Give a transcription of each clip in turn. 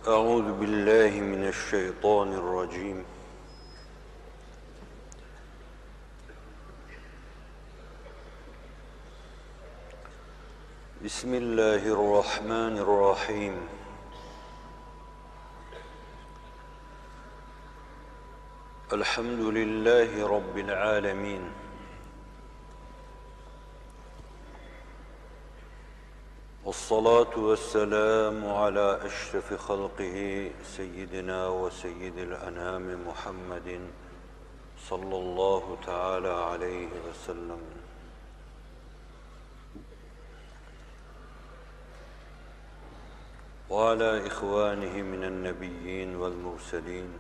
أعوذ بالله من الشيطان الرجيم بسم الله الرحمن الرحيم الحمد لله رب العالمين والصلاة والسلام على أشرف خلقه سيدنا وسيد الأنام محمد صلى الله تعالى عليه وسلم وعلى إخوانه من النبيين والمرسلين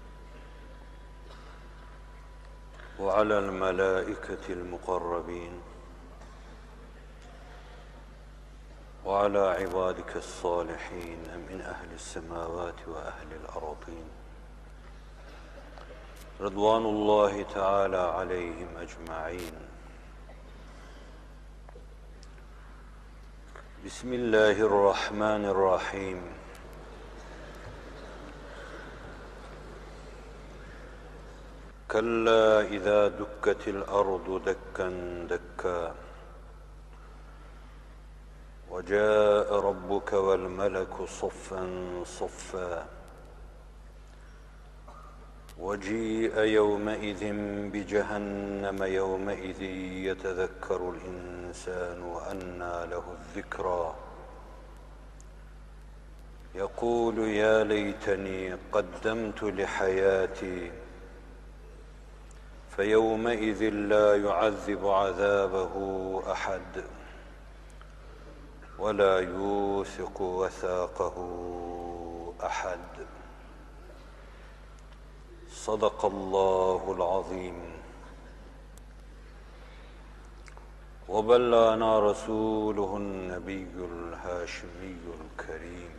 وعلى الملائكة المقربين وعلى عبادك الصالحين من أهل السماوات وأهل الأرضين رضوان الله تعالى عليهم أجمعين. بسم الله الرحمن الرحيم كلا إذا دكت الأرض دكا دكا وجاء ربك والملك صفا صفا وجيء يومئذ بجهنم يومئذ يتذكر الإنسان وأنى له الذكرى يقول يا ليتني قدمت لحياتي فيومئذ لا يعذب عذابه أحد ولا يوثق وثاقه أحد. صدق الله العظيم وبلغنا رسوله النبي الهاشمي الكريم.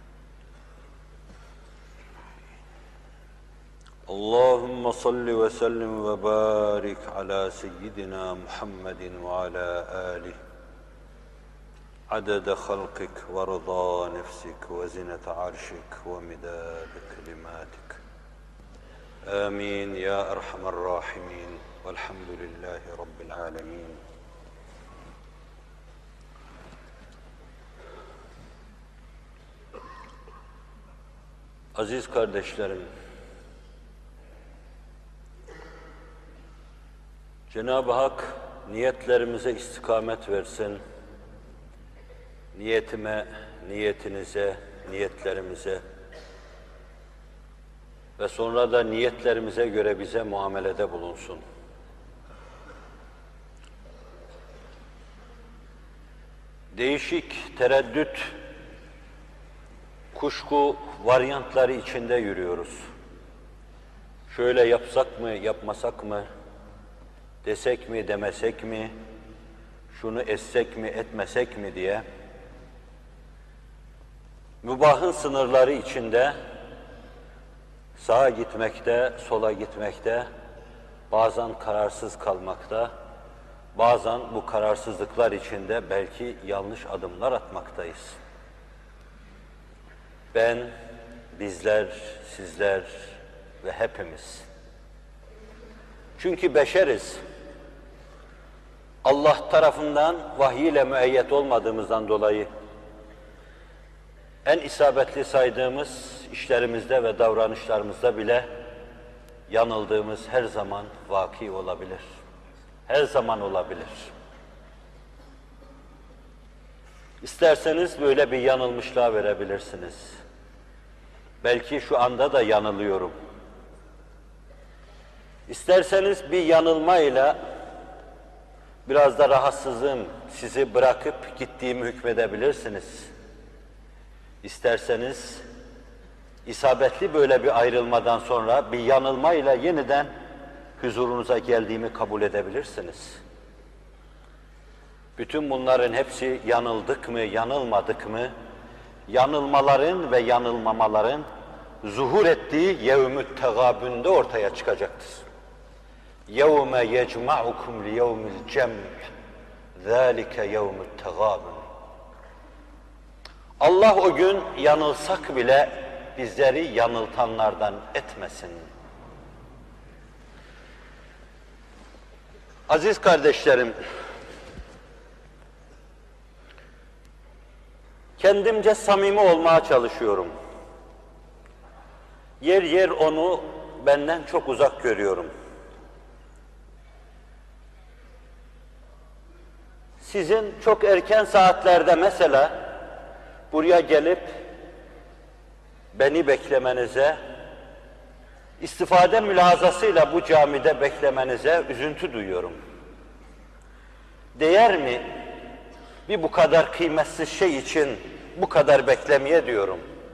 اللهم صل وسلم وبارك على سيدنا محمد وعلى آله عدد خلقك ورضا نفسك وزنة عرشك ومداد كلماتك آمين يا أرحم الراحمين والحمد لله رب العالمين. Aziz kardeşlerim, Cenab-ı Hak niyetlerimize istikamet versin, niyetime, niyetinize, niyetlerimize ve sonra da niyetlerimize göre bize muamelede bulunsun. Değişik, tereddüt, kuşku varyantları içinde yürüyoruz. Şöyle yapsak mı, yapmasak mı, desek mi, demesek mi, şunu etsek mi, etmesek mi diye mübahın sınırları içinde sağa gitmekte, sola gitmekte, bazen kararsız kalmakta, bazen bu kararsızlıklar içinde belki yanlış adımlar atmaktayız. Ben, bizler, sizler ve hepimiz. Çünkü beşeriz. Allah tarafından vahiy ile müeyyet olmadığımızdan dolayı en isabetli saydığımız işlerimizde ve davranışlarımızda bile yanıldığımız her zaman vaki olabilir. Her zaman olabilir. İsterseniz böyle bir yanılmışlığa verebilirsiniz. Belki şu anda da yanılıyorum. İsterseniz bir yanılmayla biraz da rahatsızlığım sizi bırakıp gittiğimi hükmedebilirsiniz. İsterseniz isabetli böyle bir ayrılmadan sonra bir yanılmayla yeniden huzurunuza geldiğimi kabul edebilirsiniz. Bütün bunların hepsi yanıldık mı, yanılmadık mı, yanılmaların ve yanılmamaların zuhur ettiği yevm-ü tegâbünde ortaya çıkacaktır. يَوْمَ يَجْمَعُكُمْ لِيَوْمِ الْجَمْعِ ذَٰلِكَ يَوْمُ التَّغَابُنِ. Allah o gün yanılsak bile bizleri yanıltanlardan etmesin. Aziz kardeşlerim, kendimce samimi olmaya çalışıyorum. Yer yer onu benden çok uzak görüyorum. Sizin çok erken saatlerde mesela buraya gelip beni beklemenize, istifade mülahazasıyla bu camide beklemenize üzüntü duyuyorum. Değer mi bir bu kadar kıymetsiz şey için bu kadar beklemeye diyorum.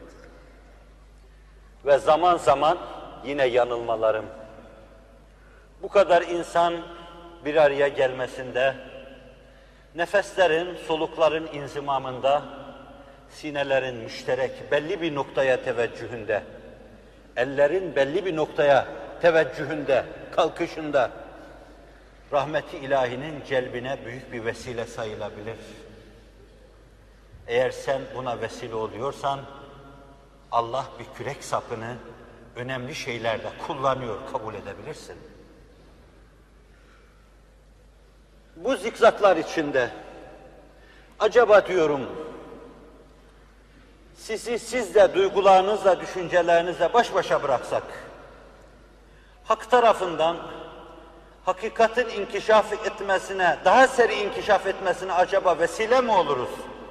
Ve zaman zaman yine yanılmalarım. Bu kadar insan bir araya gelmesinde, nefeslerin, solukların inzimamında, sinelerin müşterek belli bir noktaya teveccühünde, ellerin belli bir noktaya teveccühünde, kalkışında, rahmeti ilahinin celbine büyük bir vesile sayılabilir. Eğer sen buna vesile oluyorsan, Allah bir kürek sapını önemli şeylerde kullanıyor, kabul edebilirsin. Bu zikzaklar içinde, acaba diyorum, siz de duygularınızla, düşüncelerinizle baş başa bıraksak, hak tarafından hakikatin inkişaf etmesine, daha seri inkişaf etmesine acaba vesile mi oluruz?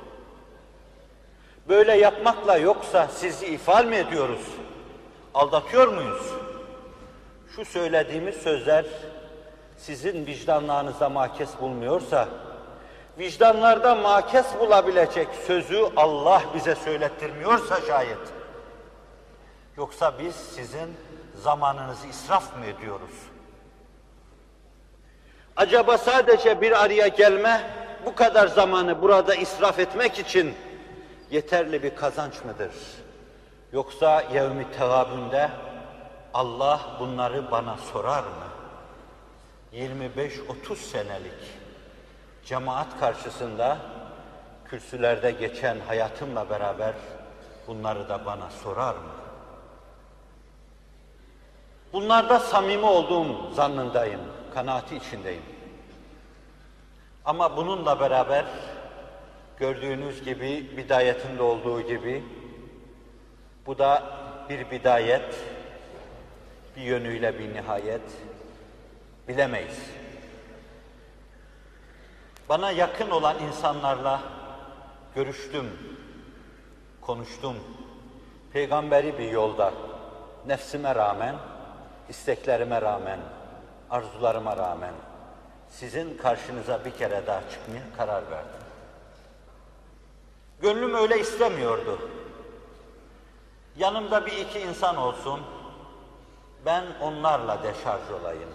Böyle yapmakla yoksa sizi ifade mi ediyoruz? Aldatıyor muyuz? Şu söylediğimiz sözler sizin vicdanlarınıza makes bulmuyorsa, vicdanlarda makes bulabilecek sözü Allah bize söylettirmiyorsa şayet, yoksa biz sizin zamanınızı israf mı ediyoruz? Acaba sadece bir araya gelme, bu kadar zamanı burada israf etmek için yeterli bir kazanç mıdır? Yoksa yevmi tegabünde Allah bunları bana sorar mı? 25-30 senelik cemaat karşısında kürsülerde geçen hayatımla beraber bunları da bana sorar mı? Bunlarda samimi olduğum zannındayım, kanaati içindeyim. Ama bununla beraber gördüğünüz gibi, bidayetinde olduğu gibi, bu da bir bidayet, bir yönüyle bir nihayet, bilemeyiz. Bana yakın olan insanlarla görüştüm, konuştum. Peygamberi bir yolda, nefsime rağmen, isteklerime rağmen, arzularıma rağmen, sizin karşınıza bir kere daha çıkmaya karar verdim. Gönlüm öyle istemiyordu. Yanımda bir iki insan olsun, ben onlarla deşarj olayım.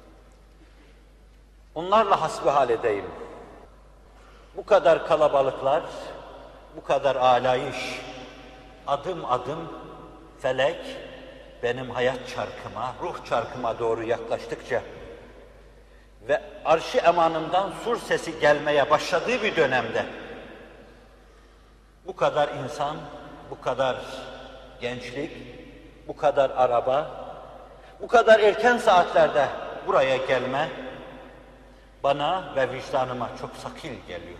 Onlarla hasbihal edeyim. Bu kadar kalabalıklar, bu kadar alayış, adım adım felek benim hayat çarkıma, ruh çarkıma doğru yaklaştıkça ve arş-ı emanımdan sur sesi gelmeye başladığı bir dönemde bu kadar insan, bu kadar gençlik, bu kadar araba, bu kadar erken saatlerde buraya gelme bana ve vicdanıma çok sakil geliyor.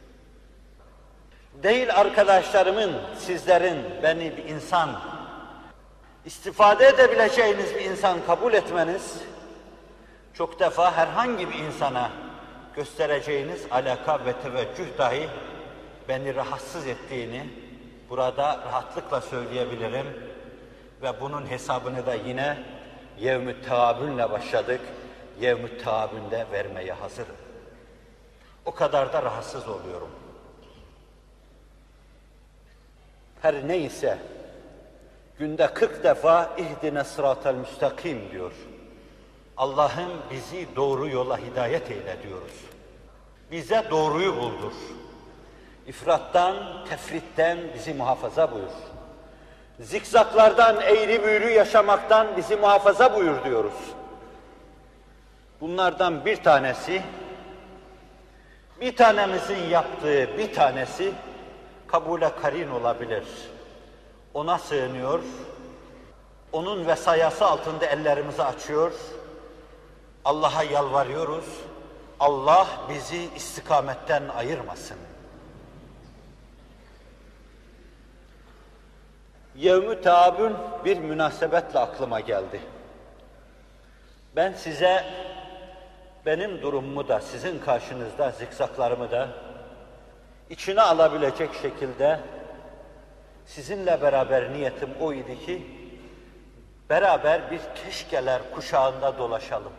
Değil arkadaşlarımın, sizlerin beni bir insan, istifade edebileceğiniz bir insan kabul etmeniz, çok defa herhangi bir insana göstereceğiniz alaka ve teveccüh dahi beni rahatsız ettiğini burada rahatlıkla söyleyebilirim ve bunun hesabını da yine yevm-i teâbünle başladık, yevm-i teâbünde vermeye hazırım. O kadar da rahatsız oluyorum. Her neyse günde 40 defa ihdine sıratel müstakim diyor. Allah'ım bizi doğru yola hidayet eyle diyoruz. Bize doğruyu buldur. İfrattan, tefritten bizi muhafaza buyur. Zikzaklardan, eğri büğrü yaşamaktan bizi muhafaza buyur diyoruz. Bunlardan bir tanesi, bir tanemizin yaptığı bir tanesi kabule karin olabilir. Ona sığınıyor, onun vesayası altında ellerimizi açıyor, Allah'a yalvarıyoruz, Allah bizi istikametten ayırmasın. Yevm-ü Teâbün bir münasebetle aklıma geldi. Ben size benim durumumu da, sizin karşınızda zikzaklarımı da içine alabilecek şekilde sizinle beraber niyetim o idi ki beraber bir keşkeler kuşağında dolaşalım.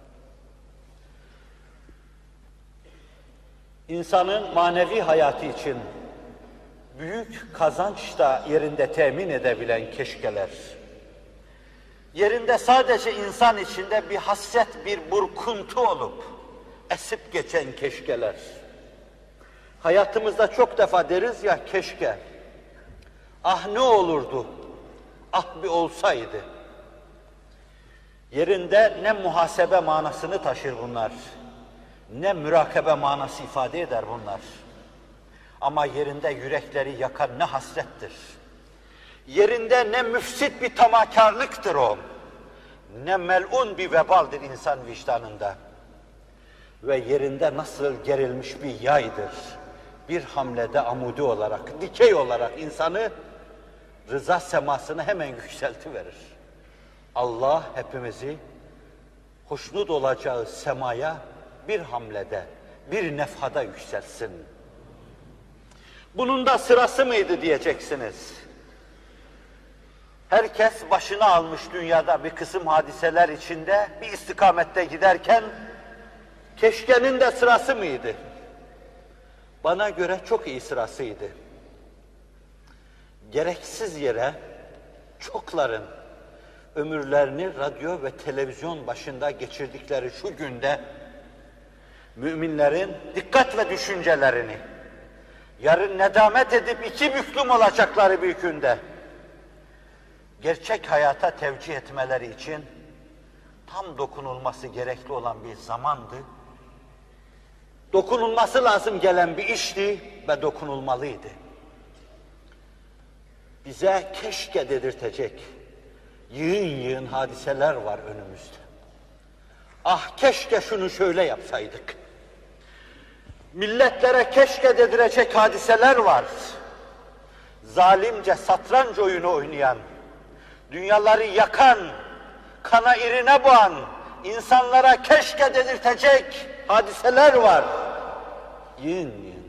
İnsanın manevi hayatı için büyük kazanç da yerinde temin edebilen keşkeler, yerinde sadece insan içinde bir hasret, bir burkuntu olup esip geçen keşkeler. Hayatımızda çok defa deriz ya keşke, ah ne olurdu, ah bir olsaydı. Yerinde ne muhasebe manasını taşır bunlar, ne mürakabe manası ifade eder bunlar. Ama yerinde yürekleri yakan ne hasrettir. Yerinde ne müfsit bir tamahkârlıktır o, ne mel'un bir vebaldir insan vicdanında. Ve yerinde nasıl gerilmiş bir yaydır. Bir hamlede amudi olarak, dikey olarak insanı rıza semasını hemen yükseltiverir. Allah hepimizi hoşnut olacağı semaya bir hamlede, bir nefhada yükselsin. Bunun da sırası mıydı diyeceksiniz. Herkes başına almış dünyada bir kısım hadiseler içinde bir istikamette giderken keşkenin de sırası mıydı? Bana göre çok iyi sırasıydı. Gereksiz yere çokların ömürlerini radyo ve televizyon başında geçirdikleri şu günde müminlerin dikkat ve düşüncelerini yarın nedamet edip iki büklüm olacakları bir günde gerçek hayata tevcih etmeleri için tam dokunulması gerekli olan bir zamandı. Dokunulması lazım gelen bir işti ve dokunulmalıydı. Bize keşke dedirtecek yığın yığın hadiseler var önümüzde. Ah keşke şunu şöyle yapsaydık. Milletlere keşke dedirecek hadiseler var. Zalimce satranç oyunu oynayan, dünyaları yakan, kana irine boğan, insanlara keşke dedirtecek hadiseler var. Yığın yığın.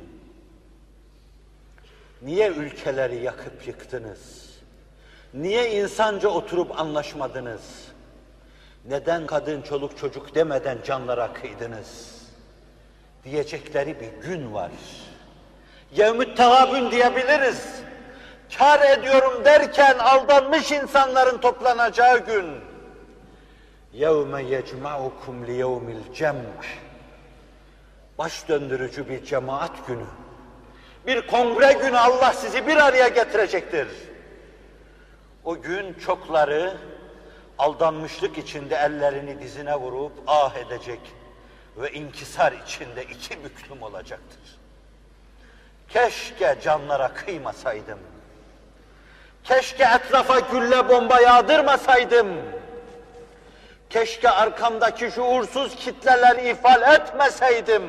Niye ülkeleri yakıp yıktınız? Niye insanca oturup anlaşmadınız? Neden kadın, çoluk, çocuk demeden canlara kıydınız? Diyecekleri bir gün var. Yevm-ü Teâbün diyebiliriz. Kâr ediyorum derken aldanmış insanların toplanacağı gün. يَوْمَ يَجْمَعُكُمْ لِيَوْمِ الْجَمْعِ Baş döndürücü bir cemaat günü. Bir kongre günü Allah sizi bir araya getirecektir. O gün çokları aldanmışlık içinde ellerini dizine vurup ah edecek ve inkisar içinde iki büklüm olacaktır. Keşke canlara kıymasaydım. Keşke etrafa gülle bomba yağdırmasaydım. Keşke arkamdaki şuursuz kitleleri ifade etmeseydim.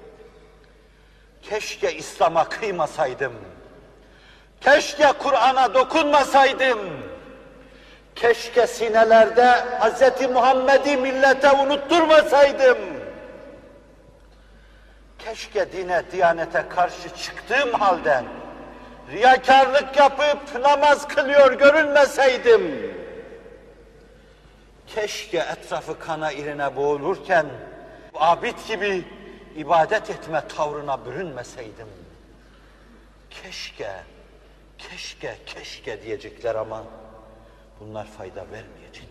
Keşke İslam'a kıymasaydım. Keşke Kur'an'a dokunmasaydım. Keşke sinelerde Hz. Muhammed'i millete unutturmasaydım. Keşke dine, diyanete karşı çıktığım halde riyakarlık yapıp namaz kılıyor görünmeseydim. Keşke etrafı kana irine boğulurken abid gibi ibadet etme tavrına bürünmeseydim. Keşke, keşke, keşke diyecekler ama bunlar fayda vermeyecek.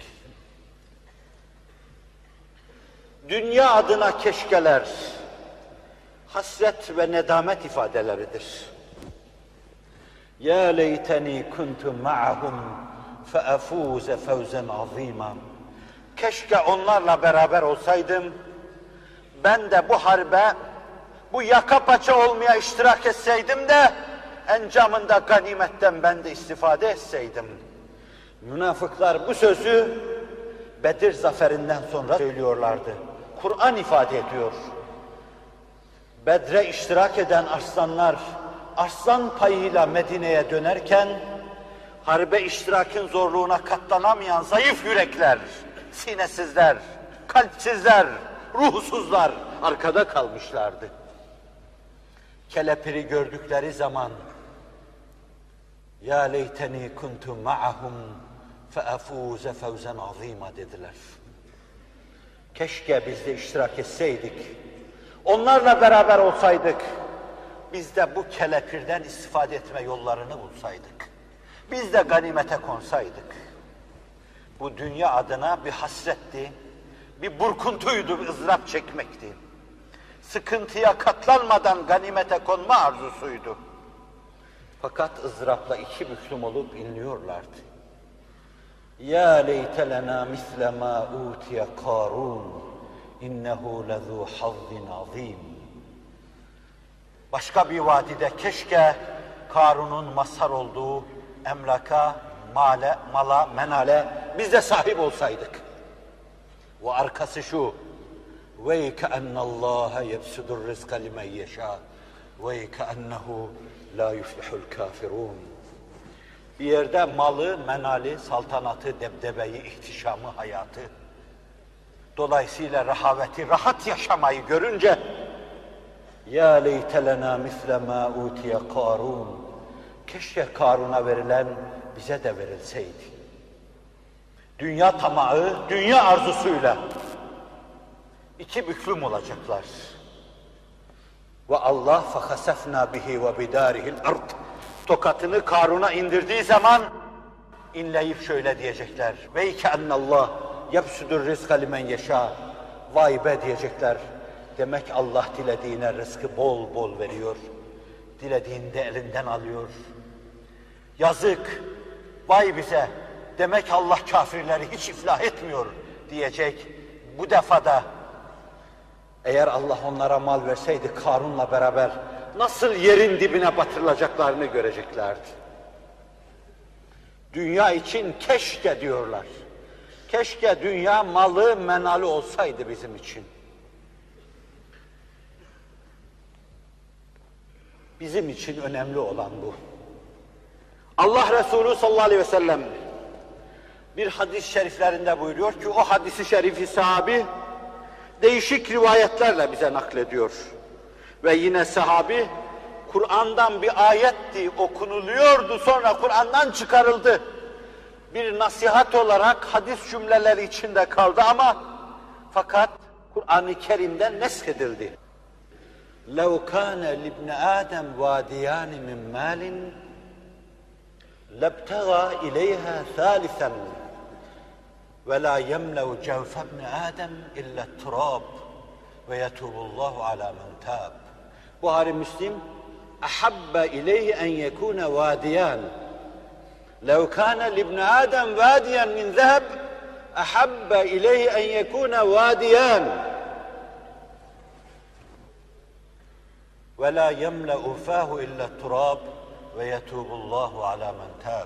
Dünya adına keşkeler, hasret ve nedamet ifadeleridir. Ya leyteni kuntu ma'ahum fe'afuze fevzen azîmâ. Keşke onlarla beraber olsaydım, ben de bu harbe, bu yaka paça olmaya iştirak etseydim de encamında ganimetten ben de istifade etseydim. Münafıklar bu sözü Bedir zaferinden sonra söylüyorlardı. Kur'an ifade ediyor. Bedre iştirak eden arslanlar, arslan payıyla Medine'ye dönerken, harbe iştirakin zorluğuna katlanamayan zayıf yürekler, sinesizler, kalpsizler, ruhsuzlar arkada kalmışlardı. Kelepiri gördükleri zaman, "Ya leyteni kuntu ma'ahum feafuze fevzen azîmâ" dediler. Keşke biz de iştirak etseydik, onlarla beraber olsaydık, biz de bu kelepirden istifade etme yollarını bulsaydık, biz de ganimete konsaydık. Bu dünya adına bir hasretti, bir burkuntuydu, bir ızdırap çekmekti. Sıkıntıya katlanmadan ganimete konma arzusuydu. Fakat ızdırapla iki büklüm olup inliyorlardı. "Ya leyte lena misle ma utiye Karun, innehu lezû hazzin azîm." Başka bir vadide keşke Karun'un mazhar olduğu emlaka, mala, menale biz de sahip olsaydık. Ve arkası şu: "Ve keennallâhe yebsudur rizqa limen yeşâ ve keennehu la yuflihul kafirun." Bir yerde malı, menali, saltanatı, debdebeyi, ihtişamı, hayatı, dolayısıyla rehaveti, rahat yaşamayı görünce "Ya leyte lena misle ma utiye Karun." Keşke Karun'a verilen bize de verilseydi. Dünya tamağı, dünya arzusuyla iki büklüm olacaklar. Ve Allah fahasefna bihi ve bidarihil ard. Tokatını Karun'a indirdiği zaman inleyip şöyle diyecekler: "Ve keennallah yebsudur rizqa limen yeşâ." Vay be diyecekler. Demek Allah dilediğine rızkı bol bol veriyor. Dilediğinde elinden alıyor. Yazık, vay bize. Demek Allah kafirleri hiç iflah etmiyor diyecek. Bu defada eğer Allah onlara mal verseydi Karun'la beraber nasıl yerin dibine batırılacaklarını göreceklerdi. Dünya için keşke diyorlar. Keşke dünya malı, menalı olsaydı bizim için. Bizim için önemli olan bu. Allah Resulü sallallahu aleyhi ve sellem bir hadis-i şeriflerinde buyuruyor ki, o hadis-i şerifi sahabi değişik rivayetlerle bize naklediyor. Ve yine sahabi, Kur'an'dan bir ayetti, okunuluyordu, sonra Kur'an'dan çıkarıldı. Bir nasihat olarak hadis cümleleri içinde kaldı ama fakat Kur'an-ı Kerim'den neshedildi. لَوْ كَانَ لِبْنِ آدَمْ وَادِيَانِ مِنْ مَالٍ لَبْتَغَى إِلَيْهَا ثَالِثًا وَلَا يَمْلَوْ جَوْفَ ابْنِ آدَمْ إِلَّا التُّرَابِ وَيَتُوبُ اللّٰهُ عَلَى مَنْ تَابَ. Buhari Müslim, أَحَبَّ إِلَيْهِ أَنْ يَكُونَ وَادِيَانِ لَوْ كَانَ لِبْنِ آدَمْ وَادِيًا مِنْ ذَهَبٍ أَحَبَّ إِلَيْهِ أَنْ يَكُونَ وَادِيَانِ وَلَا يَمْلَأُ فَاهُ إِلَّا التُّرَابِ وَيَتُوبُ اللّٰهُ عَلَى مَنْ تَابَ.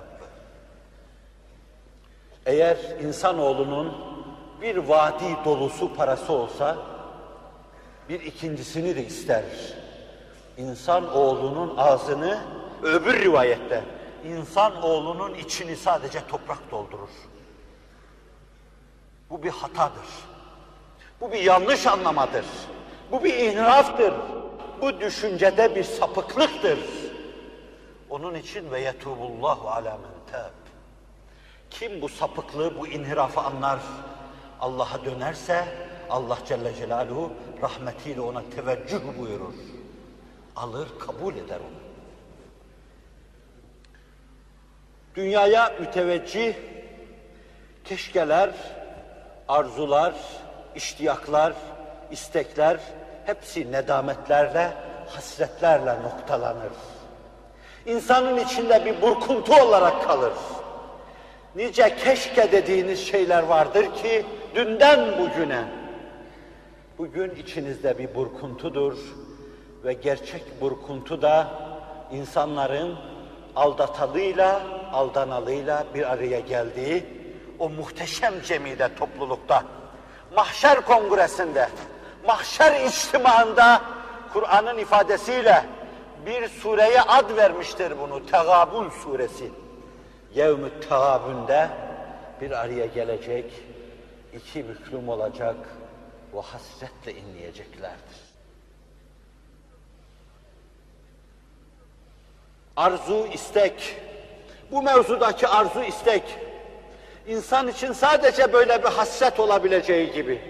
Eğer insanoğlunun bir vadi dolusu parası olsa, bir ikincisini de ister. İnsanoğlunun ağzını, öbür rivayette, insanoğlunun içini sadece toprak doldurur. Bu bir hatadır. Bu bir yanlış anlamadır. Bu bir inhiraftır. Bu düşüncede bir sapıklıktır. Onun için ve yetubullahu ala men tab. Kim bu sapıklığı, bu inhirafı anlar, Allah'a dönerse Allah Celle Celaluhu rahmetiyle ona teveccüh buyurur. Alır, kabul eder onu. Dünyaya müteveccih keşkeler, arzular, iştiyaklar, istekler hepsi nedametlerle, hasretlerle noktalanır. İnsanın içinde bir burkuntu olarak kalır. Nice keşke dediğiniz şeyler vardır ki dünden bugüne. Bugün içinizde bir burkuntudur ve gerçek burkuntu da insanların aldatalıyla, aldanalıyla bir araya geldiği o muhteşem cemide, toplulukta, mahşer kongresinde, mahşer içtimaında Kur'an'ın ifadesiyle bir sureye ad vermiştir bunu, Tegabun suresi. Yevm-ü Tegabun'da bir araya gelecek, iki büklüm olacak ve hasretle inleyeceklerdir. Arzu, istek, bu mevzudaki arzu, istek, insan için sadece böyle bir hasret olabileceği gibi,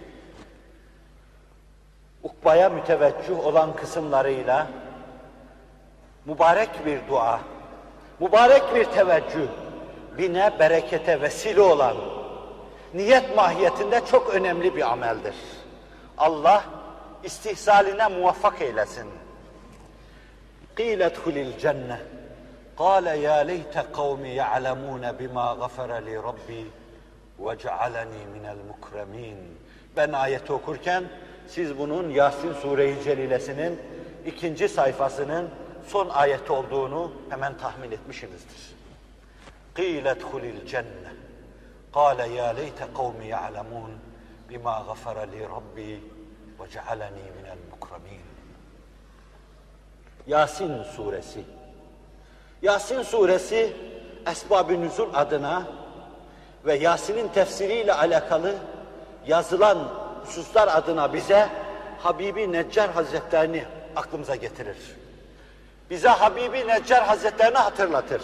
ukbaya müteveccüh olan kısımlarıyla, mübarek bir dua, mübarek bir teveccüh, bine, berekete vesile olan, niyet mahiyetinde çok önemli bir ameldir. Allah istihsaline muvaffak eylesin. قِيلَ ادْخُلِ الْجَنَّةِ قَالَ يَا لَيْتَ قَوْمِ يَعْلَمُونَ بِمَا غَفَرَ لِي رَبِّي وَجَعَلَنِي مِنَ الْمُكْرَمِينَ. Ben ayeti okurken siz bunun Yasin Sure-i Celilesinin 2. sayfasının son ayeti olduğunu hemen tahmin etmişsinizdir. قِيلَ ادْخُلِ الْجَنَّةِ قَالَ يَا لَيْتَ قَوْمِ يَعْلَمُونَ بِمَا غَفَرَ لِي رَبِّي وَجَعَلَنِي مِنَ الْمُكْرَمِينَ. Yasin suresi. Yasin suresi Esbab-ı Nüzul adına ve Yasin'in tefsiriyle alakalı yazılan hususlar adına bize Habibi Neccar Hazretlerini aklımıza getirir. Bize Habibi Neccar Hazretlerini hatırlatır.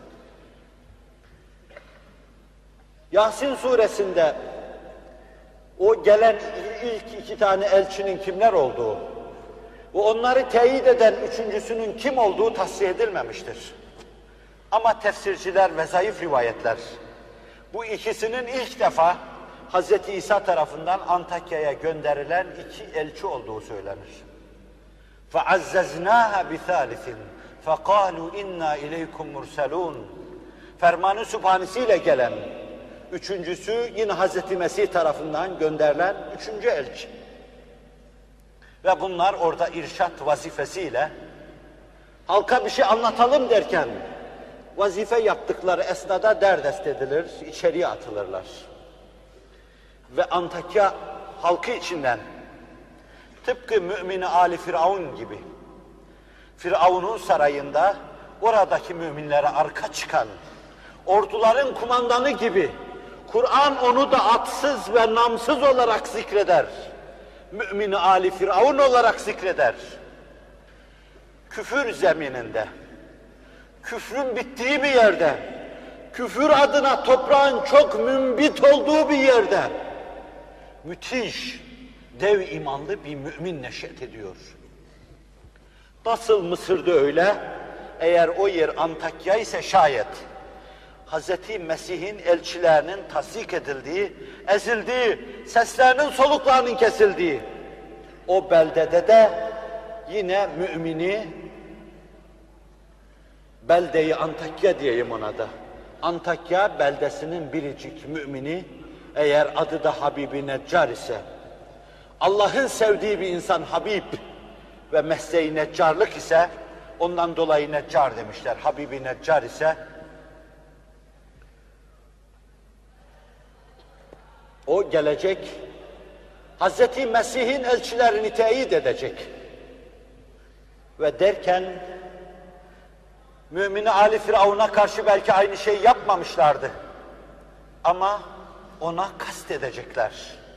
Yasin suresinde o gelen ilk 2 tane elçinin kimler olduğu ve onları teyit eden üçüncüsünün kim olduğu tasfiye edilmemiştir. Ama tefsirciler ve zayıf rivayetler bu ikisinin ilk defa Hz. İsa tarafından Antakya'ya gönderilen 2 elçi olduğu söylenir. فَعَزَّزْنَاهَا بِثَالِثٍ فَقَالُوا اِنَّا اِلَيْكُمْ مُرْسَلُونَ. Fermanı Sübhanesiyle gelen, üçüncüsü yine Hz. Mesih tarafından gönderilen 3. elçi. Ve bunlar orada irşat vazifesiyle halka bir şey anlatalım derken vazife yaptıkları esnada derdest edilir, içeriye atılırlar. Ve Antakya halkı içinden tıpkı mümin-i Ali Firavun gibi Firavun'un sarayında oradaki müminlere arka çıkan orduların kumandanı gibi Kur'an onu da atsız ve namsız olarak zikreder. Mümin-i Ali Firavun olarak zikreder. Küfür zemininde, küfrün bittiği bir yerde, küfür adına toprağın çok mümbit olduğu bir yerde müthiş, dev imanlı bir mümin neşet ediyor. Nasıl Mısır'da öyle, eğer o yer Antakya ise şayet Hz. Mesih'in elçilerinin tasdik edildiği, ezildiği, seslerinin soluklarının kesildiği o beldede de yine mümini, beldeyi Antakya diyeyim ona da, Antakya beldesinin biricik mümini, eğer adı da Habibi Neccar ise, Allah'ın sevdiği bir insan Habib ve mesleği neccarlık ise, ondan dolayı Neccar demişler. Habibi Neccar ise, o gelecek, Hz. Mesih'in elçilerini teyit edecek. Ve derken, Mümin-i Ali Firavun'a karşı belki aynı şeyi yapmamışlardı. Ama ona kast edecekler.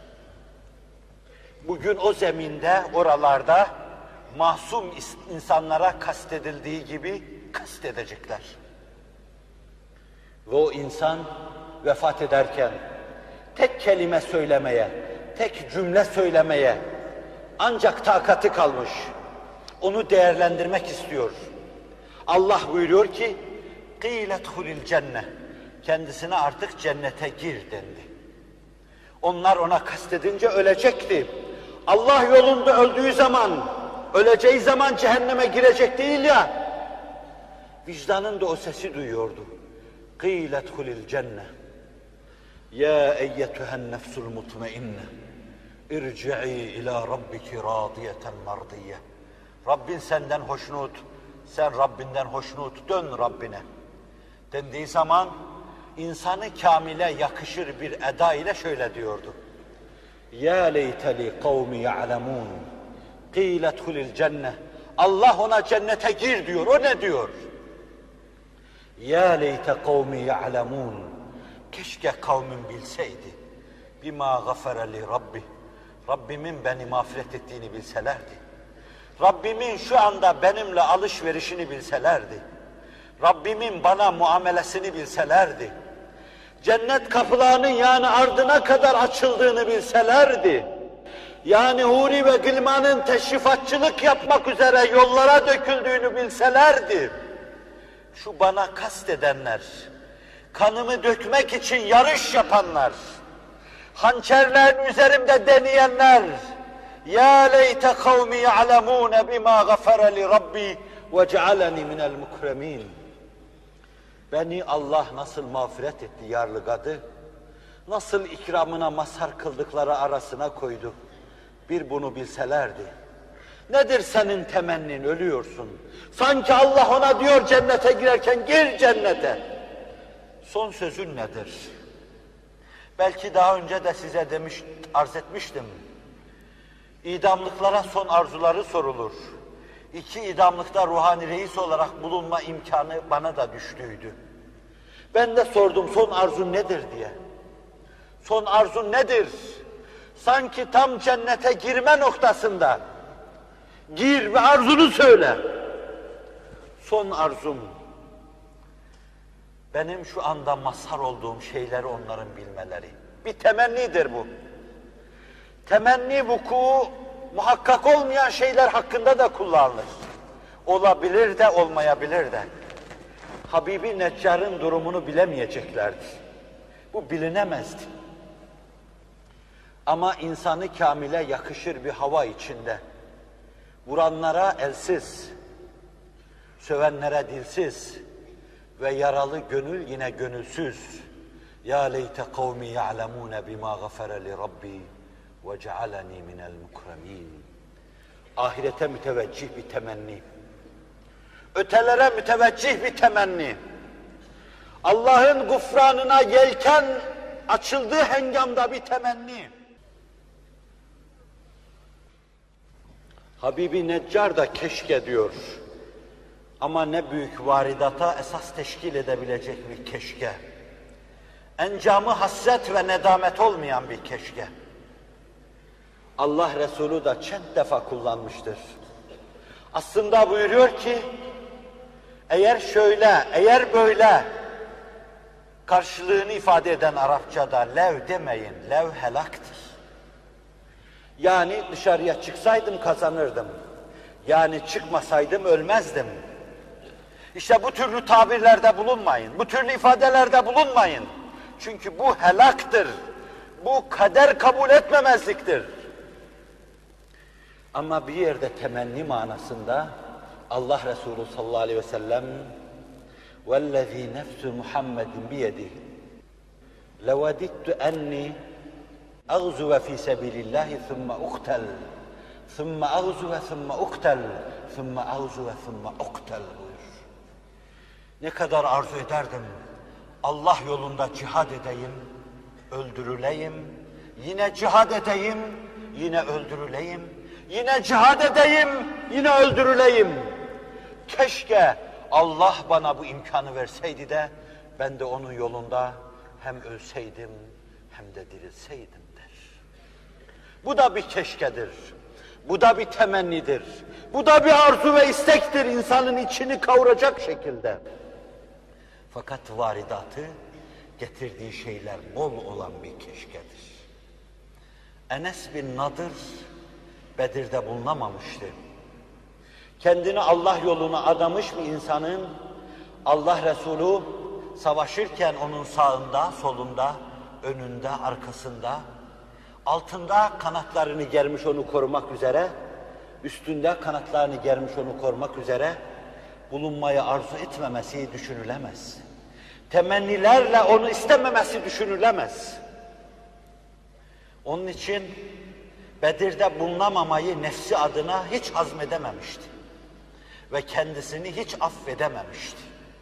Bugün o zeminde, oralarda masum insanlara kastedildiği gibi kast edecekler. Ve o insan vefat ederken tek kelime söylemeye, tek cümle söylemeye ancak takati kalmış. Onu değerlendirmek istiyor. Allah buyuruyor ki قِيلَ ادْخُلِ الْجَنَّةِ kendisine artık cennete gir dendi. Onlar ona kastedince ölecekti. Allah yolunda öldüğü zaman, öleceği zaman cehenneme girecek değil ya. Vicdanın da o sesi duyuyordu. قِيلَ ادْخُلِ الْجَنَّةِ يَا اَيَّتُهَا النَّفْسُ الْمُطْمَئِنَّةِ اِرْجِعِي اِلَى رَبِّكِ رَاضِيَةً مَرْضِيَّةً Rabbin senden hoşnut, sen Rabbinden hoşnut, dön Rabbine dendiği zaman insanı kamile yakışır bir eda ile şöyle diyordu. Ya leyteli kavmi ya'lemun qîle dhulil cenneh. Allah ona cennete gir diyor. O ne diyor? Ya leyte kavmi ya'lemun. Keşke kavmim bilseydi. Bima gafere li Rabbi. Rabbimin beni mağfiret ettiğini bilselerdi. Rabbimin şu anda benimle alışverişini bilselerdi. Rabbimin bana muamelesini bilselerdi. Cennet kapılarının yani ardına kadar açıldığını bilselerdi. Yani huri ve gılmanın teşrifatçılık yapmak üzere yollara döküldüğünü bilselerdi. Şu bana kastedenler, kanımı dökmek için yarış yapanlar, hançerlerin üzerimde deneyenler, ya leyte kavmi ya'lemûne bima gafere li Rabbi ve cealeni minel mukremin. Beni Allah nasıl mağfiret etti yarlıgadı, nasıl ikramına mazhar kıldıkları arasına koydu. Bir bunu bilselerdi. Nedir senin temennin, ölüyorsun. Sanki Allah ona diyor cennete girerken, gir cennete. Son sözün nedir? Belki daha önce de size arz etmiştim. İdamlıklara son arzuları sorulur. 2 idamlıkta ruhani reis olarak bulunma imkanı bana da düştüydü. Ben de sordum son arzun nedir diye. Son arzun nedir? Sanki tam cennete girme noktasında. Gir ve arzunu söyle. Son arzum, benim şu anda mazhar olduğum şeyleri onların bilmeleri. Bir temennidir bu. Temenni vuku muhakkak olmayan şeyler hakkında da kullanılır. Olabilir de olmayabilir de. Habibi Neccar'ın durumunu bilemeyeceklerdi. Bu bilinemezdi. Ama insanı kamile yakışır bir hava içinde. Vuranlara elsiz, sövenlere dilsiz ve yaralı gönül yine gönülsüz. Ya leyte kavmi ya'lemûne bima gafere li Rabbi ve cealeni minel mukremin. Ahirete müteveccih bir temenni. Ötelere müteveccih bir temenni. Allah'ın gufranına yelken açıldığı hengamda bir temenni. Habibi Neccar da keşke diyor. Ama ne büyük varidata esas teşkil edebilecek bir keşke. Encamı hasret ve nedamet olmayan bir keşke. Allah Resulü da çent defa kullanmıştır. Aslında buyuruyor ki, eğer şöyle, eğer böyle karşılığını ifade eden Arapçada lev demeyin, lev helaktır. Yani dışarıya çıksaydım kazanırdım. Yani çıkmasaydım ölmezdim. İşte bu türlü tabirlerde bulunmayın, bu türlü ifadelerde bulunmayın. Çünkü bu helaktır, bu kader kabul etmemezliktir. Ama bir yerde temenni manasında Allah Resulü sallallahu aleyhi ve sellem وَالَّذ۪ي نَفْسُ مُحَمَّدٍ بِيَدِهِ لَوَدِدْتُ أَنِّي أَغْزُوَ ف۪ي سَبِيلِ اللّٰهِ ثُمَّ اُقْتَلْ ثُمَّ أَغْزُوَ ثُمَّ اُقْتَلْ ثُمَّ أَغْزُوَ ثُمَّ اُقْتَلْ buyur. Ne kadar arzu ederdim, Allah yolunda cihad edeyim, öldürüleyim, yine cihad edeyim, yine öldürüleyim, yine cihad edeyim, yine öldürüleyim. Keşke Allah bana bu imkanı verseydi de ben de onun yolunda hem ölseydim hem de dirilseydim der. Bu da bir keşkedir. Bu da bir temennidir. Bu da bir arzu ve istektir insanın içini kavuracak şekilde. Fakat varidatı getirdiği şeyler bol olan bir keşkedir. Enes bin Nadır Bedir'de bulunamamıştı. Kendini Allah yoluna adamış bir insanın Allah Resulü savaşırken onun sağında, solunda, önünde, arkasında, altında kanatlarını germiş onu korumak üzere, üstünde kanatlarını germiş onu korumak üzere bulunmayı arzu etmemesi düşünülemez. Temennilerle onu istememesi düşünülemez. Onun için Bedir'de bulunamamayı nefsi adına hiç hazmedememişti. ve kendisini hiç affedememişti.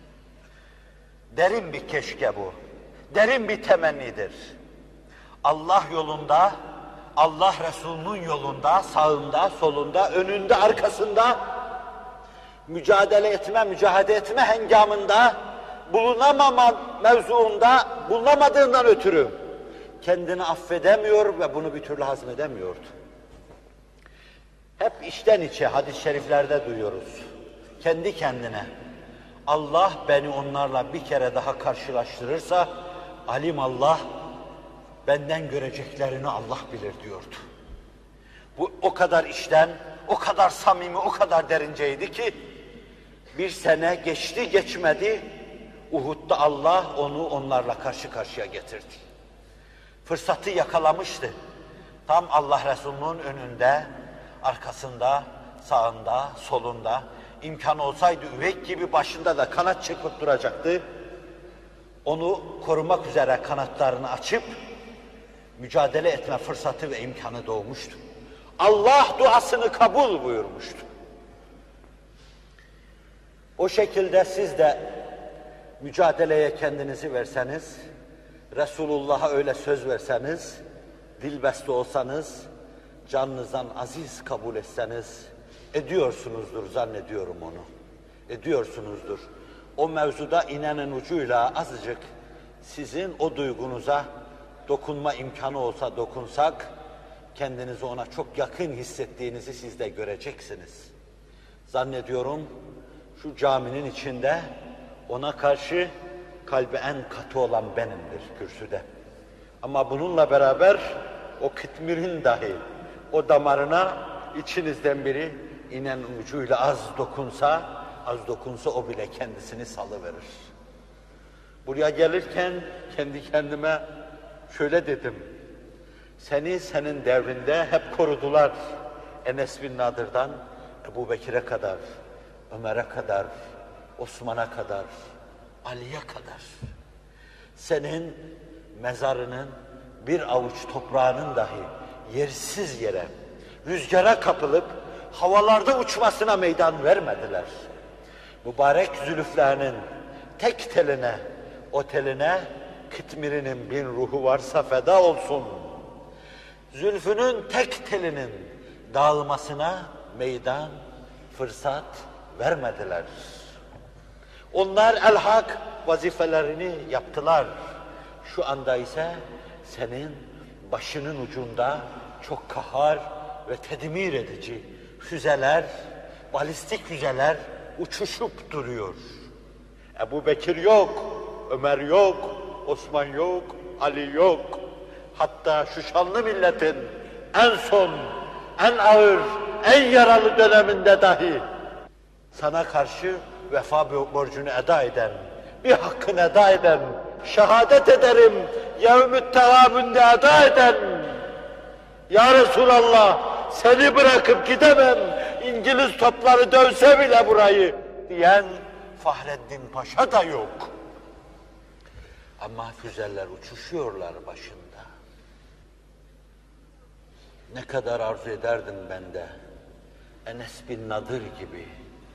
Derin bir keşke bu, derin bir temennidir. Allah yolunda, Allah Resulü'nün yolunda, sağında, solunda, önünde, arkasında mücadele etme, mücadele etme hengamında bulunamama mevzuunda bulunamadığından ötürü kendini affedemiyor ve bunu bir türlü hazmedemiyordu. Hep içten içe hadis-i şeriflerde duyuyoruz. Kendi kendine Allah beni onlarla bir kere daha karşılaştırırsa alim Allah benden göreceklerini Allah bilir diyordu. Bu o kadar içten, o kadar samimi, o kadar derinceydi ki bir sene geçti geçmedi Uhud'da Allah onu onlarla karşı karşıya getirdi. Fırsatı yakalamıştı. Tam Allah Resulü'nün önünde, arkasında, sağında, solunda imkan olsaydı üvek gibi başında da kanat çırpıp duracaktı. Onu korumak üzere kanatlarını açıp mücadele etme fırsatı ve imkanı doğmuştu. Allah duasını kabul buyurmuştu. O şekilde siz de mücadeleye kendinizi verseniz, Resulullah'a öyle söz verseniz, dilbeste olsanız, canınızdan aziz kabul etseniz, ediyorsunuzdur zannediyorum onu. Ediyorsunuzdur. O mevzuda iğnenin ucuyla azıcık sizin o duygunuza dokunma imkanı olsa dokunsak, kendinizi ona çok yakın hissettiğinizi siz de göreceksiniz. Zannediyorum şu caminin içinde ona karşı kalbi en katı olan benimdir kürsüde. Ama bununla beraber o kıtmirin dahi o damarına içinizden biri iğnenin ucuyla az dokunsa o bile kendisini salıverir. Buraya gelirken kendi kendime şöyle dedim. Seni senin devrinde hep korudular. Enes bin Nadır'dan Ebu Bekir'e kadar, Ömer'e kadar, Osman'a kadar, Ali'ye kadar. Senin mezarının bir avuç toprağının dahi yersiz yere, rüzgara kapılıp havalarda uçmasına meydan vermediler. Mübarek zülüflerinin tek teline, o teline kıtmirinin bin ruhu varsa feda olsun. Zülfünün tek telinin dağılmasına meydan, fırsat vermediler. Onlar el-hak vazifelerini yaptılar. Şu anda ise senin başının ucunda çok kahar ve tedmir edici füzeler, balistik füzeler uçuşup duruyor. Ebu Bekir yok, Ömer yok, Osman yok, Ali yok. Hatta şu şanlı milletin en son, en ağır, en yaralı döneminde dahi sana karşı vefa borcunu eda eden, bir hakkını eda eden, şehadet ederim, yevmü teâbünde eda eden, ya Resulallah seni bırakıp gidemem, İngiliz topları dövse bile burayı diyen Fahreddin Paşa da yok. Ama füzeler uçuşuyorlar başında. Ne kadar arzu ederdim ben de Enes bin Nadır gibi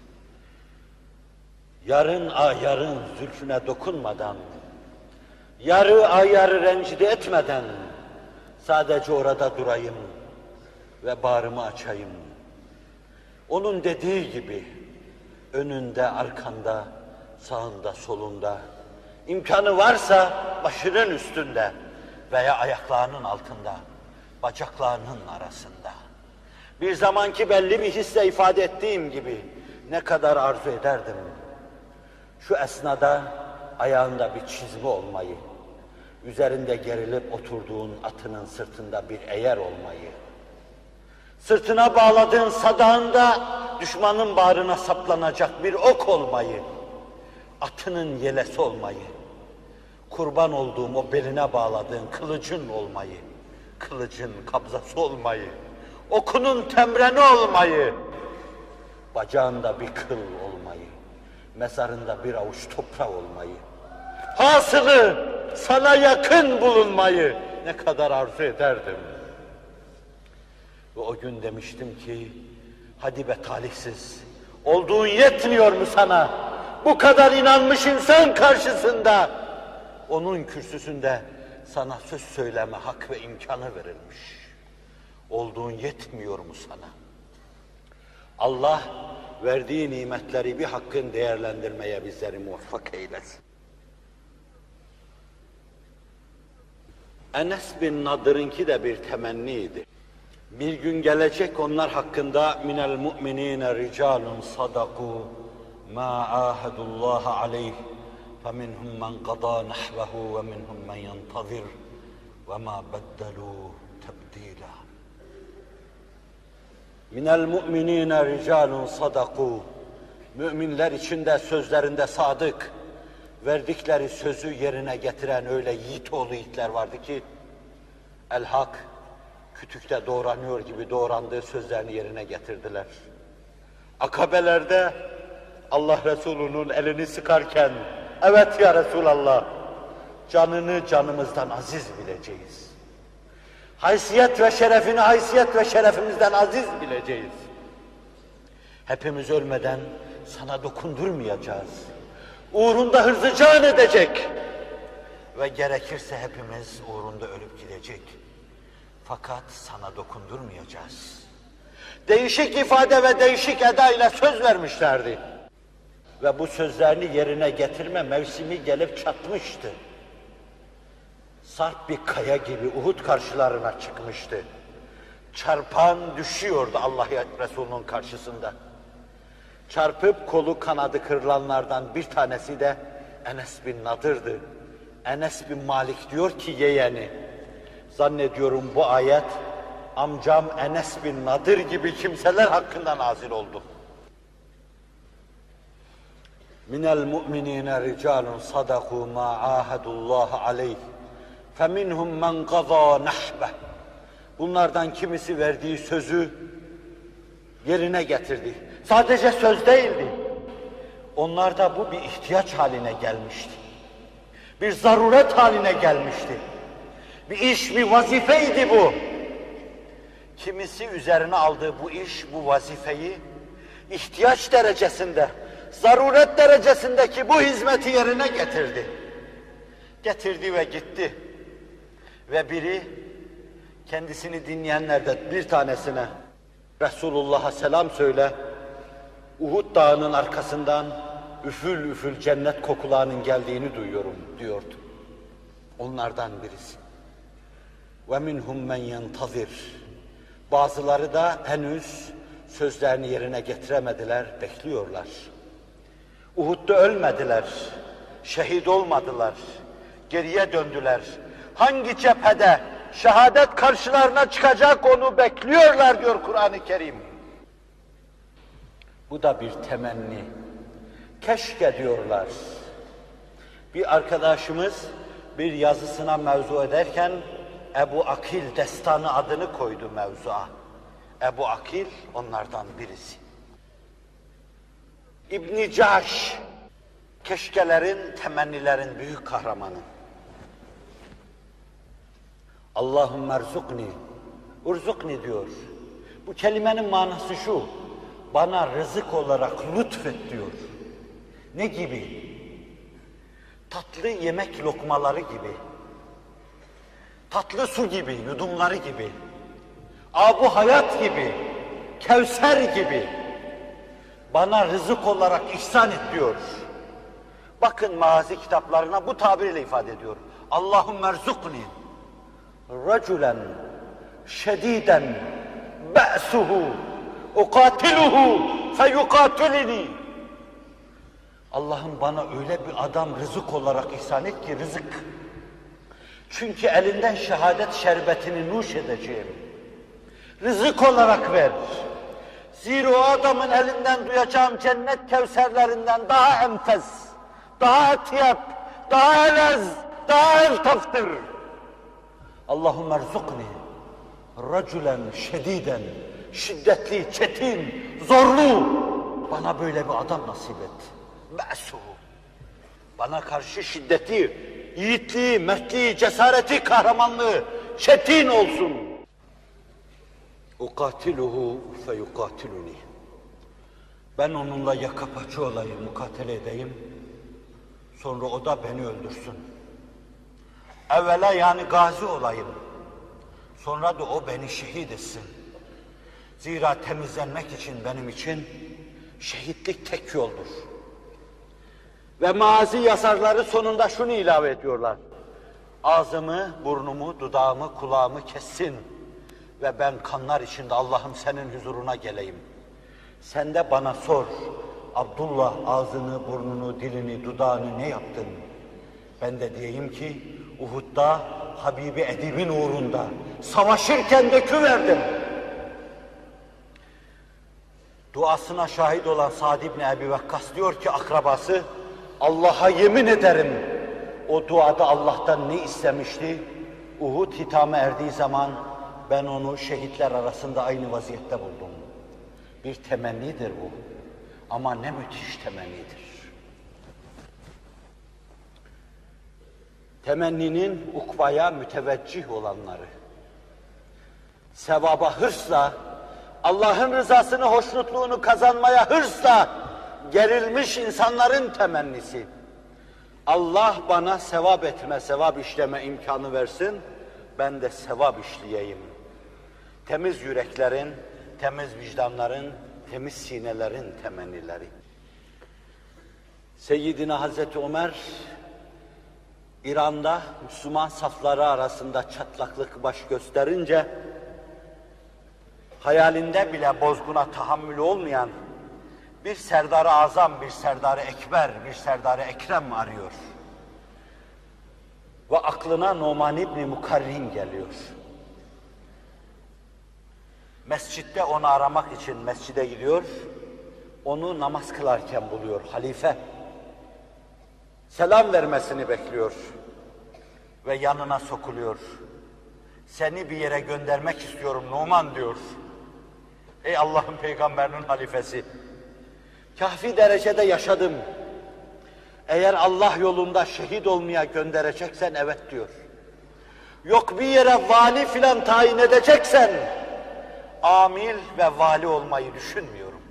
yarın ayarın zülfüne dokunmadan, yarı ayarı rencide etmeden sadece orada durayım ve bağrımı açayım. Onun dediği gibi önünde, arkanda, sağında, solunda, imkanı varsa başının üstünde veya ayaklarının altında, bacaklarının arasında. Bir zamanki belli bir hisle ifade ettiğim gibi ne kadar arzu ederdim. Şu esnada ayağında bir çizme olmayı, üzerinde gerilip oturduğun atının sırtında bir eğer olmayı, sırtına bağladığın sadağında düşmanın bağrına saplanacak bir ok olmayı, atının yelesi olmayı, kurban olduğum o beline bağladığın kılıcın olmayı, kılıcın kabzası olmayı, okunun temreni olmayı, bacağında bir kıl olmayı, mezarında bir avuç toprağı olmayı, hasılı sana yakın bulunmayı ne kadar arzu ederdim. Ve o gün demiştim ki, hadi be talihsiz, Olduğun yetmiyor mu sana? Bu kadar inanmış insan karşısında, onun kürsüsünde sana söz söyleme hak ve imkanı verilmiş. Olduğun yetmiyor mu sana? Allah verdiği nimetleri bir hakkın değerlendirmeye bizleri muvaffak eylesin. Enes bin Nadır'ınki de bir temenniydi. Bir gün gelecek onlar hakkında minel mu'minine ricalun sadaku ma ahadullah aleyh feminhum men qada nahvehu ve minhum men yentazir ve ma beddelu tebdila. Minel mu'minine ricalun sadaku, müminler içinde sözlerinde sadık, verdikleri sözü yerine getiren öyle yiğit oğlu yiğitler vardı ki, el-hak, kütükte doğranıyor gibi doğrandığı sözlerini yerine getirdiler. Akabelerde Allah Resulü'nün elini sıkarken, evet ya Resulallah, canını canımızdan aziz bileceğiz. Haysiyet ve şerefini haysiyet ve şerefimizden aziz bileceğiz. Hepimiz ölmeden sana dokundurmayacağız. Uğrunda hırzı can edecek. Ve gerekirse hepimiz uğrunda ölüp gidecek. Fakat sana dokundurmayacağız. Değişik ifade ve değişik eda ile söz vermişlerdi. Ve bu sözlerini yerine getirme mevsimi gelip çatmıştı. Sarp bir kaya gibi Uhud karşılarına çıkmıştı. Çarpan düşüyordu Allah Resulü'nün karşısında. Çarpıp kolu kanadı kırılanlardan bir tanesi de Enes bin Nadır'dı. Enes bin Malik diyor ki yeğeni, zannediyorum bu ayet amcam Enes bin Nadır gibi kimseler hakkında nazil oldu. Minel mu'minine ricalun sadaku ma ahadullah aleyh feminhum men qada nahbeh. Bunlardan kimisi verdiği sözü yerine getirdi. Sadece söz değildi. Onlarda bu bir ihtiyaç haline gelmişti. Bir zaruret haline gelmişti. Bir iş, bir vazifeydi bu. Kimisi üzerine aldığı bu iş, bu vazifeyi ihtiyaç derecesinde, zaruret derecesindeki bu hizmeti yerine getirdi. Getirdi ve gitti. Ve biri kendisini dinleyenlerden bir tanesine Resulullah'a selam söyle, Uhud dağının arkasından üfül üfül cennet kokularının geldiğini duyuyorum diyordu. Onlardan birisi. Ve minhum men yentazir. Bazıları da henüz sözlerini yerine getiremediler, bekliyorlar. Uhud'da ölmediler, şehit olmadılar, geriye döndüler. Hangi cephede şehadet karşılarına çıkacak onu bekliyorlar diyor Kur'an-ı Kerim. Bu da bir temenni. Keşke diyorlar. Bir arkadaşımız bir yazısına mevzu ederken Ebu Akil destanı adını koydu mevzuya. Ebu Akil onlardan birisi. İbn-i Cahş, keşkelerin, temennilerin büyük kahramanı. Allahümme erzukni, urzukni diyor. Bu kelimenin manası şu, bana rızık olarak lütfet diyor. Ne gibi? Tatlı yemek lokmaları gibi, tatlı su gibi, yudumları gibi, âb-ı hayat gibi, Kevser gibi bana rızık olarak ihsan et diyor. Bakın mazi kitaplarına bu tabirle ifade ediyor. Allahümme erzukni raculen şediden be'suhu ukatiluhu feyukatilini. Allah'ım bana öyle bir adam rızık olarak ihsan et ki rızık. Çünkü elinden şehadet şerbetini nuş edeceğim. Rızık olarak ver. Zira o adamın elinden duyacağım cennet kevserlerinden daha enfes, daha etyep, daha elez, daha eltaftır. Allahümme erzukni raculen şediden, şiddetli, çetin, zorlu. Bana böyle bir adam nasip et. Me'suhu. Bana karşı şiddeti, yiğitliği, mertliği, cesareti, kahramanlığı çetin olsun. Ukatiluhu feyukatiluni. Ben onunla yaka paça olayım, mukatele edeyim. Sonra o da beni öldürsün. Evvela yani gazi olayım. Sonra da o beni şehit etsin. Zira temizlenmek için benim için şehitlik tek yoldur. Ve mazi yazarları sonunda şunu ilave ediyorlar. Ağzımı, burnumu, dudağımı, kulağımı kessin. Ve ben kanlar içinde Allah'ım senin huzuruna geleyim. Sen de bana sor. Abdullah ağzını, burnunu, dilini, dudağını ne yaptın? Ben de diyeyim ki Uhud'da Habibi Edib'in uğrunda savaşırken döküverdim. Duasına şahit olan Sa'd ibn Ebi Vakkas diyor ki akrabası, Allah'a yemin ederim o duada Allah'tan ne istemişti? Uhud hitama erdiği zaman ben onu şehitler arasında aynı vaziyette buldum. Bir temennidir bu. Ama ne müthiş temennidir. Temenninin ukbaya müteveccih olanları, sevaba hırsla, Allah'ın rızasını, hoşnutluğunu kazanmaya hırsla gerilmiş insanların temennisi. Allah bana sevap etme, sevap işleme imkanı versin, ben de sevap işleyeyim. Temiz yüreklerin, temiz vicdanların, temiz sinelerin temennileri. Seyyidina Hazreti Ömer, İran'da Müslüman safları arasında çatlaklık baş gösterince, hayalinde bile bozguna tahammülü olmayan bir Serdar-ı Azam, bir Serdar-ı Ekber, bir Serdar-ı Ekrem arıyor. Ve aklına Numan İbni Mukarrin geliyor. Mescitte onu aramak için mescide gidiyor, onu namaz kılarken buluyor halife. Selam vermesini bekliyor ve yanına sokuluyor. Seni bir yere göndermek istiyorum Numan diyor. Ey Allah'ın peygamberinin halifesi, kâfi derecede yaşadım. Eğer Allah yolunda şehit olmaya göndereceksen evet diyor. Yok bir yere vali filan tayin edeceksen, amil ve vali olmayı düşünmüyorum.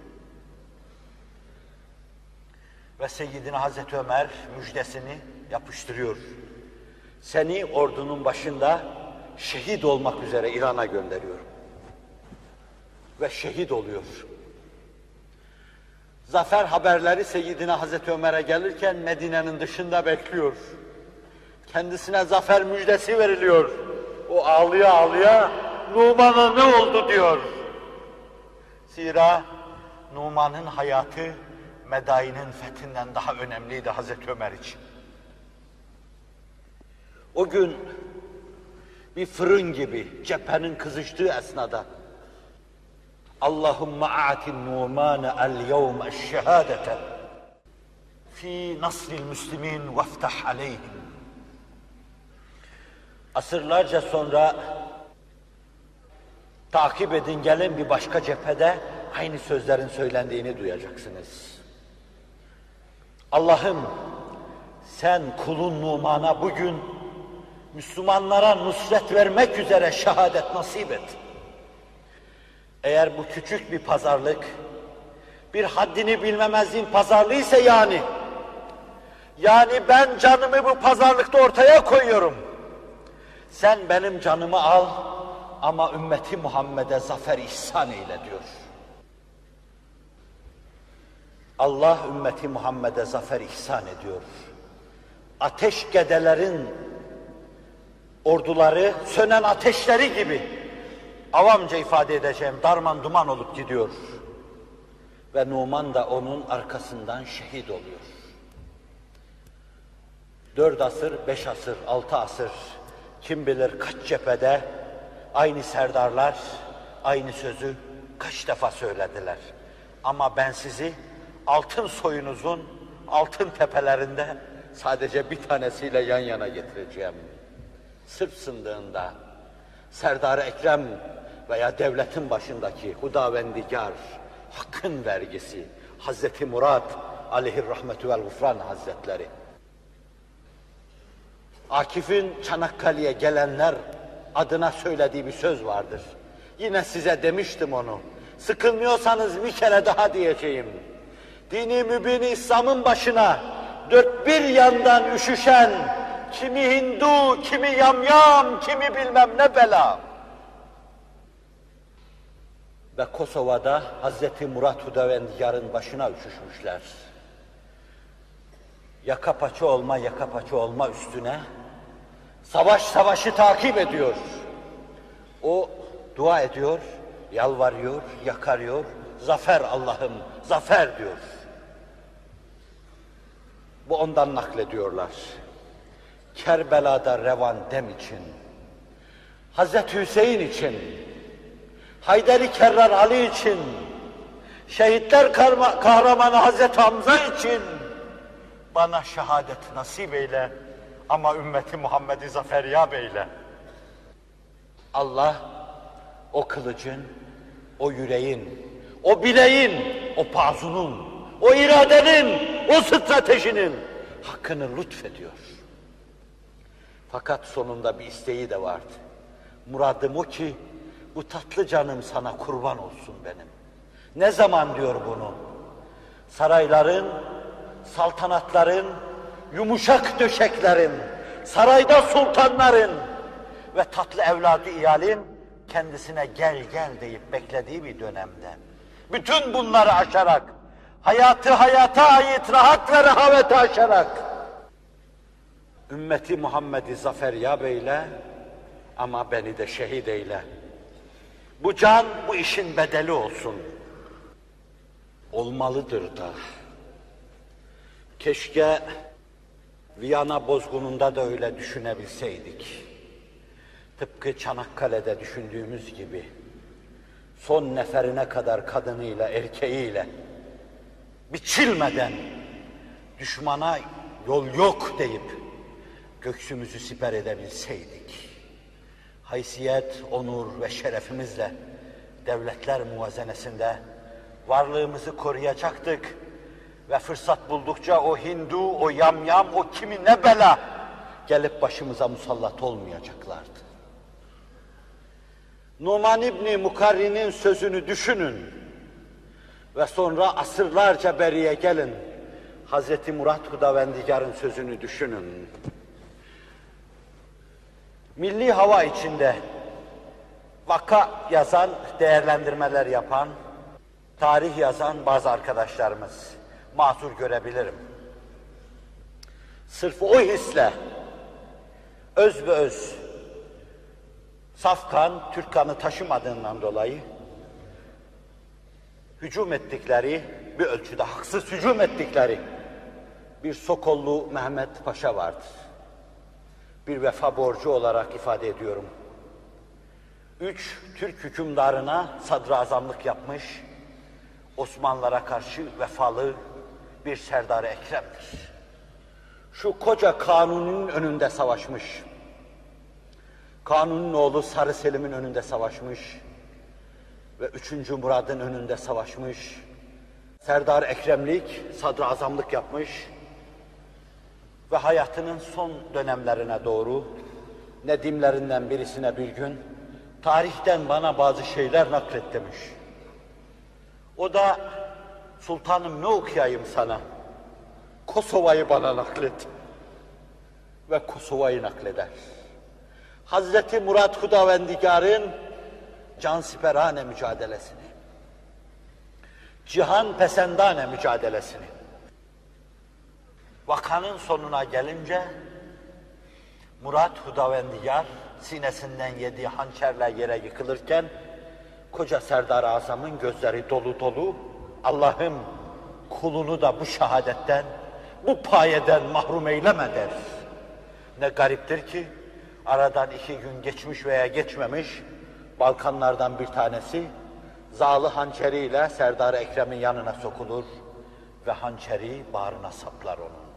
Ve Seyyidina Hazreti Ömer müjdesini yapıştırıyor. Seni ordunun başında şehit olmak üzere İran'a gönderiyorum. Ve şehit oluyor. Zafer haberleri Seyyidina Hazreti Ömer'e gelirken Medine'nin dışında bekliyor. Kendisine zafer müjdesi veriliyor. O ağlıya ağlıya Numan'a ne oldu diyor. Zira Numan'ın hayatı Medain'in fethinden daha önemliydi Hazreti Ömer için. O gün bir fırın gibi cephenin kızıştığı esnada Allahümme a'tin Numan'e el-yevme eş-şehadete fi nasril müslimin veftah aleyhim. Asırlarca sonra takip edin gelin bir başka cephede aynı sözlerin söylendiğini duyacaksınız. Allah'ım sen kulun Numan'a bugün Müslümanlara nusret vermek üzere şehadet nasip et. Eğer bu küçük bir pazarlık, bir haddini bilmemezliğin pazarlığı ise yani ben canımı bu pazarlıkta ortaya koyuyorum. Sen benim canımı al ama ümmeti Muhammed'e zafer ihsan eyle diyor. Allah ümmeti Muhammed'e zafer ihsan ediyor. Ateş gedelerin orduları sönen ateşleri gibi avamca ifade edeceğim darman duman olup gidiyor. Ve Numan da onun arkasından şehit oluyor. 4 asır, 5 asır, 6 asır kim bilir kaç cephede aynı serdarlar aynı sözü kaç defa söylediler. Ama ben sizi altın soyunuzun altın tepelerinde sadece bir tanesiyle yan yana getireceğim. Sırp sındığında Serdar-ı Ekrem veya devletin başındaki Hudavendigar, hakkın vergisi, Hazreti Murat aleyhirrahmetü vel gufran hazretleri. Akif'in Çanakkale'ye gelenler adına söylediği bir söz vardır. Yine size demiştim onu. Sıkılmıyorsanız bir kere daha diyeceğim. dini mübin İslam'ın başına dört bir yandan üşüşen, kimi Hindu, kimi yamyam, kimi bilmem ne bela. Ve Kosova'da Hazreti Murat Hudavendiyar'ın başına üşüşmüşler. Yaka paça olma üstüne savaşı takip ediyor. O dua ediyor, yalvarıyor, yakarıyor, zafer Allah'ım, zafer diyor. Bu ondan naklediyorlar. Kerbela'da revan dem için, Hazreti Hüseyin için, Haydar-ı Kerrar Ali için, şehitler kahramanı Hazreti Hamza için bana şehadet nasip eyle ama ümmeti Muhammed'i zaferyab eyle. Allah o kılıcın, o yüreğin, o bileğin, o pazunun, o iradenin, o stratejinin hakkını lütfediyor. Fakat sonunda bir isteği de vardı. Muradım o ki bu tatlı canım sana kurban olsun benim. Ne zaman diyor bunu? Sarayların, saltanatların, yumuşak döşeklerin, sarayda sultanların ve tatlı evladı iyalin kendisine gel gel deyip beklediği bir dönemde. Bütün bunları aşarak, hayata ait rahat ve rehaveti aşarak ümmeti Muhammed'i zaferyab eyle ama beni de şehit eyle. Bu can bu işin bedeli olsun. Olmalıdır da. Keşke Viyana bozgununda da öyle düşünebilseydik. Tıpkı Çanakkale'de düşündüğümüz gibi son neferine kadar kadınıyla, erkeğiyle biçilmeden düşmana yol yok deyip göksümüzü siper edebilseydik. Haysiyet, onur ve şerefimizle devletler muvazenesinde varlığımızı koruyacaktık ve fırsat buldukça o Hindu, o yamyam, o kimi ne bela gelip başımıza musallat olmayacaklardı. Numan İbni Mukarrin'in sözünü düşünün ve sonra asırlarca beriye gelin. Hazreti Murat Hudavendiyar'ın sözünü düşünün. Milli hava içinde vaka yazan, değerlendirmeler yapan, tarih yazan bazı arkadaşlarımız mazur görebilirim. Sırf o hisle öz ve öz saf kan, Türk kanı taşımadığından dolayı hücum ettikleri, bir ölçüde haksız hücum ettikleri bir Sokollu Mehmet Paşa vardır. Bir vefa borcu olarak ifade ediyorum. 3 Türk hükümdarına sadrazamlık yapmış, Osmanlılara karşı vefalı bir Serdar-ı Ekrem'dir. Şu koca Kanuni'nin önünde savaşmış, Kanuni'nin oğlu Sarı Selim'in önünde savaşmış ve 3. Murad'ın önünde savaşmış, Serdar-ı Ekremlik, sadrazamlık yapmış ve hayatının son dönemlerine doğru nedimlerinden birisine bir gün tarihten bana bazı şeyler naklet demiş. O da sultanım ne okuyayım sana? Kosova'yı bana naklet. Ve Kosova'yı nakleder. Hazreti Murat Hudavendiyar'ın cansiperane mücadelesini, cihan pesendane mücadelesini, vakanın sonuna gelince Murat Hudavendiyar sinesinden yediği hançerle yere yıkılırken koca Serdar-ı Azam'ın gözleri dolu dolu, Allah'ım kulunu da bu şehadetten, bu payeden mahrum eyleme der. Ne gariptir ki aradan 2 gün geçmiş veya geçmemiş, Balkanlardan bir tanesi zağlı hançeriyle Serdar-ı Ekrem'in yanına sokulur ve hançeri bağrına saplar onun.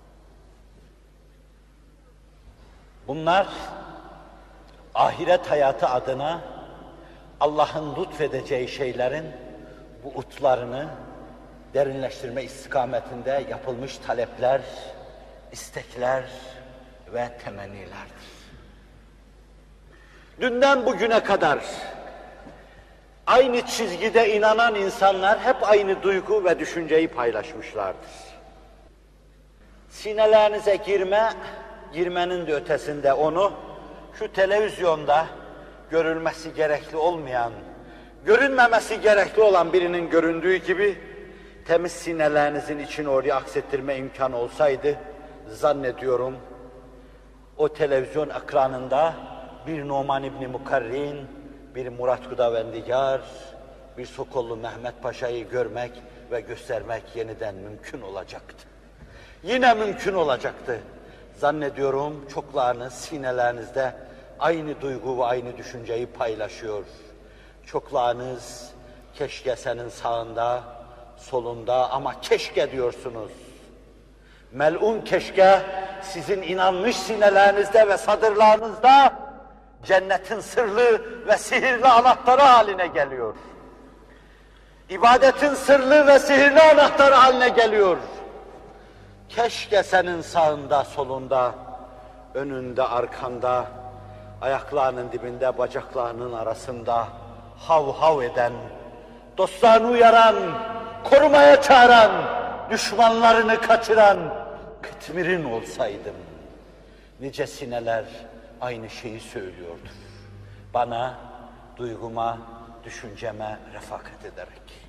Bunlar ahiret hayatı adına Allah'ın lütfedeceği şeylerin bu utlarını derinleştirme istikametinde yapılmış talepler, istekler ve temennilerdir. Dünden bugüne kadar Aynı çizgide inanan insanlar hep aynı duygu ve düşünceyi paylaşmışlardır. Sinelerinize girmenin de ötesinde onu şu televizyonda görülmesi gerekli olmayan, görünmemesi gerekli olan birinin göründüğü gibi temiz sinelerinizin içini oraya aksettirme imkanı olsaydı, zannediyorum o televizyon ekranında bir Numan İbni Mukarrin, bir Murat Hudavendigar, bir Sokollu Mehmet Paşa'yı görmek ve göstermek yeniden mümkün olacaktı. Yine mümkün olacaktı. Zannediyorum çoklarınız sinelerinizde aynı duygu ve aynı düşünceyi paylaşıyor. Çoklarınız keşke senin sağında, solunda ama keşke diyorsunuz. Mel'un keşke sizin inanmış sinelerinizde ve sadırlarınızda cennetin sırlı ve sihirli anahtarı haline geliyor. İbadetin sırlı ve sihirli anahtarı haline geliyor. Keşke senin sağında, solunda, önünde, arkanda, ayaklarının dibinde, bacaklarının arasında hav hav eden, dostlarını uyaran, korumaya çağıran, düşmanlarını kaçıran kıtmirin olsaydım. Nice sineler aynı şeyi söylüyordur. Bana, duyguma, düşünceme refakat ederek.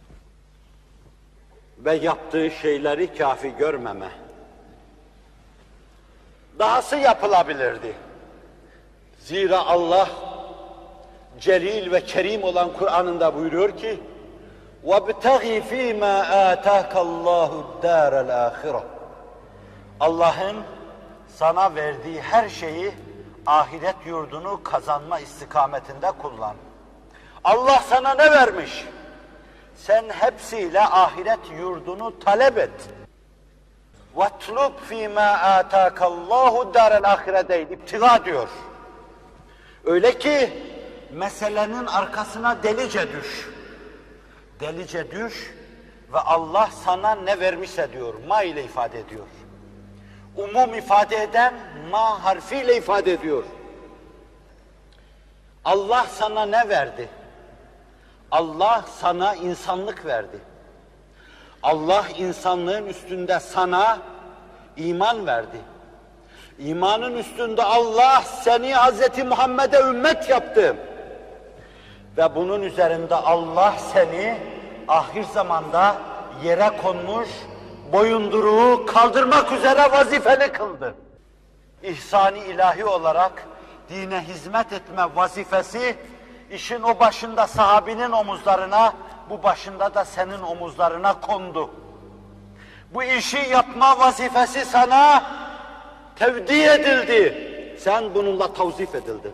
Ve yaptığı şeyleri kafi görmeme. Dahası yapılabilirdi. Zira Allah celil ve kerim olan Kur'an'ında buyuruyor ki وَابْتَغِ ف۪ي مَا آتَاكَ اللّٰهُ الدَّارَ الْآخِرَةِ Allah'ın sana verdiği her şeyi ahiret yurdunu kazanma istikametinde kullan. Allah sana ne vermiş? Sen hepsiyle ahiret yurdunu talep et. وَاتْلُبْ ف۪ي مَا آتَاكَ اللّٰهُ الدَّارَ الْآخِرَةِ değil, iptiga diyor. Öyle ki meselenin arkasına delice düş. Delice düş ve Allah sana ne vermişse diyor, ma ile ifade ediyor. Umum ifade eden ma harfiyle ifade ediyor. Allah sana ne verdi? Allah sana insanlık verdi. Allah insanlığın üstünde sana iman verdi. İmanın üstünde Allah seni Hz. Muhammed'e ümmet yaptı. Ve bunun üzerinde Allah seni ahir zamanda yere konmuş, boyunduruğu kaldırmak üzere vazifeli kıldı. İhsan-ı ilahi olarak dine hizmet etme vazifesi, işin o başında sahabinin omuzlarına, bu başında da senin omuzlarına kondu. Bu işi yapma vazifesi sana tevdi edildi. Sen bununla tavzif edildin.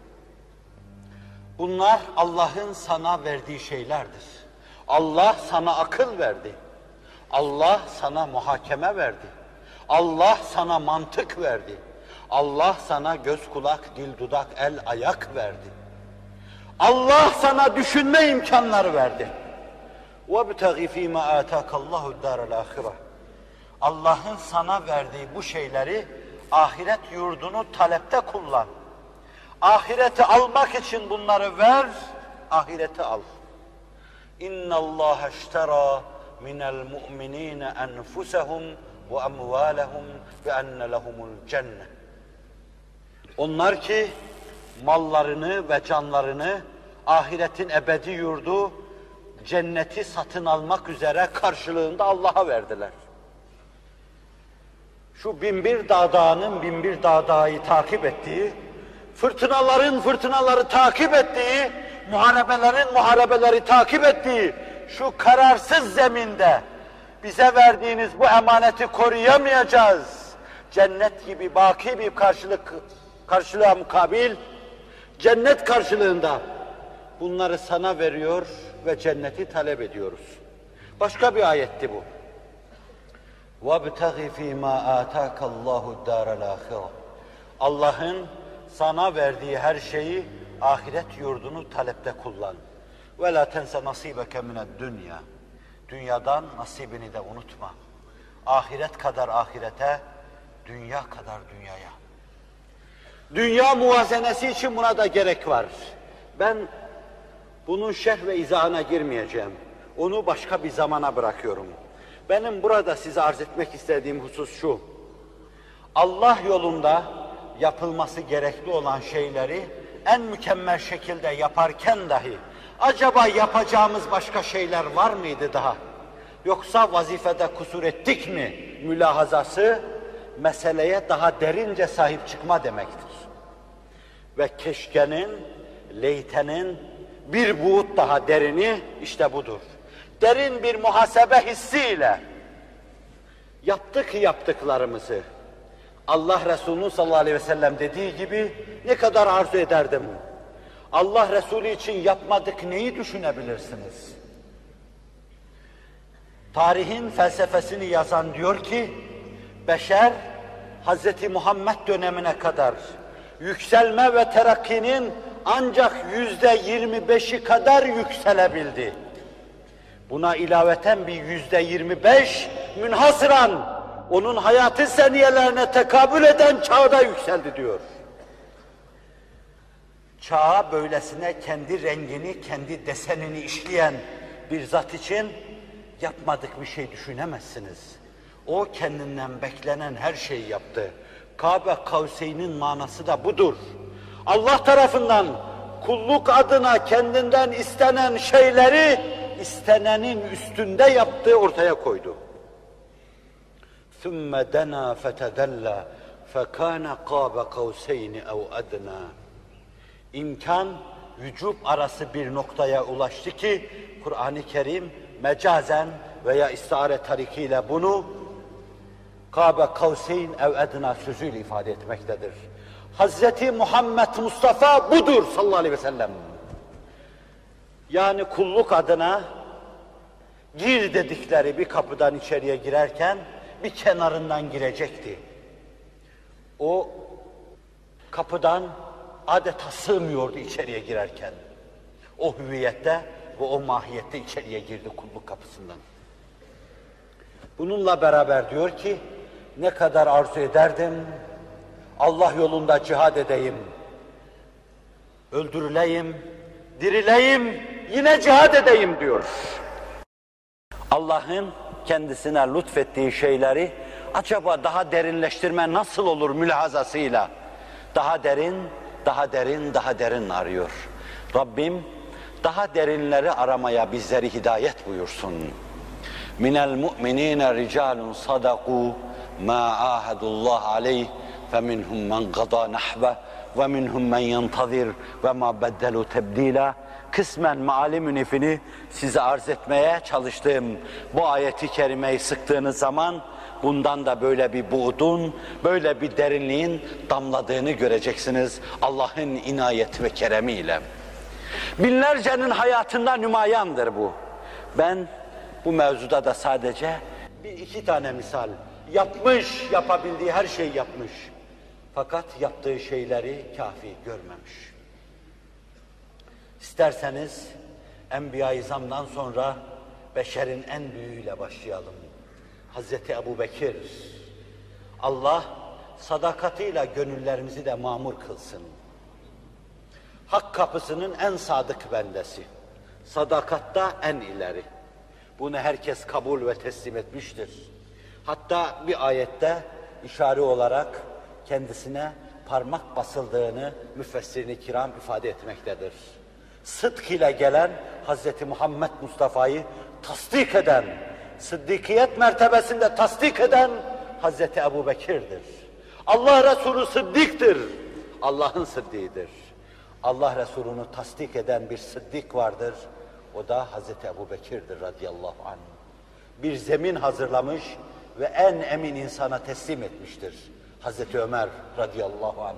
Bunlar Allah'ın sana verdiği şeylerdir. Allah sana akıl verdi. Allah sana muhakeme verdi. Allah sana mantık verdi. Allah sana göz, kulak, dil, dudak, el, ayak verdi. Allah sana düşünme imkanları verdi. وَابْتَغِ ف۪ي مَا آتَاكَ اللّٰهُ الدَّارَ الْآخِرَةِ Allah'ın sana verdiği bu şeyleri ahiret yurdunu talepte kullan. Ahireti almak için bunları ver, ahireti al. اِنَّ اللّٰهَ اشْتَرَى مِنَ الْمُؤْمِنِينَ أَنْفُسَهُمْ وَأَمْوَالَهُمْ بِأَنَّ لَهُمُ الْجَنَّةِ Onlar ki mallarını ve canlarını ahiretin ebedi yurdu, cenneti satın almak üzere karşılığında Allah'a verdiler. Şu binbir dağdağının binbir dağdağıyı takip ettiği, fırtınaların fırtınaları takip ettiği, muharebelerin muharebeleri takip ettiği şu kararsız zeminde bize verdiğiniz bu emaneti koruyamayacağız. Cennet gibi baki bir karşılığa mukabil, cennet karşılığında bunları sana veriyor ve cenneti talep ediyoruz. Başka bir ayetti bu. وَابْتَغِ ف۪ي مَا آتَاكَ اللّٰهُ الدَّارَ الْآخِرَةِ Allah'ın sana verdiği her şeyi ahiret yurdunu talepte kullan. وَلَا تَنْسَ نَصِيبَكَ مِنَ الدُّنْيَا Dünyadan nasibini de unutma. Ahiret kadar ahirete, dünya kadar dünyaya. Dünya muvazenesi için buna da gerek var. Ben Bunun şerh ve izahına girmeyeceğim. Onu başka bir zamana bırakıyorum. Benim burada size arz etmek istediğim husus şu. Allah yolunda yapılması gerekli olan şeyleri en mükemmel şekilde yaparken dahi acaba yapacağımız başka şeyler var mıydı daha? Yoksa vazifede kusur ettik mi mülahazası meseleye daha derince sahip çıkma demektir. Ve keşkenin, leytenin bir buğut daha derini işte budur. Derin bir muhasebe hissiyle yaptıklarımızı Allah Resulü sallallahu aleyhi ve sellem dediği gibi ne kadar arzu ederdim. Allah Resulü için yapmadık neyi düşünebilirsiniz? Tarihin felsefesini yazan diyor ki, beşer Hz. Muhammed dönemine kadar yükselme ve terakkinin ancak %25'i kadar yükselebildi. Buna ilaveten bir %25 münhasıran onun hayatı seniyelerine tekabül eden çağda yükseldi diyor. Çağa böylesine kendi rengini, kendi desenini işleyen bir zat için yapmadık bir şey düşünemezsiniz. O kendinden beklenen her şeyi yaptı. Kabe Kavseyn'in manası da budur. Allah tarafından kulluk adına kendinden istenen şeyleri istenenin üstünde yaptığı ortaya koydu. ثُمَّ دَنَا فَتَدَلَّى فَكَانَ قَابَ قَوْسَيْنِ اَوْ اَدْنَى İmkan, vücub arası bir noktaya ulaştı ki Kur'an-ı Kerim mecazen veya istihare tarikiyle bunu Kabe Kavseyn ev edna sözüyle ifade etmektedir. Hazreti Muhammed Mustafa budur sallallahu aleyhi ve sellem. Yani kulluk adına gir dedikleri bir kapıdan içeriye girerken bir kenarından girecekti. O kapıdan adeta sığmıyordu içeriye girerken. O hüviyette ve o mahiyette içeriye girdi kulluk kapısından. Bununla beraber diyor ki, ne kadar arzu ederdim, Allah yolunda cihad edeyim, öldürüleyim, dirileyim, yine cihad edeyim diyor. Allah'ın kendisine lütfettiği şeyleri acaba daha derinleştirme nasıl olur mülahazasıyla daha derin, daha derin, daha derin arıyor. Rabbim daha derinleri aramaya bizleri hidayet buyursun. Minel mu'minine ricalun sadaku ma ahadullah aleyh feminhum men gada nahve ve minhum men yentazir ve ma beddelu tebdila. Kısmen meali münifini size arz etmeye çalıştığım bu ayeti kerimeyi sıktığınız zaman bundan da böyle bir buğdun, böyle bir derinliğin damladığını göreceksiniz Allah'ın inayet ve keremiyle. Binlercenin hayatında nümayandır bu. Ben bu mevzuda da sadece bir iki tane misal, yapmış, yapabildiği her şeyi yapmış. Fakat yaptığı şeyleri kafi görmemiş. İsterseniz Enbiya-i İzam'dan sonra beşerin en büyüğüyle başlayalım. Hazreti Ebubekir. Allah sadakatıyla gönüllerimizi de mamur kılsın. Hak kapısının en sadık bendesi. Sadakatta en ileri. Bunu herkes kabul ve teslim etmiştir. Hatta bir ayette işare olarak kendisine parmak basıldığını müfessir-i kiram ifade etmektedir. Sıdk ile gelen Hazreti Muhammed Mustafa'yı tasdik eden, sıddikiyet mertebesinde tasdik eden Hazreti Ebubekir'dir. Allah Resulü sıddiktir, Allah'ın sıddiğidir. Allah Resulü'nü tasdik eden bir sıddik vardır, o da Hazreti Ebubekir'dir radıyallahu anh. Bir zemin hazırlamış ve en emin insana teslim etmiştir. Hazreti Ömer radıyallahu anh.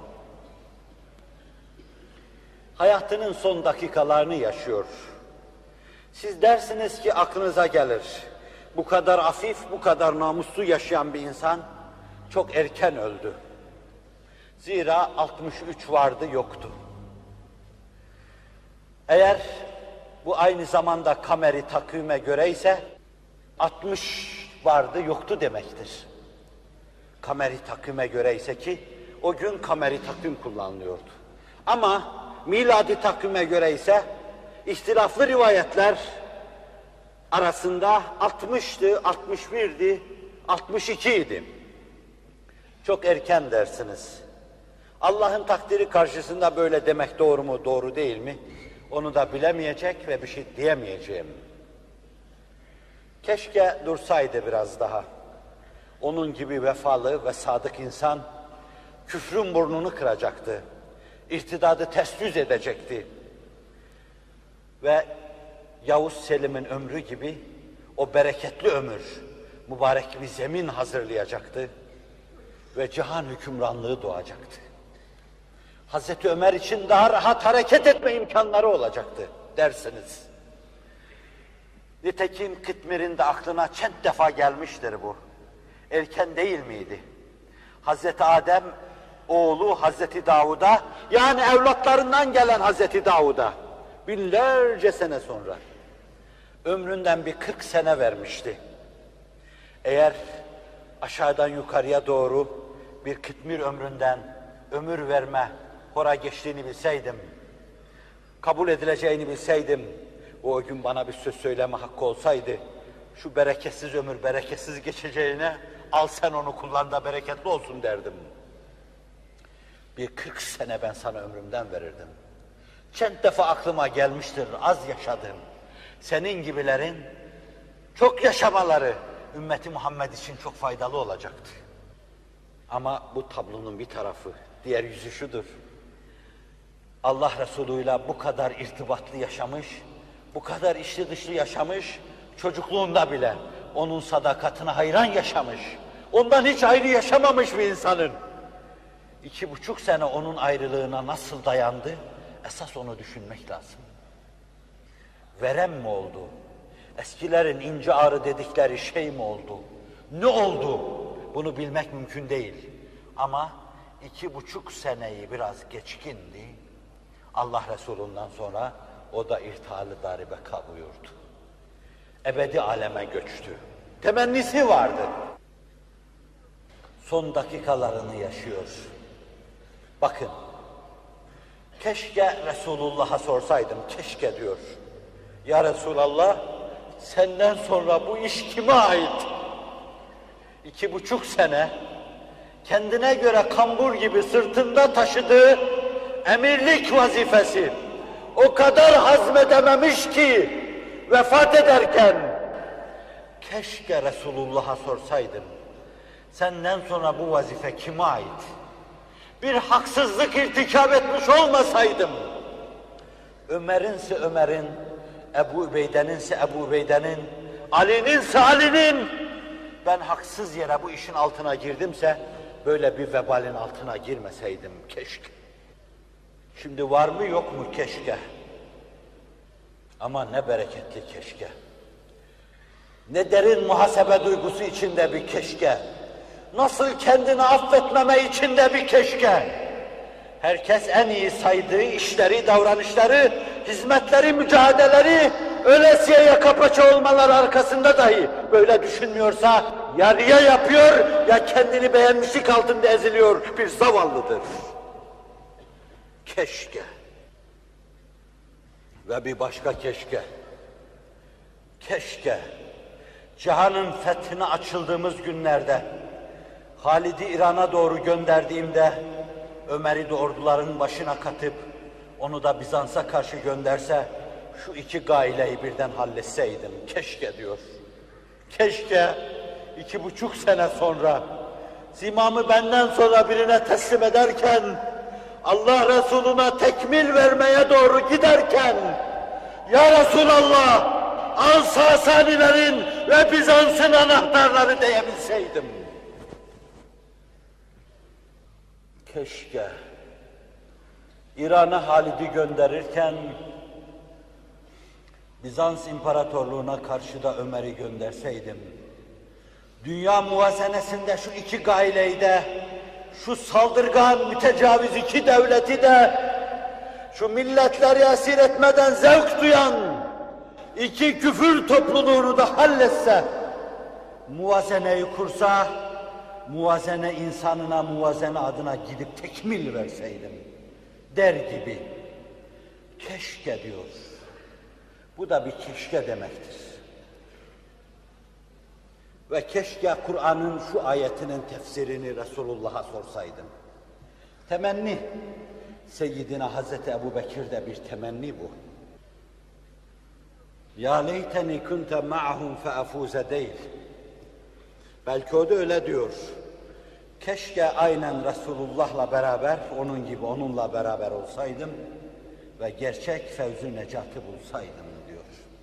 Hayatının son dakikalarını yaşıyor. Siz dersiniz ki aklınıza gelir. Bu kadar afif, bu kadar namuslu yaşayan bir insan çok erken öldü. Zira 63 vardı yoktu. Eğer bu aynı zamanda kameri takvime göre ise 60 vardı yoktu demektir. Kameri takvime göre ise ki o gün kameri takvim kullanılıyordu. Ama miladi takvime göre ise İhtilaflı rivayetler arasında 60'tı, 61'di, 62 idi. Çok erken dersiniz. Allah'ın takdiri karşısında böyle demek doğru mu, doğru değil mi? Onu da bilemeyecek ve bir şey diyemeyeceğim. Keşke dursaydı biraz daha. Onun gibi vefalı ve sadık insan küfrün burnunu kıracaktı. İrtidadı ters yüz edecekti. Ve Yavuz Selim'in ömrü gibi o bereketli ömür, mübarek bir zemin hazırlayacaktı ve cihan hükümranlığı doğacaktı. Hazreti Ömer için daha rahat hareket etme imkanları olacaktı dersiniz. Nitekim Kıtmir'in de aklına çent defa gelmiştir bu. Erken değil miydi? Hazreti Adem oğlu Hazreti Davud'a, yani evlatlarından gelen Hazreti Davud'a binlerce sene sonra ömründen bir 40 sene vermişti. Eğer aşağıdan yukarıya doğru bir Kıtmir ömründen ömür verme hora geçtiğini bilseydim, kabul edileceğini bilseydim, o gün bana bir söz söyleme hakkı olsaydı, şu bereketsiz ömür bereketsiz geçeceğine al sen onu kullan da bereketli olsun derdim. Bir 40 sene ben sana ömrümden verirdim. Çent defa aklıma gelmiştir, az yaşadım. Senin gibilerin çok yaşamaları ümmeti Muhammed için çok faydalı olacaktı. Ama bu tablonun bir tarafı, diğer yüzü şudur. Allah Resulü'yle bu kadar irtibatlı yaşamış, bu kadar içli dışlı yaşamış, çocukluğunda bile onun sadakatine hayran yaşamış, ondan hiç ayrı yaşamamış bir insanın 2,5 sene onun ayrılığına nasıl dayandı? Esas onu düşünmek lazım. Verem mi oldu? Eskilerin ince ağrı dedikleri şey mi oldu? Ne oldu? Bunu bilmek mümkün değil. Ama 2,5 seneyi biraz geçkindi. Allah Resulü'nden sonra o da irtihalı daribeka buyurdu. Ebedi aleme göçtü. Temennisi vardı. Son dakikalarını yaşıyor. Bakın, keşke Resulullah'a sorsaydım, keşke diyor. Ya Resulallah, senden sonra bu iş kime ait? 2,5 sene, kendine göre kambur gibi sırtında taşıdığı emirlik vazifesi o kadar hazmedememiş ki vefat ederken keşke Resulullah'a sorsaydım, senden sonra bu vazife kime ait? Bir haksızlık irtikab etmiş olmasaydım, Ömer'inse Ömer'in, Ebu Übeyde'ninse Ebu Übeyde'nin, Ali'ninse Ali'nin, ben haksız yere bu işin altına girdimse, böyle bir vebalin altına girmeseydim keşke. Şimdi var mı yok mu keşke? Ama ne bereketli keşke. Ne derin muhasebe duygusu içinde bir keşke. Nasıl kendini affetmeme içinde bir keşke. Herkes en iyi saydığı işleri, davranışları, hizmetleri, mücadeleleri, ölesiye yaka paça olmaları arkasında dahi böyle düşünmüyorsa ya riya yapıyor ya kendini beğenmişlik altında eziliyor bir zavallıdır. Keşke. Ve bir başka keşke. Keşke cihanın fethine açıldığımız günlerde Halid'i İran'a doğru gönderdiğimde Ömer'i de orduların başına katıp onu da Bizans'a karşı gönderse şu iki gaileyi birden halletseydim. Keşke diyor. Keşke 2,5 sene sonra zimamı benden sonra birine teslim ederken Allah Resulü'ne tekmil vermeye doğru giderken ya Resulallah al Sasanilerin ve Bizans'ın anahtarları diyebilseydim. Keşke İran'a Halid'i gönderirken Bizans İmparatorluğu'na karşı da Ömer'i gönderseydim. Dünya muvazenesinde şu iki gaileyi de, şu saldırgan, mütecaviz iki devleti de, şu milletleri esir etmeden zevk duyan iki küfür topluluğunu da halletse, muvazeneyi kursa, muvazene insanına muvazene adına gidip tekmil verseydim der gibi. Keşke diyor. Bu da bir keşke demektir. Ve keşke Kur'an'ın şu ayetinin tefsirini Resulullah'a sorsaydım. Temenni, Seyyidina Hazreti Ebu Bekir'de bir temenni bu. Ya leyteni kunte ma'ahum feafuze değil. Belki o da öyle diyor. Keşke aynen Resulullah'la beraber, onun gibi onunla beraber olsaydım ve gerçek fevz-ü necatı bulsaydım diyor.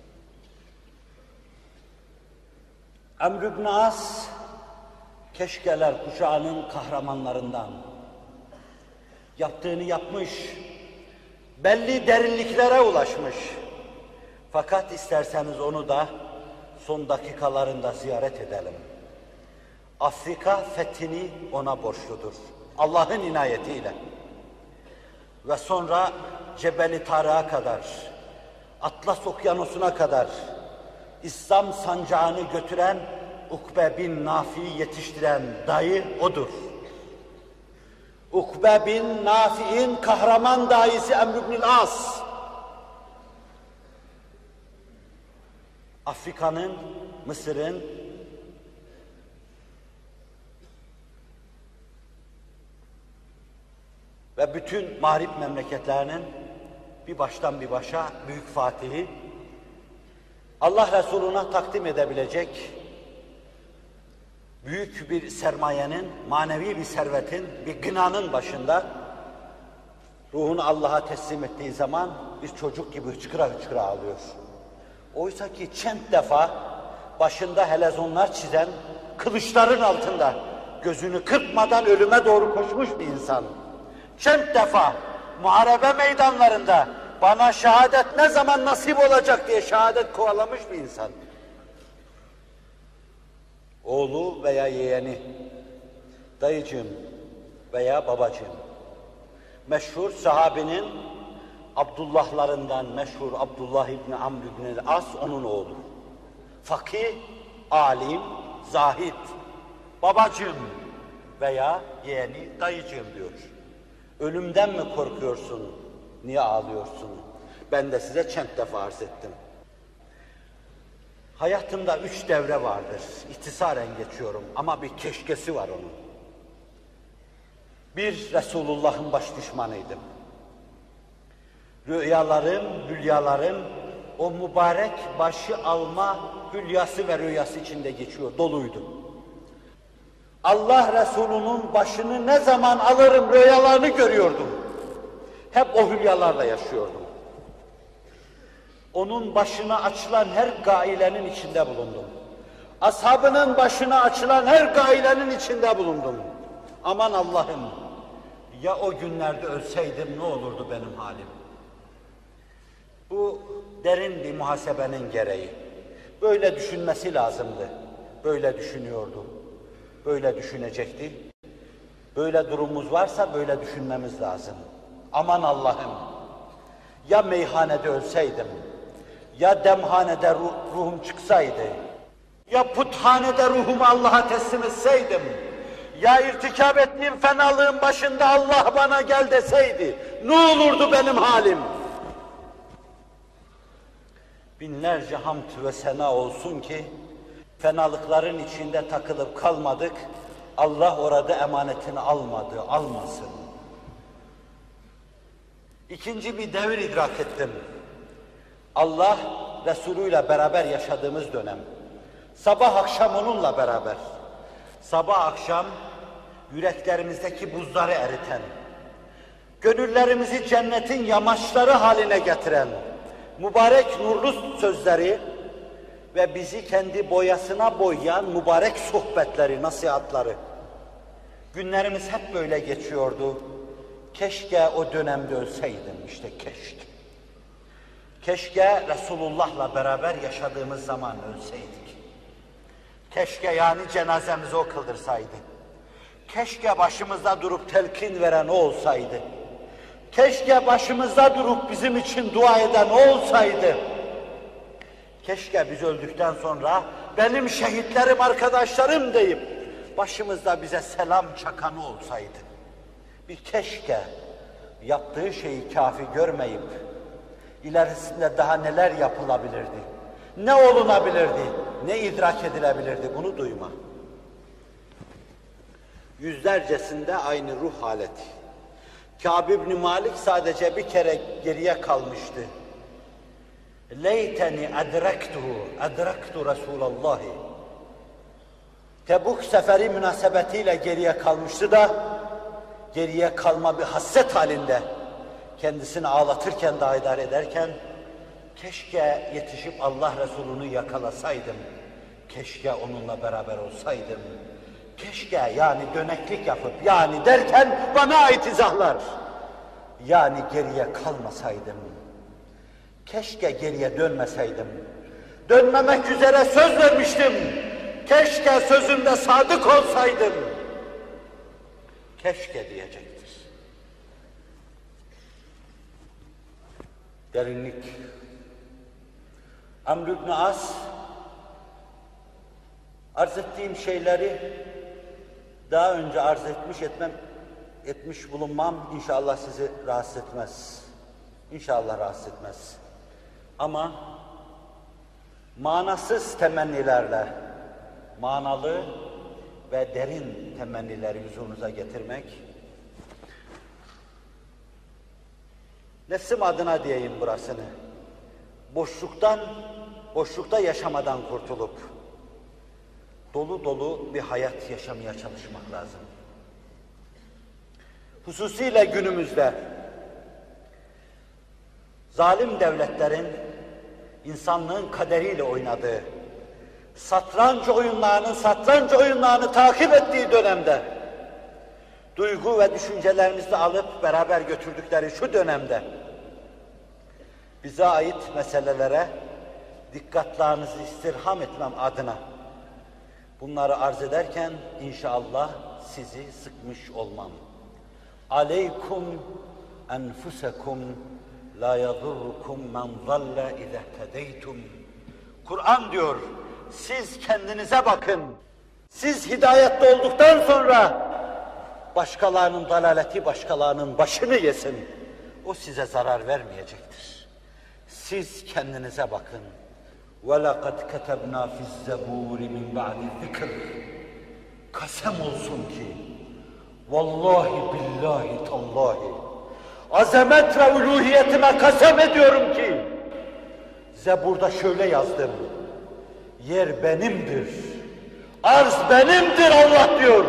Amr ibn As, keşkeler kuşağının kahramanlarından. Yaptığını yapmış, belli derinliklere ulaşmış. Fakat isterseniz onu da son dakikalarında ziyaret edelim. Afrika fethini ona borçludur. Allah'ın inayetiyle. Ve sonra Cebeli Tarık'a kadar, Atlas Okyanusu'na kadar İslam sancağını götüren Ukbe bin Nafi'yi yetiştiren dayı odur. Ukbe bin Nafi'in kahraman dayısı Amr ibn As. Afrika'nın, Mısır'ın ve bütün mağrip memleketlerinin bir baştan bir başa büyük fatihi, Allah Resulü'ne takdim edebilecek büyük bir sermayenin, manevi bir servetin, bir gınanın başında ruhunu Allah'a teslim ettiği zaman bir çocuk gibi hıçkıra hıçkıra ağlıyor. Oysa ki çent defa başında helezonlar çizen, kılıçların altında gözünü kırpmadan ölüme doğru koşmuş bir insan. Çent defa muharebe meydanlarında bana şehadet ne zaman nasip olacak diye şehadet kovalamış bir insan. Oğlu veya yeğeni, dayıcığım veya babacığım, meşhur sahabinin Abdullahlarından meşhur Abdullah İbni Amr İbni As onun oğlu. Fakih, alim, zahid, babacığım veya yeğeni, dayıcığım diyor. Ölümden mi korkuyorsun? Niye ağlıyorsun? Ben de size çent defa arz ettim. Hayatımda 3 devre vardır. İhtisaren geçiyorum ama bir keşkesi var onun. Bir, Resulullah'ın baş düşmanıydım. Rüyalarım, hülyalarım o mübarek başı alma hülyası ve rüyası içinde geçiyor, doluydu. Allah Resulü'nün başını ne zaman alırım rüyalarını görüyordum. Hep o hülyalarla yaşıyordum. Onun başına açılan her gailenin içinde bulundum. Ashabının başına açılan her gailenin içinde bulundum. Aman Allah'ım, ya o günlerde ölseydim ne olurdu benim halim? Bu derin bir muhasebenin gereği. Böyle düşünmesi lazımdı. Böyle düşünüyordu. Böyle düşünecekti. Böyle durumumuz varsa böyle düşünmemiz lazım. Aman Allah'ım, ya meyhanede ölseydim, ya demhanede ruhum çıksaydı, ya puthanede ruhumu Allah'a teslim etseydim, ya irtikap ettiğim fenalığın başında Allah bana gel deseydi, ne olurdu benim halim? Binlerce hamd ve sena olsun ki, fenalıkların içinde takılıp kalmadık, Allah orada emanetini almadı, almasın. İkinci bir devir idrak ettim. Allah Resulü'yle beraber yaşadığımız dönem. Sabah akşam onunla beraber. Sabah akşam yüreklerimizdeki buzları eriten, gönüllerimizi cennetin yamaçları haline getiren, mübarek nurlu sözleri ve bizi kendi boyasına boyayan mübarek sohbetleri, nasihatları. Günlerimiz hep böyle geçiyordu. Keşke o dönemde ölseydim, işte keşke. Keşke Resulullah'la beraber yaşadığımız zaman ölseydik. Keşke yani cenazemizi o kıldırsaydı. Keşke başımızda durup telkin veren o olsaydı. Keşke başımızda durup bizim için dua eden o olsaydı. Keşke biz öldükten sonra benim şehitlerim, arkadaşlarım deyip başımızda bize selam çakanı olsaydı. Bir keşke yaptığı şeyi kafi görmeyip İlerisinde daha neler yapılabilirdi? Ne olunabilirdi? Ne idrak edilebilirdi? Bunu duyma. Yüzlercesinde aynı ruh haleti. Kâb ibn Malik sadece bir kere geriye kalmıştı. Leyteni edrektu Resulallah. Tebuk seferi münasebetiyle geriye kalmıştı da, geriye kalma bir hasret halinde, kendisini ağlatırken, daidar ederken, keşke yetişip Allah Resulü'nü yakalasaydım, keşke onunla beraber olsaydım, keşke yani döneklik yapıp, yani derken bana ait izahlar, yani geriye kalmasaydım, keşke geriye dönmeseydim, dönmemek üzere söz vermiştim, keşke sözümde sadık olsaydım, keşke diyecektir. Derinlik. Amr ibn As, arz ettiğim şeyleri daha önce arz etmiş bulunmam inşallah sizi rahatsız etmez. İnşallah rahatsız etmez. Ama manasız temennilerle, manalı ve derin temennileri huzurunuza getirmek, nefsim adına diyeyim burasını, boşlukta yaşamadan kurtulup, dolu dolu bir hayat yaşamaya çalışmak lazım. Hususiyle günümüzde, zalim devletlerin insanlığın kaderiyle oynadığı, satranç oyunlarını takip ettiği dönemde, duygu ve düşüncelerimizi alıp beraber götürdükleri şu dönemde, bize ait meselelere dikkatlerinizi istirham etmem adına bunları arz ederken inşallah sizi sıkmış olmam. Aleykum enfusekum la yadurrukum men zalle izâ tedeytum. Kur'an diyor, siz kendinize bakın. Siz hidayette olduktan sonra başkalarının dalaleti başkalarının başını yesin. O size zarar vermeyecektir. Siz kendinize bakın. وَلَقَدْ كَتَبْنَا فِي الزَّبُورِ مِنْ بَعْدِ الذِّكْرِ. Kasem olsun ki, vallahi billahi tallahi, azamet ve uluhiyetime kasem ediyorum ki, Zebur'da şöyle yazdım, yer benimdir, arz benimdir Allah diyor.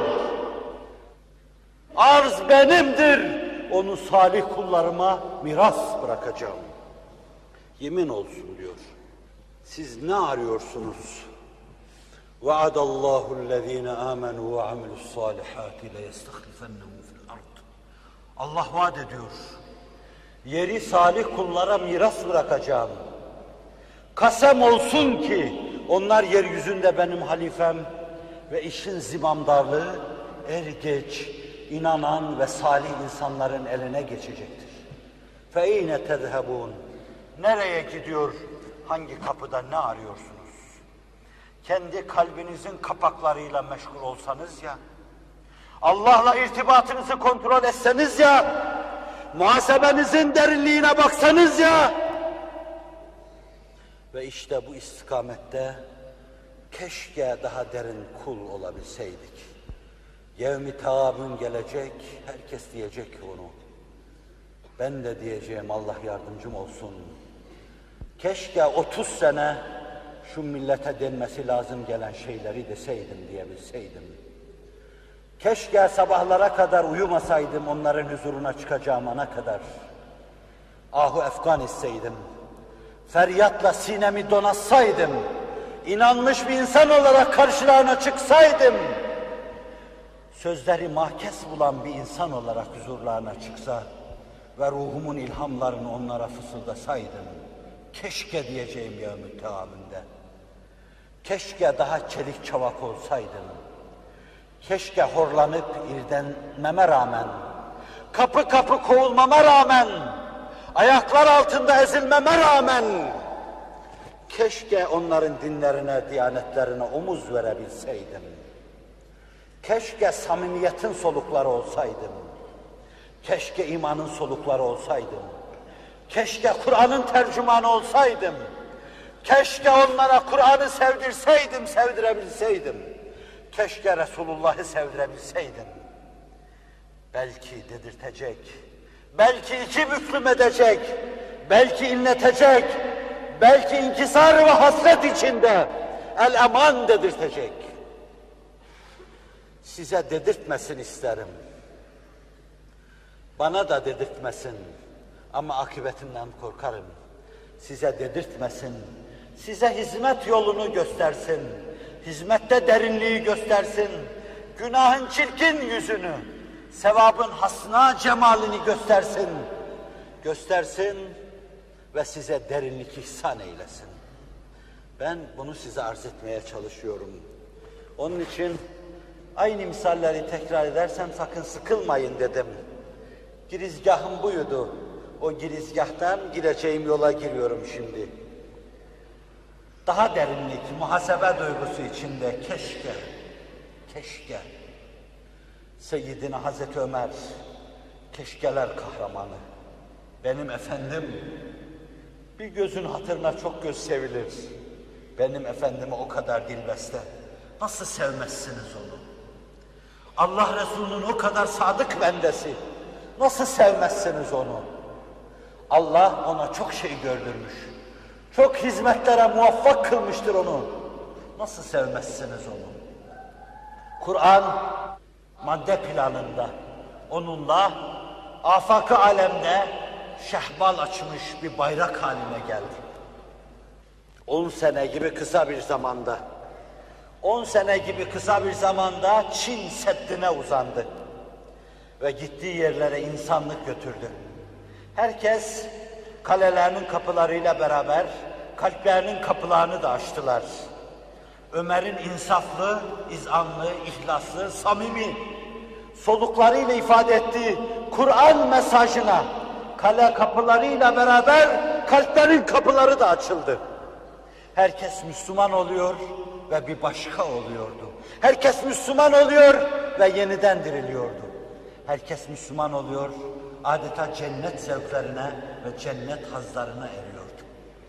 Arz benimdir, onu salih kullarıma miras bırakacağım. Yemin olsun diyor. Siz ne arıyorsunuz? وَعَدَ اللّٰهُ الَّذ۪ينَ آمَنُوا وَعَمِلُوا الصَّالِحَاتِ لَيَسْتَخْلِفَنَّهُمْ فِي الْأَرْضِ. Allah vaat ediyor. Yeri salih kullara miras bırakacağım. Kasem olsun ki onlar yeryüzünde benim halifem ve işin zimamdarlığı er geç inanan ve salih insanların eline geçecektir. فَاَيْنَ تَذْهَبُونَ. Nereye gidiyor? Hangi kapıda ne arıyorsunuz? Kendi kalbinizin kapaklarıyla meşgul olsanız ya, Allah'la irtibatınızı kontrol etseniz ya, muhasebenizin derinliğine baksanız ya, ve işte bu istikamette keşke daha derin kul olabilseydik. Yevmi taabün gelecek, herkes diyecek onu. Ben de diyeceğim, Allah yardımcım olsun. Keşke 30 sene şu millete denmesi lazım gelen şeyleri deseydim, diyebilseydim. Keşke sabahlara kadar uyumasaydım, onların huzuruna çıkacağım ana kadar. Ahu efkan etseydim, feryatla sinemi donatsaydım, inanmış bir insan olarak karşılarına çıksaydım, sözleri mahkes bulan bir insan olarak huzurlarına çıksa ve ruhumun ilhamlarını onlara fısıldasaydım, keşke diyeceğim ya müteaminde. Keşke daha çelik çavak olsaydım. Keşke horlanıp irdenmeme rağmen, kapı kapı kovulmama rağmen, ayaklar altında ezilmeme rağmen, keşke onların dinlerine, diyanetlerine omuz verebilseydim. Keşke samimiyetin solukları olsaydım. Keşke imanın solukları olsaydım. Keşke Kur'an'ın tercümanı olsaydım. Keşke onlara Kur'an'ı sevdirseydim, sevdirebilseydim. Keşke Resulullah'ı sevdirebilseydim. Belki dedirtecek, belki iki büklüm edecek, belki inletecek, belki inkisar ve hasret içinde el-eman dedirtecek. Size dedirtmesin isterim. Bana da dedirtmesin. Ama akıbetinden korkarım. Size dedirtmesin. Size hizmet yolunu göstersin. Hizmette derinliği göstersin. Günahın çirkin yüzünü, sevabın hasna cemalini göstersin. Göstersin ve size derinlik ihsan eylesin. Ben bunu size arz etmeye çalışıyorum. Onun için aynı misalleri tekrar edersem sakın sıkılmayın dedim. Girizgahım buydu. O girizgahtan gireceğim yola giriyorum şimdi. Daha derinlik, muhasebe duygusu içinde keşke. Seyyidina Hazreti Ömer, keşkeler kahramanı. Benim efendim, bir gözün hatırına çok göz sevilir. Benim efendime o kadar dilbeste. Nasıl sevmezsiniz onu? Allah Resulü'nün o kadar sadık bendesi. Nasıl sevmezsiniz onu? Allah ona çok şey gördürmüş. Çok hizmetlere muvaffak kılmıştır onu. Nasıl sevmezsiniz onu? Kur'an madde planında onunla afak-ı alemde şehbal açmış bir bayrak haline geldi. 10 sene gibi kısa bir zamanda, 10 sene gibi kısa bir zamanda Çin Seddi'ne uzandı. Ve gittiği yerlere insanlık götürdü. Herkes kalelerinin kapılarıyla beraber kalplerinin kapılarını da açtılar. Ömer'in insaflı, izanlı, ihlaslı, samimi soluklarıyla ifade ettiği Kur'an mesajına kale kapılarıyla beraber kalplerin kapıları da açıldı. Herkes Müslüman oluyor ve bir başka oluyordu. Herkes Müslüman oluyor ve yeniden diriliyordu. Herkes Müslüman oluyor, adeta cennet zevklerine ve cennet hazlarına eriyordu.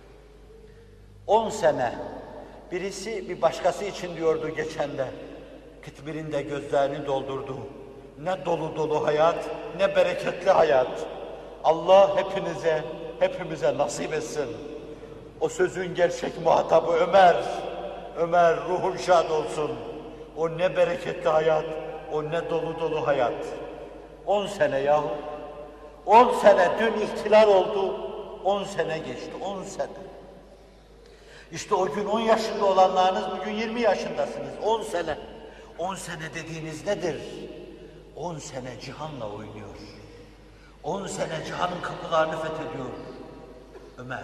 10 sene, birisi bir başkası için diyordu geçen de, Kıtmir'in de gözlerini doldurdu. Ne dolu dolu hayat, ne bereketli hayat. Allah hepimize nasip etsin. O sözün gerçek muhatabı Ömer. Ömer ruhun şad olsun. O ne bereketli hayat, o ne dolu dolu hayat. 10 sene yahu. 10 sene dün ihtilal oldu. 10 sene geçti, 10 sene. İşte o gün 10 yaşında olanlarınız bugün 20 yaşındasınız. 10 sene. 10 sene dediğiniz nedir? 10 sene cihanla oynuyor. 10 sene cihanın kapılarını fethediyor Ömer.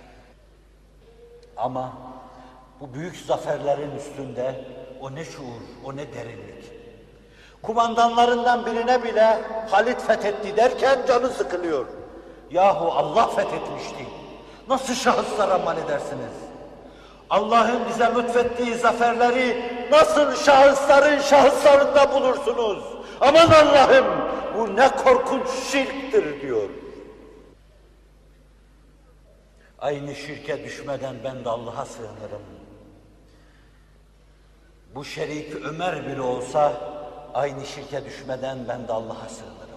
Ama bu büyük zaferlerin üstünde o ne şuur, o ne derinlik. Kumandanlarından birine bile Halit fethetti derken canı sıkılıyor. Yahu Allah fethetmişti. Nasıl şahıslara amal edersiniz? Allah'ın bize lütfettiği zaferleri nasıl şahısların şahıslarında bulursunuz? Aman Allah'ım bu ne korkunç şirktir diyor. Aynı şirke düşmeden ben de Allah'a sığınırım. Bu şerik Ömer bile olsa aynı şirke düşmeden ben de Allah'a sığınırım.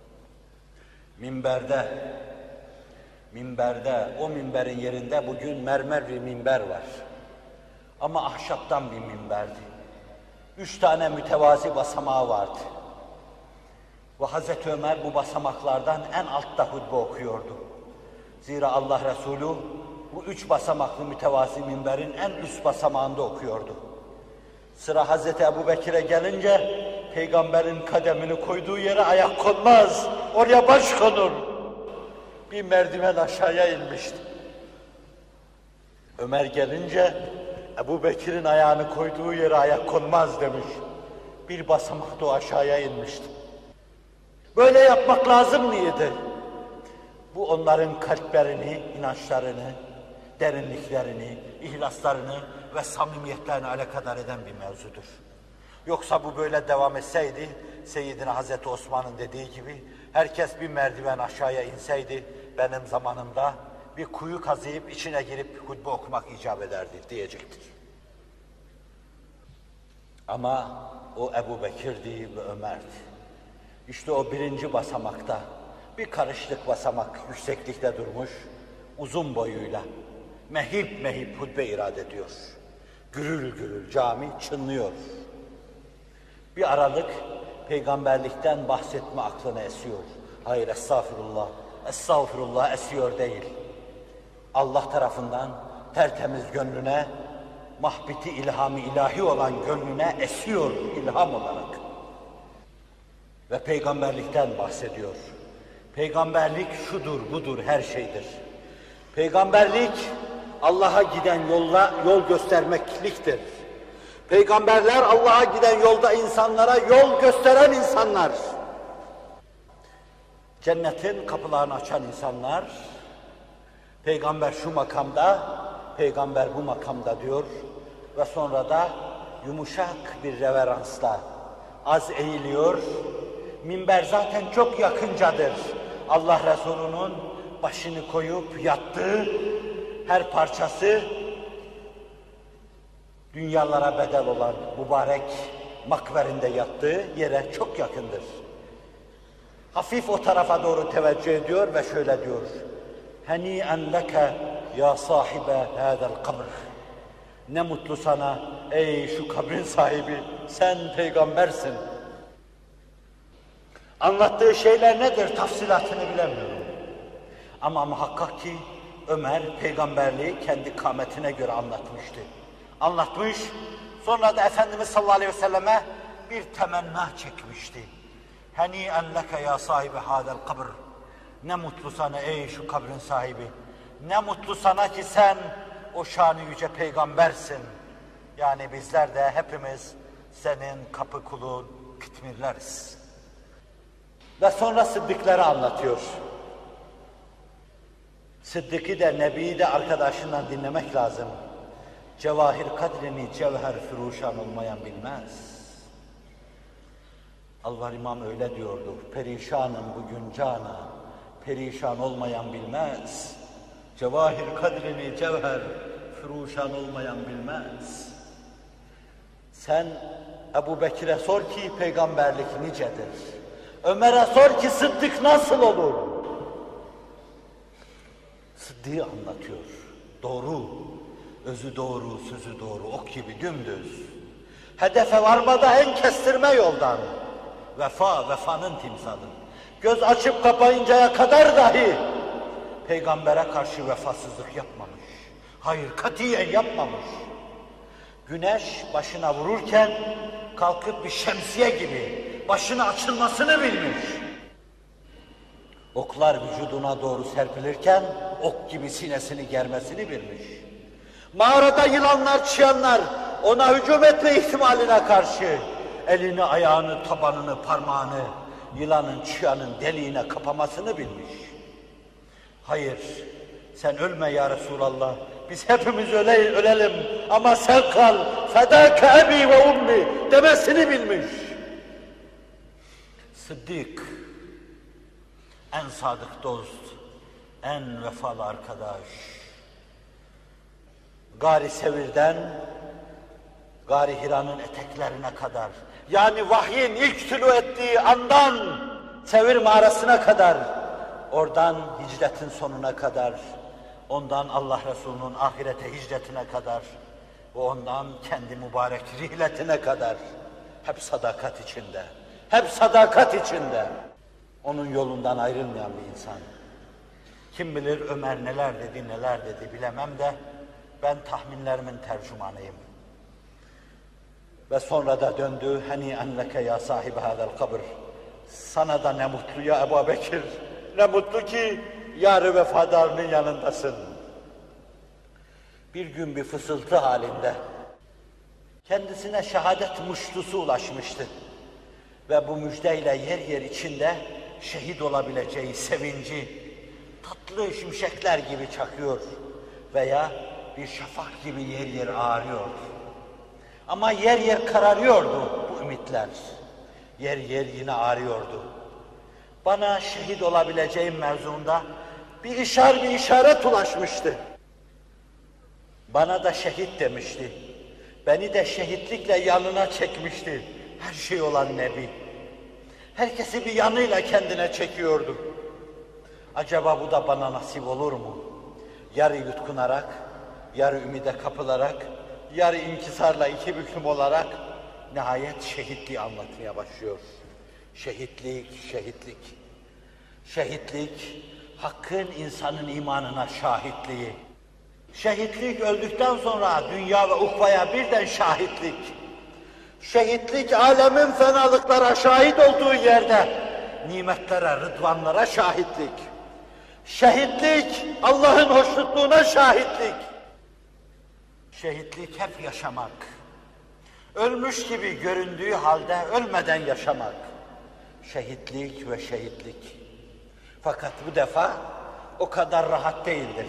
Minberde, o minberin yerinde bugün mermer bir minber var. Ama ahşaptan bir minberdi. 3 tane mütevazi basamağı vardı. Ve Hazreti Ömer bu basamaklardan en altta hutbe okuyordu. Zira Allah Resulü bu 3 basamaklı mütevazi minberin en üst basamağında okuyordu. Sıra Hazreti Ebubekir'e gelince Peygamberin kademini koyduğu yere ayak konmaz, oraya baş konur. Bir merdiven aşağıya inmişti. Ömer gelince Ebubekir'in ayağını koyduğu yere ayak konmaz demiş. Bir basamak da aşağıya inmişti. Böyle yapmak lazım mıydı? Bu onların kalplerini, inançlarını, derinliklerini, ihlaslarını ve samimiyetlerini alakadar eden bir mevzudur. Yoksa bu böyle devam etseydi, Seyyidina Hazreti Osman'ın dediği gibi, herkes bir merdiven aşağıya inseydi, benim zamanımda bir kuyu kazıyıp içine girip hutbe okumak icap ederdi diyecektir. Ama o Ebu Bekir'di ve Ömer'di. İşte o birinci basamakta, bir karışlık basamak yükseklikte durmuş, uzun boyuyla mehip mehip hutbe irad ediyor. Gürül gürül cami çınlıyor. Bir aralık peygamberlikten bahsetme aklına esiyor. Hayır, estağfurullah, estağfurullah esiyor değil. Allah tarafından tertemiz gönlüne, mahbiti ilham-ı ilahi olan gönlüne esiyor ilham olarak. Ve peygamberlikten bahsediyor. Peygamberlik şudur, budur, her şeydir. Peygamberlik Allah'a giden yol göstermekliktir. Peygamberler Allah'a giden yolda insanlara yol gösteren insanlar. Cennetin kapılarını açan insanlar. Peygamber şu makamda, peygamber bu makamda diyor ve sonra da yumuşak bir reveransla az eğiliyor. Minber zaten çok yakıncadır. Allah Resulü'nün başını koyup yattığı her parçası dünyalara bedel olan mübarek makberinde yattığı yere çok yakındır. Hafif o tarafa doğru teveccüh ediyor ve şöyle diyor. Hani'en leke ya sahibe hâzel kabr. Ne mutlu sana ey şu kabrin sahibi, sen peygambersin. Anlattığı şeyler nedir? Tafsilatını bilemiyorum. Ama muhakkak ki Ömer peygamberliği kendi kâmetine göre anlatmıştı. Anlatmış, sonra da Efendimiz sallallahu aleyhi ve selleme bir temenna çekmişti. Hani'en leke ya sahibi hâzel kabr. Ne mutlu sana ey şu kabrin sahibi. Ne mutlu sana ki sen o şan-ı yüce peygambersin. Yani bizler de hepimiz senin kapı kulun, kitmirleriz. Ve sonra Sıddıkları anlatıyor. Sıddık'ı da Nebi'yi de arkadaşından dinlemek lazım. Cevahir kadrini cevher füruşan olmayan bilmez. Alvar İmam öyle diyordu. Perişanım bugün cana, perişan olmayan bilmez. Cevahir kadrini cevher füruşan olmayan bilmez. Sen Ebu Bekir'e sor ki peygamberlik nicedir. Ömer'e sor ki Sıddık nasıl olur? Sıddık'ı anlatıyor. Doğru, özü doğru, sözü doğru, ok gibi dümdüz. Hedefe varmada en kestirme yoldan. Vefa, vefanın timsalı. Göz açıp kapayıncaya kadar dahi peygambere karşı vefasızlık yapmamış. Hayır, katiyen yapmamış. Güneş başına vururken kalkıp bir şemsiye gibi başına açılmasını bilmiş. Oklar vücuduna doğru serpilirken ok gibi sinesini germesini bilmiş. Mağarada yılanlar, çıyanlar ona hücum etme ihtimaline karşı elini, ayağını, tabanını, parmağını yılanın, çıyanın deliğine kapamasını bilmiş. Hayır, sen ölme ya Resulallah, biz hepimiz ölelim ama sen kal, fedâke ebi ve ummi demesini bilmiş. Sıddık, en sadık dost, en vefalı arkadaş. Gâr-ı Sevir'den Gâr-ı Hira'nın eteklerine kadar, yani vahyin ilk tülü ettiği andan Sevir mağarasına kadar, oradan hicretin sonuna kadar, ondan Allah Resulü'nün ahirete hicretine kadar ve ondan kendi mübarek rihletine kadar hep sadakat içinde, hep sadakat içinde. Onun yolundan ayrılmayan bir insan. Kim bilir Ömer neler dedi bilemem de ben tahminlerimin tercümanıyım. Ve sonra da döndü, hani'en leke ya sahibi hâzel kabr. Sana da ne mutlu ya Ebu Bekir, ne mutlu ki yar-ı vefadarının yanındasın. Bir gün bir fısıltı halinde kendisine şehadet muştusu ulaşmıştı. Ve bu müjdeyle yer yer içinde şehit olabileceği sevinci tatlı şimşekler gibi çakıyor veya bir şafak gibi yer yer ağrıyor. Ama yer yer kararıyordu bu ümitler. Yer yer yine ağrıyordu. Bana şehit olabileceğim mevzuunda bir işaret ulaşmıştı. Bana da şehit demişti. Beni de şehitlikle yanına çekmişti. Her şey olan Nebi. Herkesi bir yanıyla kendine çekiyordu. Acaba bu da bana nasip olur mu? Yarı yutkunarak, yarı ümide kapılarak, yarı inkisarla iki büklüm olarak nihayet şehitliği anlatmaya başlıyor. Şehitlik, şehitlik. Şehitlik, hakkın insanın imanına şahitliği. Şehitlik öldükten sonra dünya ve ukvaya birden şahitlik. Şehitlik alemin fenalıklara şahit olduğu yerde nimetlere, rıdvanlara şahitlik. Şehitlik Allah'ın hoşnutluğuna şahitlik. Şehitlik hep yaşamak. Ölmüş gibi göründüğü halde ölmeden yaşamak. Şehitlik ve şehitlik. Fakat bu defa o kadar rahat değildir.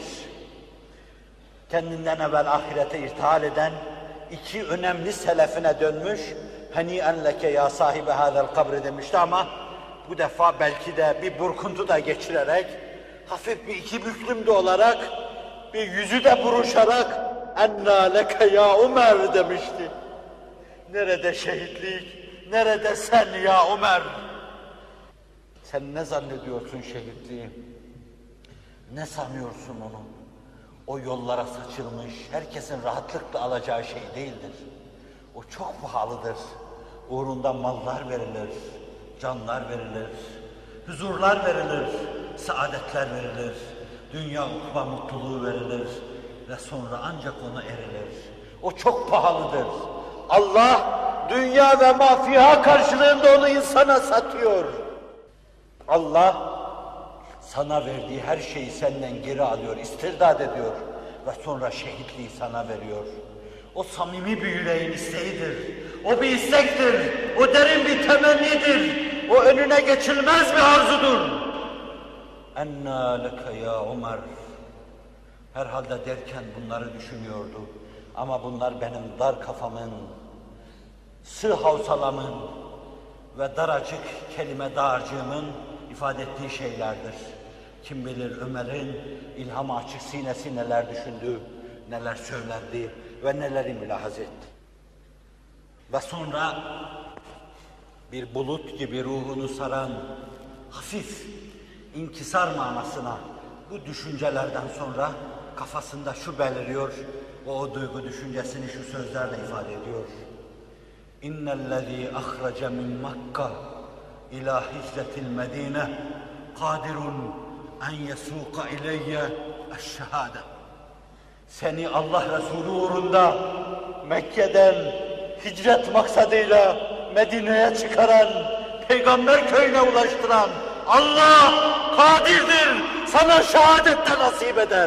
Kendinden evvel ahirete irtihal eden iki önemli selefine dönmüş, "Hani'en leke ya sahibe hâzel kabri" demişti ama bu defa belki de bir burkuntu da geçirerek, hafif bir iki büklüm de olarak, bir yüzü de buruşarak "Enna leke ya Ömer" demişti. Nerede şehitlik, nerede sen ya Ömer? Sen ne zannediyorsun şehitliği? Ne sanıyorsun onu? O yollara saçılmış, herkesin rahatlıkla alacağı şey değildir. O çok pahalıdır. Uğrunda mallar verilir, canlar verilir, huzurlar verilir, saadetler verilir, dünya ukba mutluluğu verilir ve sonra ancak ona erilir. O çok pahalıdır. Allah dünya ve mafiha karşılığında onu insana satıyor. Allah sana verdiği her şeyi senden geri alıyor, istirdat ediyor ve sonra şehitliği sana veriyor. O samimi bir yüreğin isteğidir, o bir istektir, o derin bir temennidir, o önüne geçilmez bir arzudur. Enna leke ya Ömer. Herhalde derken bunları düşünüyordu. Ama bunlar benim dar kafamın, sığ havsalamın ve daracık kelime dağarcığımın ifade ettiği şeylerdir. Kim bilir Ömer'in ilham açık sinesi neler düşündü, neler söylerdi ve neleri mülahaz etti. Ve sonra bir bulut gibi ruhunu saran hafif inkisar manasına bu düşüncelerden sonra kafasında şu beliriyor, o duygu düşüncesini şu sözlerle ifade ediyor. İnnellezî ahrece min Makka ila hicretil Medine kadirun en yesuka ileyye eşşehâde. Seni Allah Resulü uğrunda Mekke'den hicret maksadıyla Medine'ye çıkaran, peygamber köyüne ulaştıran Allah kadirdir, sana şehadet de nasip eder.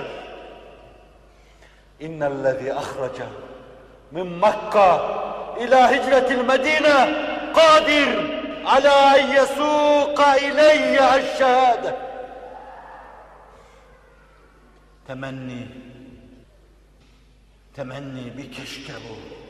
İnnellezî ahrece min Makka ila hicretil Medine kadir ala en yesuka ileyye eşşehâde. Temenni bir keşke bu.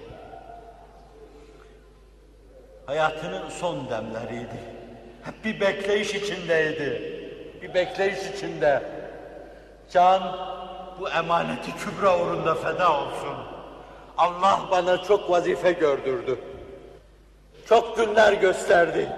Hayatının son demleriydi. Hep bir bekleyiş içindeydi. Bir bekleyiş içinde. Can bu emaneti kübra uğrunda feda olsun. Allah bana çok vazife gördürdü. Çok günler gösterdi.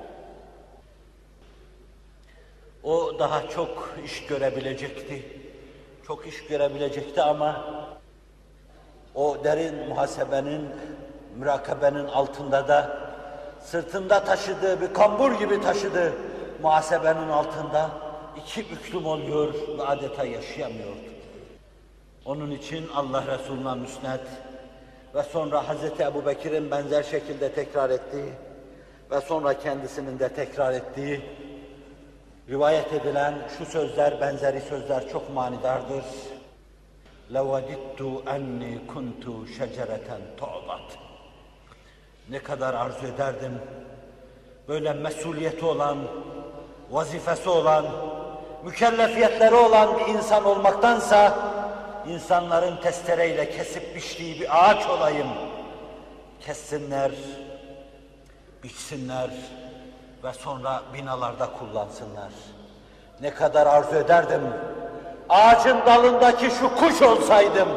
O daha çok iş görebilecekti. Çok iş görebilecekti ama o derin muhasebenin, mürakabenin altında da sırtında taşıdığı bir kambur gibi taşıdığı muhasebenin altında iki büklüm oluyor ve adeta yaşayamıyordu. Onun için Allah Resulü'ne müsned ve sonra Hazreti Ebubekir'in benzer şekilde tekrar ettiği ve sonra kendisinin de tekrar ettiği rivayet edilen şu sözler, benzeri sözler çok manidardır. لَوَدِدْتُ اَنِّي كُنْتُ شَجَرَةً تُعْضَتْ. Ne kadar arzu ederdim, böyle mesuliyeti olan, vazifesi olan, mükellefiyetleri olan bir insan olmaktansa, insanların testereyle kesip biçtiği bir ağaç olayım. Kessinler, biçsinler ve sonra binalarda kullansınlar. Ne kadar arzu ederdim, ağacın dalındaki şu kuş olsaydım.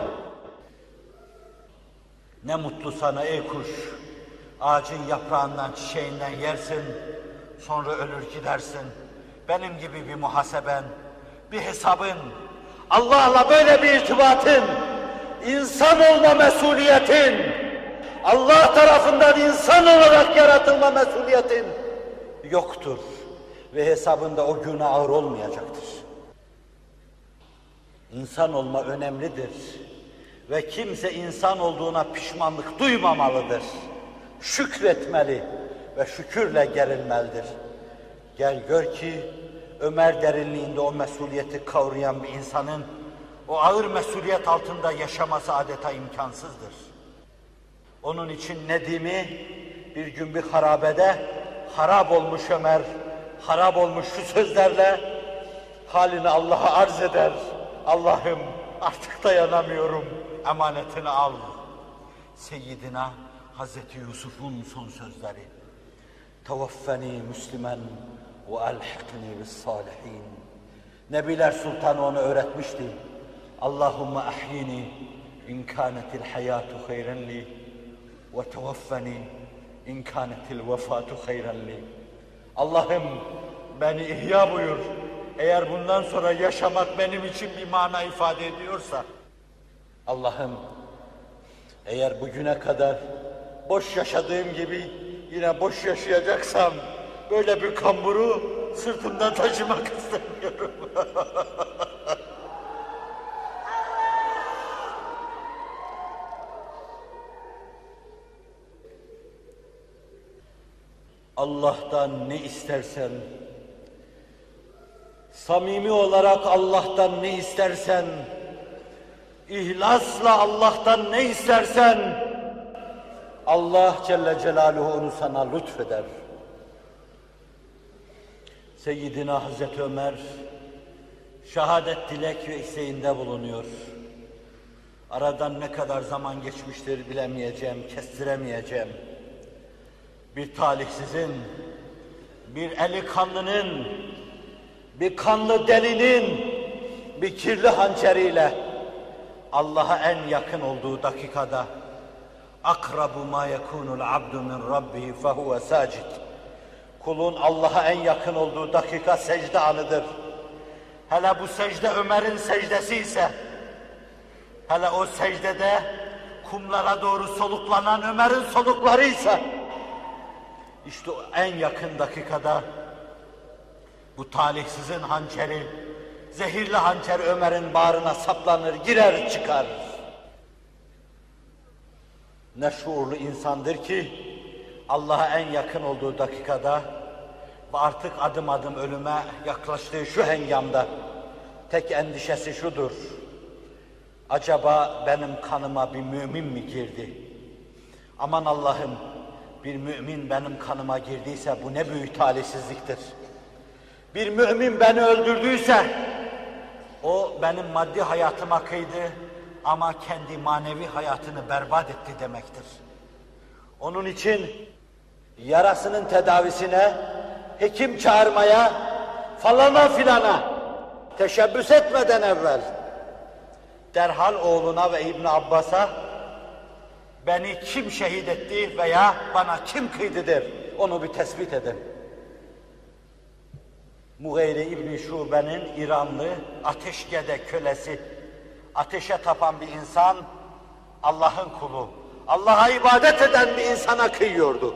Ne mutlu sana ey kuş, ağacın yaprağından, çiçeğinden yersin, sonra ölür gidersin. Benim gibi bir muhaseben, bir hesabın, Allah'la böyle bir irtibatın, insan olma mesuliyetin, Allah tarafından insan olarak yaratılma mesuliyetin yoktur. Ve hesabında o günah ağır olmayacaktır. İnsan olma önemlidir. Ve kimse insan olduğuna pişmanlık duymamalıdır. Şükretmeli ve şükürle gerilmelidir. Gel gör ki Ömer derinliğinde o mesuliyeti kavrayan bir insanın o ağır mesuliyet altında yaşaması adeta imkansızdır. Onun için Nedim'i bir gün bir harabede harap olmuş Ömer, harap olmuş şu sözlerle halini Allah'a arz eder. Allah'ım artık dayanamıyorum, emanetini al. Seyyidina Hazreti Yusuf'un son sözleri. Tevaffeni Müslümen ve elhikni bis salihin. Nebiler Sultanı onu öğretmişti. Allahümme ahyini in kânetil hayatu hayran li ve tevaffeni in kânetil vefatu hayran li. Allah'ım beni ihya buyur. Eğer bundan sonra yaşamak benim için bir mana ifade ediyorsa, Allah'ım eğer bugüne kadar boş yaşadığım gibi yine boş yaşayacaksam böyle bir kamburu sırtımdan taşımak istemiyorum. Allah'tan ne istersen, samimi olarak Allah'tan ne istersen, ihlasla Allah'tan ne istersen, Allah Celle Celaluhu onu sana lütfeder. Seyyidina Hazreti Ömer, şehadet dilek ve isteğinde bulunuyor. Aradan ne kadar zaman geçmiştir bilemeyeceğim, kestiremeyeceğim. Bir talihsizin, bir eli kanlının, bir kanlı delinin, bir kirli hançeriyle Allah'a en yakın olduğu dakikada akrabu ma yekunul abdu min rabbihi fehuve sacid. Kulun Allah'a en yakın olduğu dakika secde anıdır. Hele bu secde Ömer'in secdesi ise, hele o secdede kumlara doğru soluklanan Ömer'in solukları ise, işte o en yakın dakikada bu talihsizin hançeri, zehirli hançer Ömer'in bağrına saplanır, girer çıkar. Ne şuurlu insandır ki Allah'a en yakın olduğu dakikada ve artık adım adım ölüme yaklaştığı şu hengamda tek endişesi şudur: acaba benim kanıma bir mümin mi girdi? Aman Allah'ım, bir mümin benim kanıma girdiyse bu ne büyük talihsizliktir. Bir mümin beni öldürdüyse o benim maddi hayatıma kıydı ama kendi manevi hayatını berbat etti demektir. Onun için yarasının tedavisine, hekim çağırmaya, falana filana teşebbüs etmeden evvel derhal oğluna ve İbn Abbas'a beni kim şehit etti veya bana kim kıydıdır onu bir tespit edin. Mughire İbn Şube'nin İranlı ateşkede kölesi, ateşe tapan bir insan, Allah'ın kulu, Allah'a ibadet eden bir insana kıyıyordu.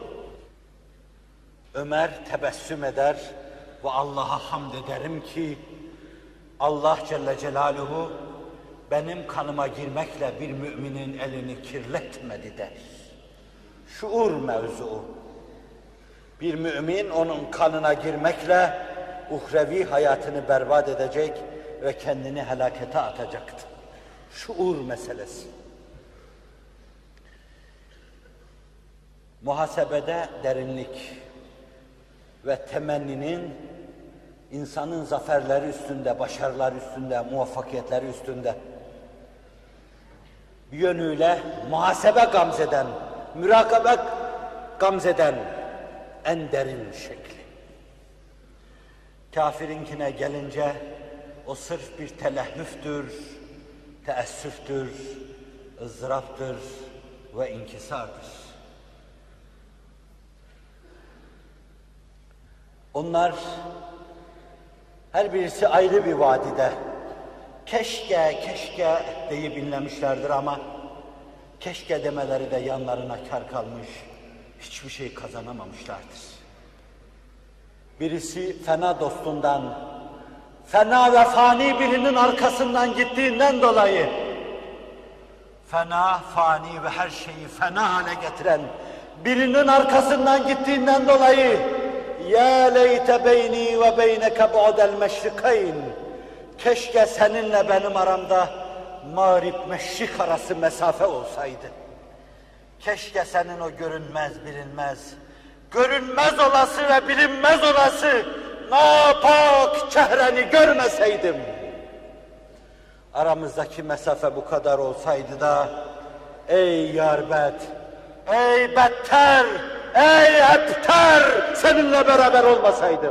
Ömer tebessüm eder ve Allah'a hamd ederim ki Allah Celle Celaluhu benim kanıma girmekle bir müminin elini kirletmedi der. Şuur mevzuu. Bir mümin onun kanına girmekle uhrevi hayatını berbat edecek ve kendini helakete atacaktı. Şuur meselesi. Muhasebede derinlik ve temenninin insanın zaferleri üstünde, başarılar üstünde, muvaffakiyetleri üstünde bir yönüyle muhasebe gamzeden, mürakabe gamzeden en derin şekli. Kafirinkine gelince o sırf bir telehhüftür, teessüftür, ızdıraptır ve inkisardır. Onlar her birisi ayrı bir vadide keşke deyip inlemişlerdir ama keşke demeleri de yanlarına kar kalmış, hiçbir şey kazanamamışlardır. Birisi fena dostundan, fena ve fani birinin arkasından gittiğinden dolayı, fena, fani ve her şeyi fena hale getiren birinin arkasından gittiğinden dolayı, ya leyte beyni ve beyneke bu'del meşrikayn, keşke seninle benim aramda mağrib meşrik arası mesafe olsaydı. Keşke senin o görünmez, bilinmez, görünmez olası ve bilinmez olası napak çehreni görmeseydim. Aramızdaki mesafe bu kadar olsaydı da, ey yarbet, ey better, ey ebter, seninle beraber olmasaydım.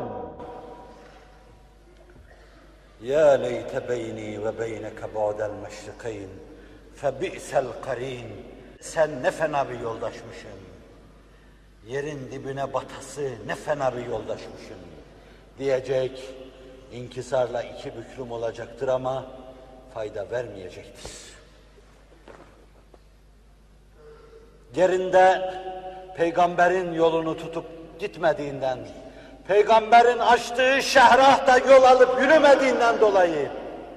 Ya leyte beyni ve beyneke bu'del meşrikayn febi'sel karin. Sen ne fena bir yoldaşmışsın. Yerin dibine batası ne fena bir yoldaşmışsın diyecek, inkisarla iki büklüm olacaktır ama fayda vermeyecektir. Yerinde peygamberin yolunu tutup gitmediğinden, peygamberin açtığı şehrahta yol alıp yürümediğinden dolayı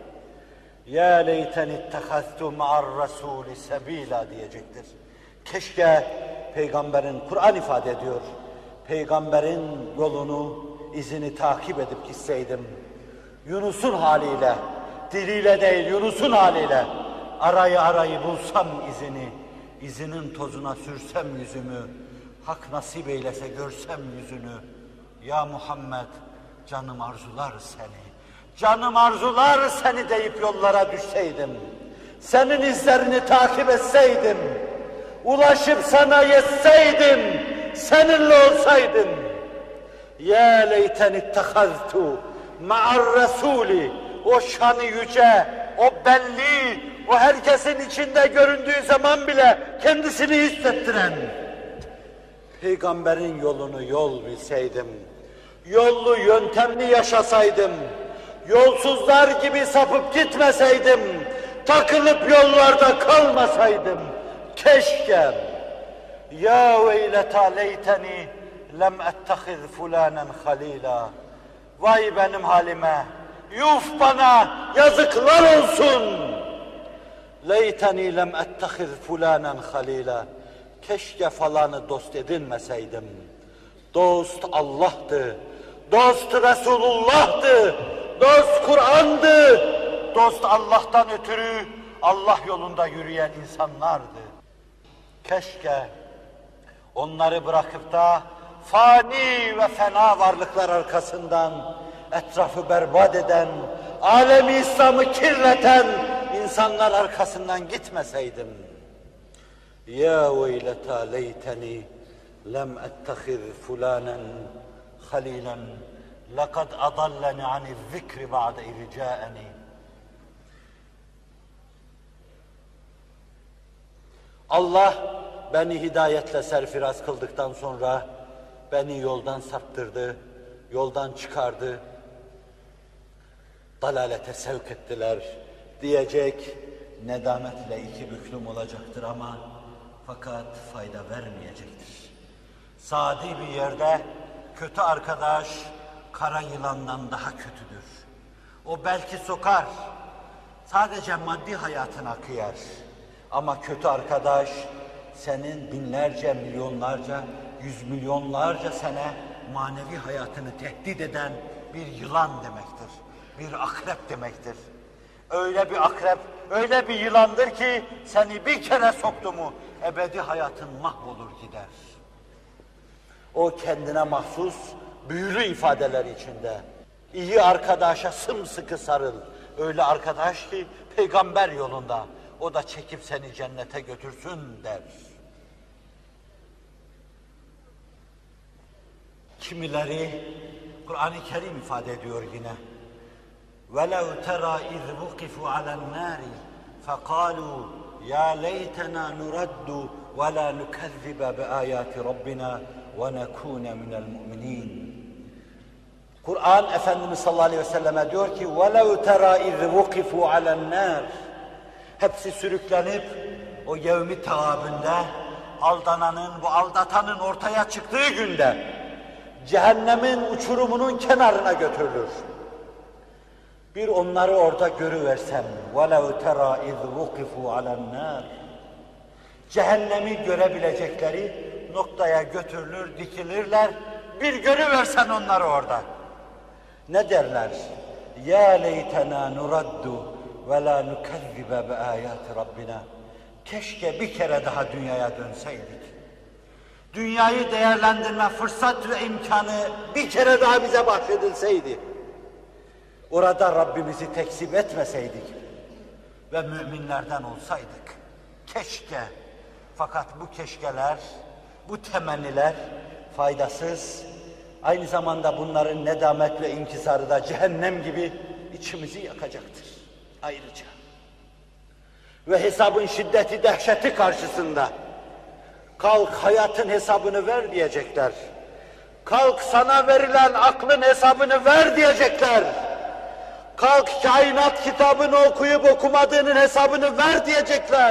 ya leyten ittehaztu ma'ar rasuli sebila diyecektir. Keşke peygamberin, Kur'an ifade ediyor, peygamberin yolunu, izini takip edip gitseydim. Yunus'un haliyle, diliyle değil Yunus'un haliyle arayı bulsam izini, izinin tozuna sürsem yüzümü, hak nasip eylese görsem yüzünü. Ya Muhammed, canım arzular seni, canım arzular seni deyip yollara düşseydim, senin izlerini takip etseydim, ulaşıp sana yetseydim, seninle olsaydım. Ya leyten ittehaztu ma'ar rasuli, o şanı yüce, o belli, o herkesin içinde göründüğü zaman bile kendisini hissettiren peygamberin yolunu yol bilseydim, yollu yöntemli yaşasaydım, yolsuzlar gibi sapıp gitmeseydim, takılıp yollarda kalmasaydım, keşke. Ya veyleta leyteni lem ettehiz fulanen halila. Vay benim halime, yuf bana, yazıklar olsun. Leyteni lem ettehiz fulanen halila. Keşke falanı dost edinmeseydim. Dost Allah'tı, dost Resulullah'tı, dost Kur'an'dı, dost Allah'tan ötürü Allah yolunda yürüyen insanlardı. Keşke onları bırakıp da fani ve fena varlıklar arkasından etrafı berbat eden, alemi İslam'ı kirleten insanlar arkasından gitmeseydim. Ya veyleta leyteni lem ettehiz fulanen halilen lekad adalleni anil zikri ba'de irca'eni. Allah beni hidayetle serfiraz kıldıktan sonra beni yoldan saptırdı, yoldan çıkardı, dalalete sevk ettiler diyecek, nedametle iki büklüm olacaktır ama fakat fayda vermeyecektir. Sadi bir yerde kötü arkadaş kara yılandan daha kötüdür. O belki sokar, sadece maddi hayatına kıyar. Ama kötü arkadaş senin binlerce, milyonlarca, yüz milyonlarca sene manevi hayatını tehdit eden bir yılan demektir. Bir akrep demektir. Öyle bir akrep, öyle bir yılandır ki seni bir kere soktu mu ebedi hayatın mahvolur gider. O kendine mahsus büyülü ifadeler içinde. İyi arkadaşa sımsıkı sarıl. Öyle arkadaş ki peygamber yolunda. O da çekip seni cennete götürsün der. Kimileri Kur'an-ı Kerim ifade ediyor yine. وَلَوْ تَرَى اِذْ وُقِفُوا عَلَى النَّارِ فَقَالُوا يَا لَيْتَنَا نُرَدُّ وَلَا نُكَذِّبَ بِآيَاتِ رَبِّنَا وَنَكُونَ مِنَ الْمُؤْمِنِينَ. Kur'an Efendimiz sallallahu aleyhi ve selleme diyor ki وَلَوْ تَرَى اِذْ وُقِفُوا عَلَى النَّارِ. Hepsi sürüklenip o yevmi taabinde aldananın, bu aldatanın ortaya çıktığı günde cehennemin uçurumunun kenarına götürülür. Bir onları orada görüversem وَلَوْ تَرَى اِذْ وُقِفُوا عَلَى النَّارِ. Cehennemi görebilecekleri noktaya götürülür, dikilirler. Bir görüversen onları orada. Ne derler? يَا لَيْتَنَا نُرَدُّ وَلَا نُكَذِّبَ بِآيَاتِ رَبِّنَا. Keşke bir kere daha dünyaya dönseydik. Dünyayı değerlendirme fırsat ve imkanı bir kere daha bize bahşedilseydi. Orada Rabbimizi tekzip etmeseydik ve müminlerden olsaydık. Keşke. Fakat bu keşkeler, bu temenniler faydasız. Aynı zamanda bunların nedamet ve inkisarı da cehennem gibi içimizi yakacaktır. Ayrıca. Ve hesabın şiddeti, dehşeti karşısında kalk hayatın hesabını ver diyecekler. Kalk sana verilen aklın hesabını ver diyecekler. Kalk kainat kitabını okuyup okumadığının hesabını ver diyecekler.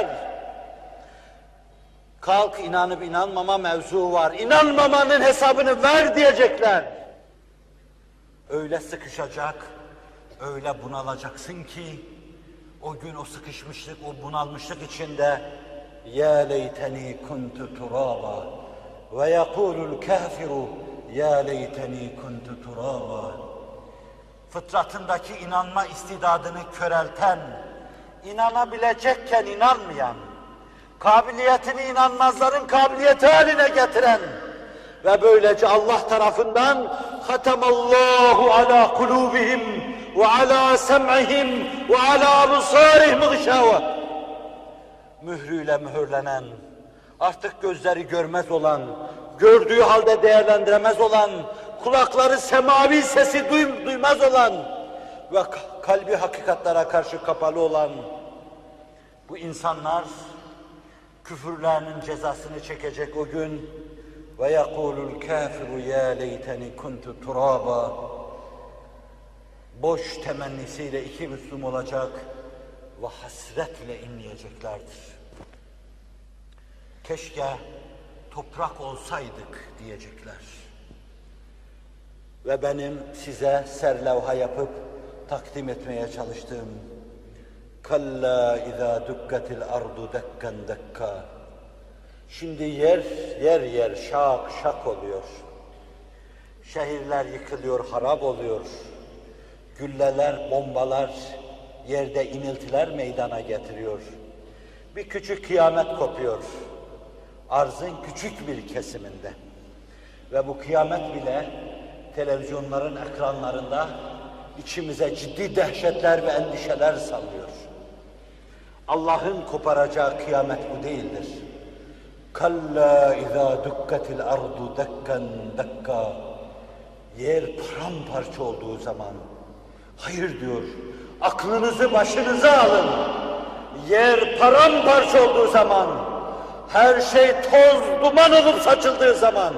Kalk inanıp inanmama mevzu var. İnanmamanın hesabını ver diyecekler. Öyle sıkışacak, öyle bunalacaksın ki o gün o sıkışmışlık, o bunalmışlık içinde ya leyteni kuntu turaba ve yekulul kafiru ya leyteni kuntu turaba. Fıtratındaki inanma istidadını körelten, inanabilecekken inanmayan, kabiliyetini inanmazların kabiliyeti haline getiren ve böylece Allah tarafından hatemallahu ala kulubihim ve ala sem'ihim ve ala absarihim gışâve. Mührüyle mühürlenen, artık gözleri görmez olan, gördüğü halde değerlendiremez olan, kulakları semavi sesi duymaz olan ve kalbi hakikatlara karşı kapalı olan bu insanlar küfürlerinin cezasını çekecek o gün ve yekulul kafiru ya leyteni kuntu turaba. Boş temennisiyle iki Müslüm olacak ve hasretle inleyeceklerdir. Keşke toprak olsaydık diyecekler. Ve benim size serlevha yapıp takdim etmeye çalıştığım kalla izâ dukkatil ardu dekkan dekka. Şimdi yer şak şak oluyor. Şehirler yıkılıyor, harap oluyor. Gülleler, bombalar yerde iniltiler meydana getiriyor. Bir küçük kıyamet kopuyor. Arzın küçük bir kesiminde. Ve bu kıyamet bile televizyonların ekranlarında içimize ciddi dehşetler ve endişeler sallıyor. Allah'ın koparacağı kıyamet bu değildir. Kalla izâ dukkatil ardu dekkan dekka. Yer paramparça olduğu zaman, hayır diyor, aklınızı başınıza alın. Yer paramparça olduğu zaman, her şey toz duman olup saçıldığı zaman,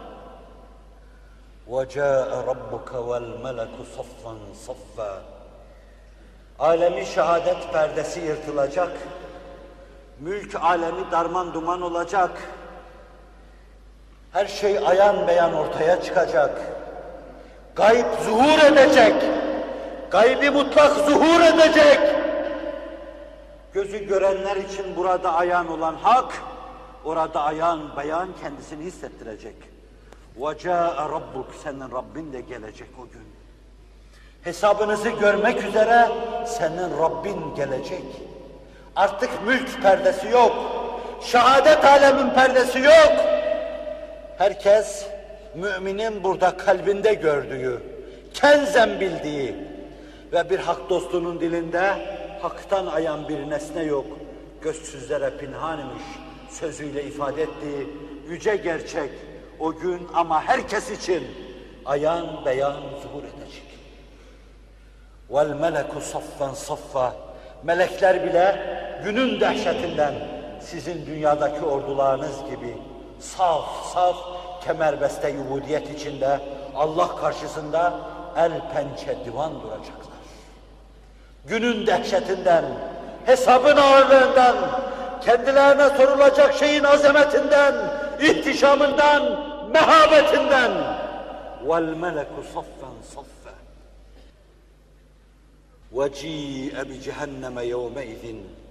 وَجَاءَ رَبُّكَ وَالْمَلَكُ صَفًّا صَفًّا. Alemi şehadet perdesi yırtılacak, mülk alemi darman duman olacak, her şey ayan beyan ortaya çıkacak, gayb zuhur edecek, gaybi mutlak zuhur edecek. Gözü görenler için burada ayan olan hak, orada ayan beyan kendisini hissettirecek. وَجَاءَ رَبُّكَ. Senin Rabbin de gelecek o gün. Hesabınızı görmek üzere senin Rabbin gelecek. Artık mülk perdesi yok. Şehadet alemin perdesi yok. Herkes müminin burada kalbinde gördüğü, kenzen bildiği ve bir hak dostunun dilinde haktan ayan bir nesne yok. Gözsüzlere pinhan imiş sözüyle ifade ettiği yüce gerçek o gün ama herkes için ayan beyan zuhur edecek. Vel meleku saffen saffa. Melekler bile günün dehşetinden sizin dünyadaki ordularınız gibi saf saf kemerbeste yubudiyet içinde Allah karşısında el pençe divan duracaklar. Günün dehşetinden, hesabın ağırlığından, kendilerine sorulacak şeyin azametinden, ihtişamından, mehabetinden. Vel meleku saffen saffa. وَجِيءَ بِجَهَنَّمَ يَوْمَئِذٍ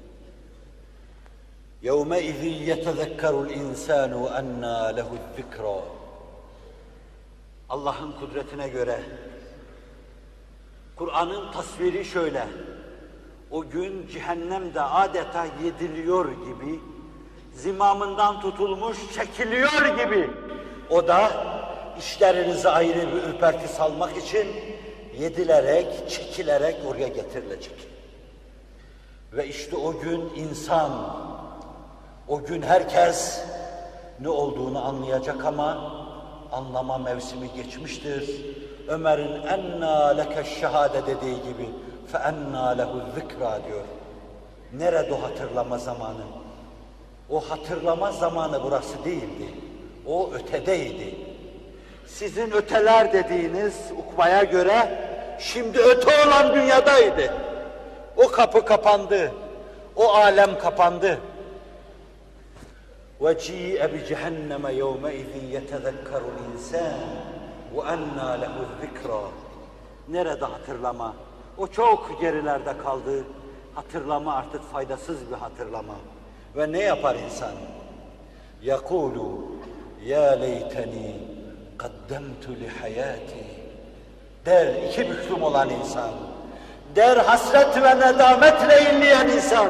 يَوْمَئِذٍ يَتَذَكَّرُ الْاِنْسَانُ وَاَنَّا لَهُ الذِّكْرَى. Allah'ın kudretine göre Kur'an'ın tasviri şöyle: o gün cehennemde adeta yediliyor gibi, zimamından tutulmuş çekiliyor gibi, o da işlerinize ayrı bir ürperti salmak için yedilerek, çekilerek oraya getirilecek. Ve işte o gün insan, o gün herkes ne olduğunu anlayacak ama anlama mevsimi geçmiştir. Ömer'in enna lekeşşehade dediği gibi fe enna lehu zikra diyor. Nerede o hatırlama zamanı? O hatırlama zamanı burası değildi. O ötedeydi. Sizin öteler dediğiniz ukbaya göre şimdi öte olan dünyadaydı. O kapı kapandı. O alem kapandı. وَجِيءَ بِجَهَنَّمَ يَوْمَئِذٍ يَتَذَكَّرُ الْاِنْسَانِ وَاَنَّا لَهُ الذِّكْرَى. Nerede hatırlama? O çok gerilerde kaldı. Hatırlama artık faydasız bir hatırlama. Ve ne yapar insan? يَقُولُ يَا لَيْتَنِي قَدَّمْتُ لِحَيَاتِي. Der iki büklüm olan insan. Der hasret ve nedametle inleyen insan.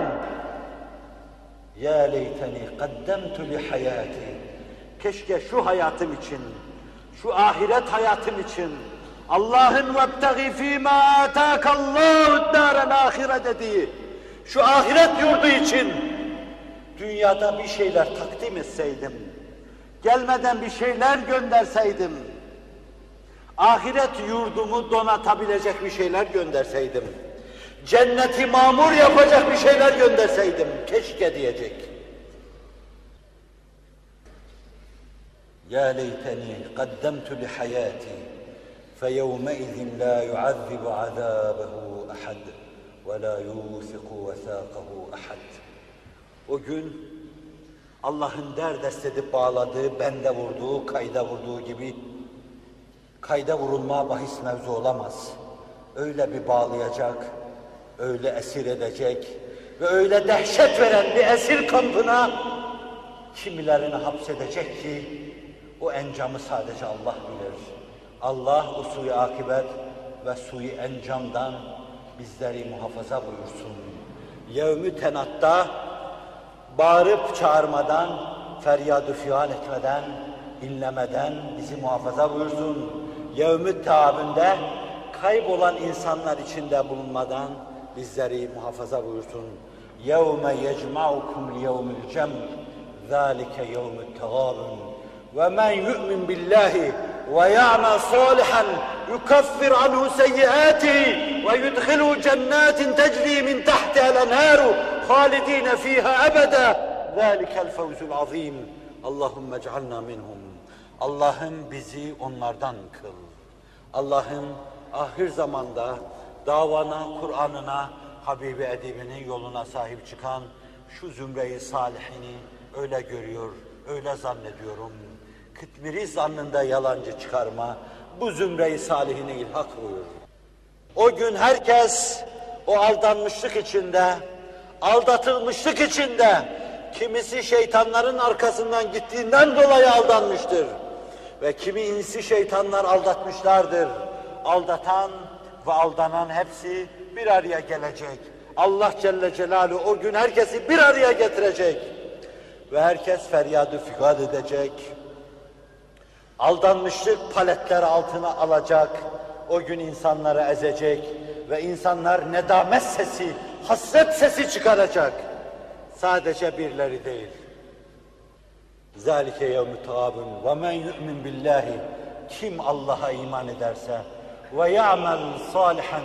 Ya leyteni qaddemtu li hayati. Keşke şu hayatım için, şu ahiret hayatım için Allah'ın vebtagi fîmâ âtâkallâhu dârel âhire dediği şu ahiret yurdu için dünyada bir şeyler takdim etseydim, gelmeden bir şeyler gönderseydim, ahiret yurdumu donatabilecek bir şeyler gönderseydim, cenneti mamur yapacak bir şeyler gönderseydim, keşke diyecek. Ya leyteni qaddemtu li hayati fe yevmeizin la yuazzibu azabehu ahad ve la yusiku vesâkahu ahad. O gün Allah'ın derdest edip bağladığı, bende vurduğu, kayda vurduğu gibi kayda vurulma bahis mevzu olamaz. Öyle bir bağlayacak, öyle esir edecek ve öyle dehşet veren bir esir kampına kimilerini hapsedecek ki o encamı sadece Allah bilir. Allah o suyu akibet ve suyu encamdan bizleri muhafaza buyursun. Yevmi tenatta bağırıp çağırmadan, feryad-ı figan etmeden, inlemeden bizi muhafaza buyursun. Yevmi taabinde kaybolan insanlar içinde bulunmadan bizleri muhafaza buyursun. يَوْمَ يَجْمَعُكُمْ لِيَوْمِ الْجَمْعِ ذَٰلِكَ يَوْمُ التَّغَابُنِ وَمَنْ يُؤْمِنْ بِاللّٰهِ وَيَعْمَلْ صَالِحًا يُكَفِّرْ عَنْهُ سَيِّئَاتِهِ وَيُدْخِلْهُ جَنَّاتٍ تَجْرِي مِنْ تَحْتِهَا الْأَنْهَارُ خَالِدِينَ فِيهَا أَبَدًا ذَٰلِكَ الْفَوْزُ الْعَظِيمُ اللّٰهُمَّ اجْعَلْنَا مِنْهُمْ. Allah'ım bizi onlardan kıl. Allah'ım ahir zamanda davana, Kur'an'ına, Habibi edibinin yoluna sahip çıkan şu zümre-i salihini öyle görüyor, öyle zannediyorum. Kıtmiri zannında yalancı çıkarma, bu zümre-i salihine ilhak buyur. O gün herkes o aldanmışlık içinde, aldatılmışlık içinde, kimisi şeytanların arkasından gittiğinden dolayı aldanmıştır. Ve kimi insi şeytanlar aldatmışlardır. Aldatan ve aldanan hepsi bir araya gelecek. Allah Celle Celaluhu o gün herkesi bir araya getirecek. Ve herkes feryadı figan edecek. Aldanmışlık paletler altına alacak. O gün insanları ezecek. Ve insanlar nedamet sesi, hasret sesi çıkaracak. Sadece birileri değil. ذَٰلِكَ يَوْمُ تَغَابٌ وَمَنْ يُؤْمِنْ بِاللّٰهِ kim Allah'a iman ederse ve ya'mel salihan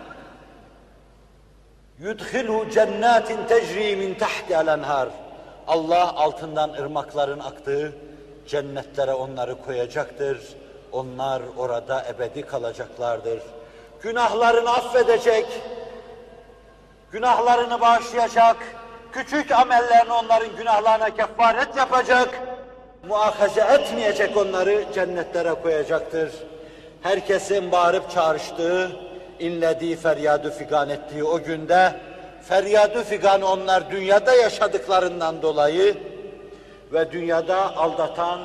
yudkhilhu cennetin tecri min tahtiha el-enhar. Allah altından ırmakların aktığı cennetlere onları koyacaktır. Onlar orada ebedi kalacaklardır. Günahlarını affedecek, günahlarını bağışlayacak, küçük amellerini onların günahlarına kefaret yapacak, muahaze etmeyecek, onları cennetlere koyacaktır. Herkesin bağırıp çağrıştığı, inlediği, feryadı figan ettiği o günde, feryadı figan onlar dünyada yaşadıklarından dolayı ve dünyada aldatan,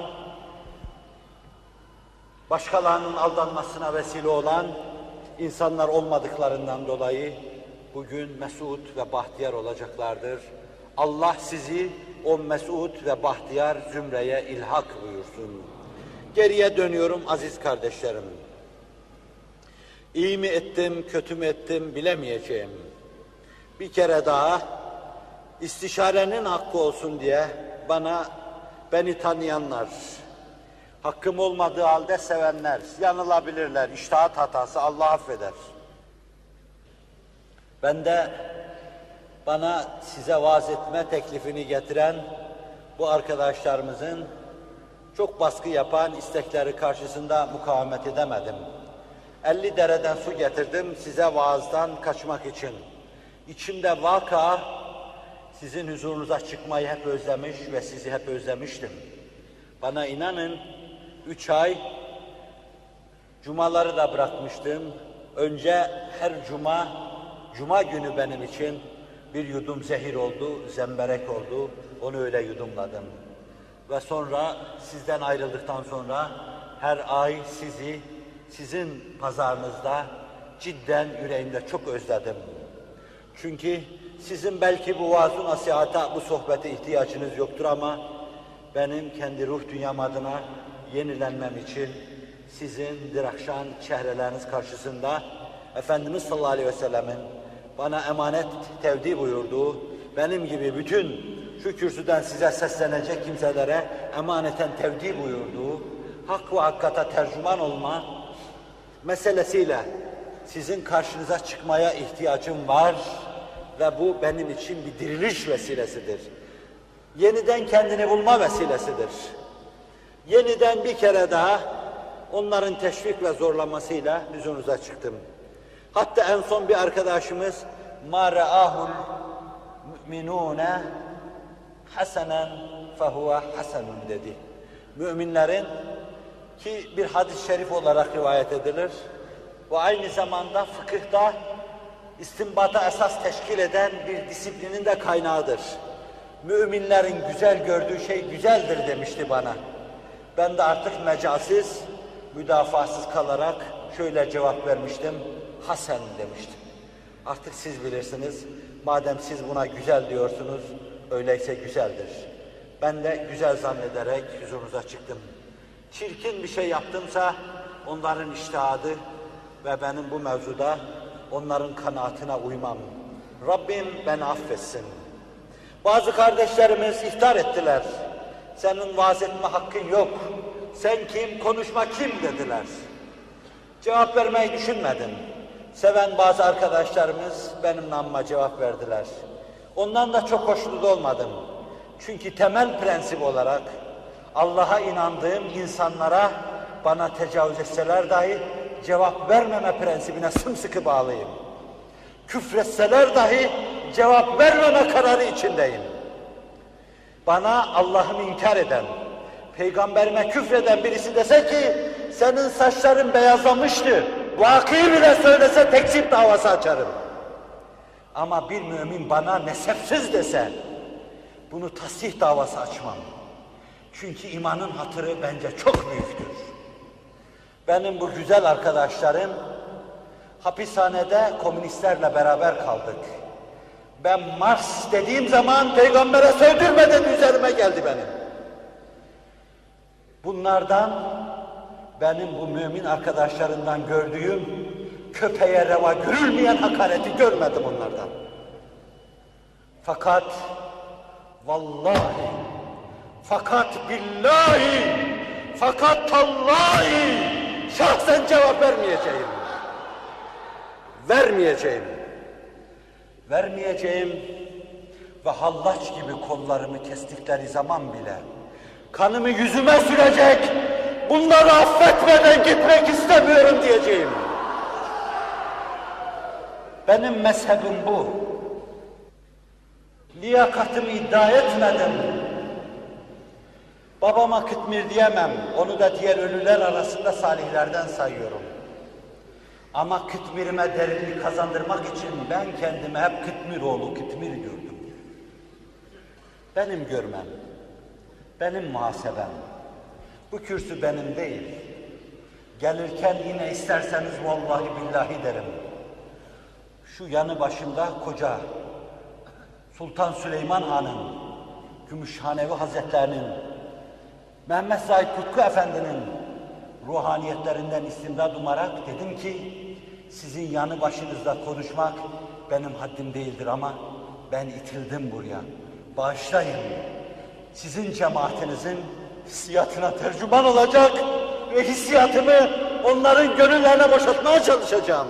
başkalarının aldanmasına vesile olan insanlar olmadıklarından dolayı bugün mesut ve bahtiyar olacaklardır. Allah sizi o mesut ve bahtiyar zümreye ilhak buyursun. Geriye dönüyorum aziz kardeşlerim. İyi mi ettim, kötü mü ettim bilemeyeceğim. Bir kere daha istişarenin hakkı olsun diye beni tanıyanlar, hakkım olmadığı halde sevenler, yanılabilirler, içtihat hatası, Allah affeder. Ben de bana size vaaz etme teklifini getiren bu arkadaşlarımızın çok baskı yapan istekleri karşısında mukavemet edemedim. 50 dereden su getirdim size vaazdan kaçmak için. İçimde vaka sizin huzurunuza çıkmayı hep özlemiş ve sizi hep özlemiştim. Bana inanın 3 ay cumaları da bırakmıştım. Önce her cuma günü benim için bir yudum zehir oldu, zemberek oldu. Onu öyle yudumladım. Ve sonra sizden ayrıldıktan sonra her ay sizin pazarınızda cidden yüreğimde çok özledim. Çünkü sizin belki bu vaaz-ı nasihata, bu sohbete ihtiyacınız yoktur ama benim kendi ruh dünyam adına yenilenmem için sizin dirakşan çehreleriniz karşısında Efendimiz sallallahu aleyhi ve sellemin bana emanet tevdi buyurduğu, benim gibi bütün şu kürsüden size seslenecek kimselere emaneten tevdi buyurduğu, hak ve hakikata tercüman olma meselesiyle sizin karşınıza çıkmaya ihtiyacım var ve bu benim için bir diriliş vesilesidir. Yeniden kendini bulma vesilesidir. Yeniden bir kere daha onların teşvik ve zorlamasıyla huzurunuza çıktım. Hatta en son bir arkadaşımız مَا رَآهُ الْمُؤْمِنُونَ حَسَنًا فَهُوَ حَسَنٌ dedi. Müminlerin ki bir hadis-i şerif olarak rivayet edilir ve aynı zamanda fıkıhta istinbata esas teşkil eden bir disiplinin de kaynağıdır. Müminlerin güzel gördüğü şey güzeldir demişti bana. Ben de artık mecazsiz, müdafasız kalarak şöyle cevap vermiştim, hasen demiştim. Artık siz bilirsiniz, madem siz buna güzel diyorsunuz, öyleyse güzeldir. Ben de güzel zannederek huzurunuza çıktım. Çirkin bir şey yaptımsa onların içtihadı ve benim bu mevzuda onların kanaatine uymam. Rabbim beni affetsin. Bazı kardeşlerimiz ihtar ettiler. Senin vaaz etme hakkın yok. Sen kim, konuşma kim dediler. Cevap vermeyi düşünmedim. Seven bazı arkadaşlarımız benim namıma cevap verdiler. Ondan da çok hoşnut olmadım. Çünkü temel prensip olarak Allah'a inandığım insanlara bana tecavüz etseler dahi cevap vermeme prensibine sımsıkı bağlıyım. Küfretseler dahi cevap vermeme kararı içindeyim. Bana Allah'ımı inkar eden, peygamberime küfreden birisi dese ki senin saçların beyazlamıştı, vakıyı bile söylese tekzip davası açarım. Ama bir mümin bana nesepsiz dese bunu tasih davası açmam. Çünkü imanın hatırı bence çok büyüktür. Benim bu güzel arkadaşlarım hapishanede komünistlerle beraber kaldık. Ben Mars dediğim zaman peygambere sövdürmeden üzerime geldi benim. Bunlardan, benim bu mümin arkadaşlarımdan gördüğüm köpeğe reva görülmeyen hakareti görmedim onlardan. Fakat vallahi, fakat billahi, Fakat tallahi şahsen cevap vermeyeceğim. Vermeyeceğim ve hallaç gibi kollarımı kestikleri zaman bile kanımı yüzüme sürecek, bunları affetmeden gitmek istemiyorum diyeceğim. Benim mezhebim bu. Liyakatımı iddia etmedim. Babama Kıtmir diyemem, onu da diğer ölüler arasında salihlerden sayıyorum. Ama Kıtmir'ime derinlik kazandırmak için ben kendime hep Kıtmiroğlu, Kıtmir diyordum. Benim görmem, benim muhasebem. Bu kürsü benim değil. Gelirken yine isterseniz vallahi billahi derim. Şu yanı başımda koca Sultan Süleyman Han'ın, Gümüşhanevi Hazretlerinin, Mehmet Said Kutku Efendi'nin ruhaniyetlerinden istimdad umarak dedim ki, sizin yanı başınızda konuşmak benim haddim değildir ama ben itildim buraya. Bağışlayın, sizin cemaatinizin hissiyatına tercüman olacak ve hissiyatımı onların gönüllerine boşaltmaya çalışacağım.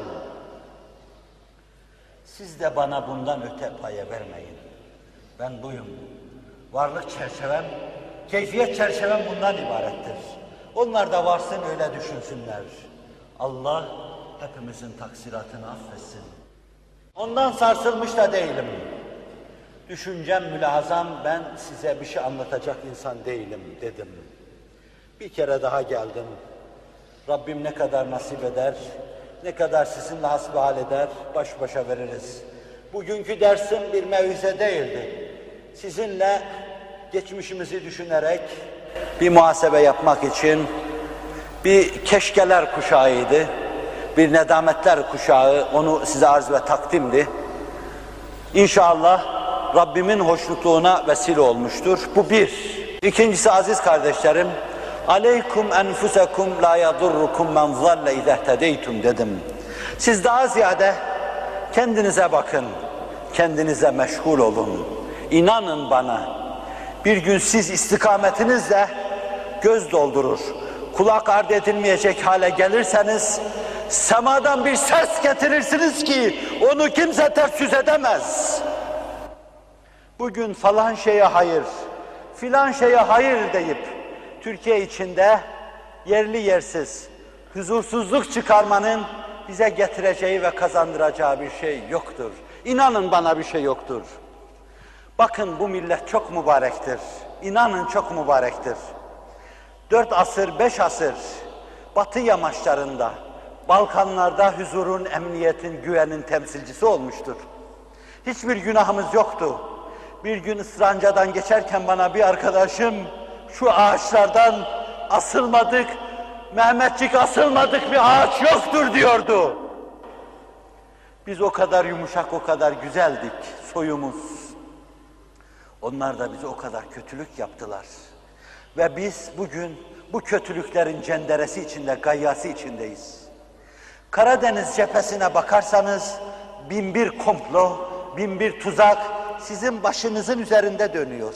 Siz de bana bundan öte paya vermeyin. Ben buyum. Varlık çerçevem, keyfiyet çerçevem bundan ibarettir. Onlar da varsın öyle düşünsünler. Allah hepimizin taksiratını affetsin. Ondan sarsılmış da değilim. Düşüncem, mülahazam, ben size bir şey anlatacak insan değilim dedim. Bir kere daha geldim. Rabbim ne kadar nasip eder, ne kadar sizinle hasbihal eder, baş başa veririz. Bugünkü dersim bir mevize değildi. Sizinle geçmişimizi düşünerek bir muhasebe yapmak için bir keşkeler kuşağıydı, bir nedametler kuşağı, onu size arz ve takdimdi. İnşallah Rabbimin hoşnutluğuna vesile olmuştur. Bu bir. İkincisi aziz kardeşlerim, aleykum enfusekum la yadurrukum men zalle izehtedeytum dedim. Siz daha ziyade kendinize bakın, kendinize meşgul olun. İnanın bana, bir gün siz istikametinizle göz doldurur, kulak ardı edilmeyecek hale gelirseniz, semadan bir ses getirirsiniz ki onu kimse ters yüz edemez. Bugün falan şeye hayır, filan şeye hayır deyip Türkiye içinde yerli yersiz huzursuzluk çıkarmanın bize getireceği ve kazandıracağı bir şey yoktur. İnanın bana bir şey yoktur. Bakın bu millet çok mübarektir. İnanın çok mübarektir. 4 asır, 5 asır Batı yamaçlarında, Balkanlarda huzurun, emniyetin, güvenin temsilcisi olmuştur. Hiçbir günahımız yoktu. Bir gün Israncadan geçerken bana bir arkadaşım, şu ağaçlardan asılmadık, Mehmetçik asılmadık bir ağaç yoktur diyordu. Biz o kadar yumuşak, o kadar güzeldik, soyumuz. Onlar da bize o kadar kötülük yaptılar. Ve biz bugün bu kötülüklerin cenderesi içinde, gayyası içindeyiz. Karadeniz cephesine bakarsanız 1001 komplo, 1001 tuzak sizin başınızın üzerinde dönüyor.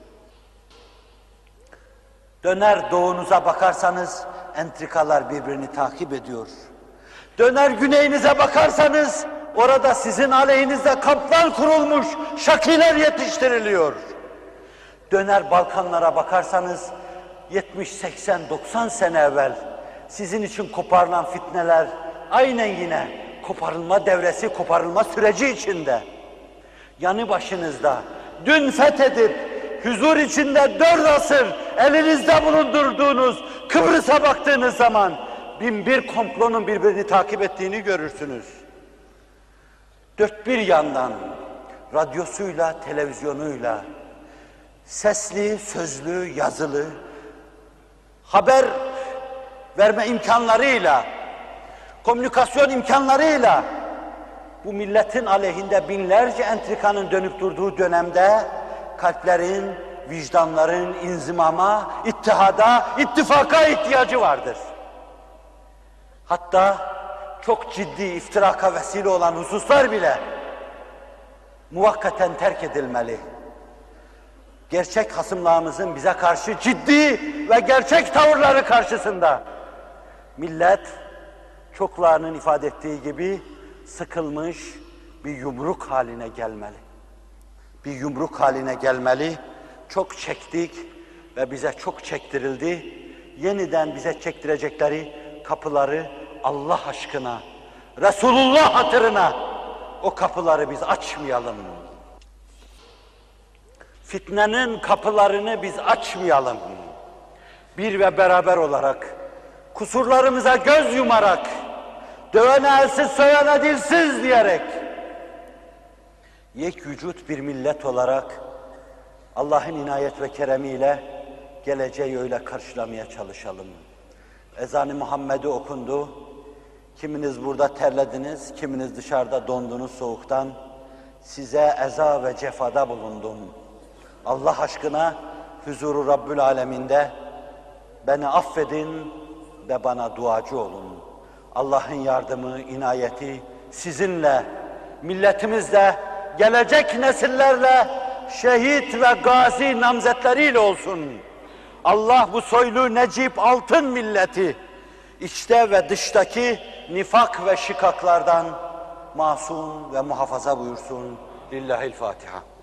Döner doğunuza bakarsanız entrikalar birbirini takip ediyor. Döner güneyinize bakarsanız orada sizin aleyhinizde kamplar kurulmuş, şakiler yetiştiriliyor. Döner Balkanlara bakarsanız 70, 80, 90 sene evvel sizin için koparılan fitneler aynen yine koparılma devresi, koparılma süreci içinde. Yanı başınızda dün fethedip huzur içinde 4 asır elinizde bulundurduğunuz Kıbrıs'a baktığınız zaman 1001 komplonun birbirini takip ettiğini görürsünüz. Dört bir yandan radyosuyla, televizyonuyla, sesli, sözlü, yazılı, haber verme imkanlarıyla, komünikasyon imkanlarıyla bu milletin aleyhinde binlerce entrikanın dönüp durduğu dönemde kalplerin, vicdanların inzimama, ittihada, ittifaka ihtiyacı vardır. Hatta çok ciddi iftiraka vesile olan hususlar bile muvakkaten terk edilmeli. gerçek hasımlarımızın bize karşı ciddi ve gerçek tavırları karşısında millet çoklarının ifade ettiği gibi sıkılmış bir yumruk haline gelmeli. Bir yumruk haline gelmeli. Çok çektik ve bize çok çektirildi. Yeniden bize çektirecekleri kapıları Allah aşkına, Resulullah hatırına o kapıları biz açmayalım. Fitnenin kapılarını biz açmayalım. Bir ve beraber olarak, kusurlarımıza göz yumarak, dövene elsiz, sövene dilsiz diyerek, yek vücut bir millet olarak Allah'ın inayet ve keremiyle geleceği öyle karşılamaya çalışalım. Ezan-ı Muhammed'i okundu. Kiminiz burada terlediniz, kiminiz dışarıda dondunuz soğuktan. Size eza ve cefada bulundum. Allah aşkına huzuru Rabbül Alemin'de beni affedin ve bana duacı olun. Allah'ın yardımı, inayeti sizinle, milletimizle, gelecek nesillerle, şehit ve gazi namzetleriyle olsun. Allah bu soylu necip altın milleti, içte ve dıştaki nifak ve şikaklardan masum ve muhafaza buyursun. Lillahil Fatiha.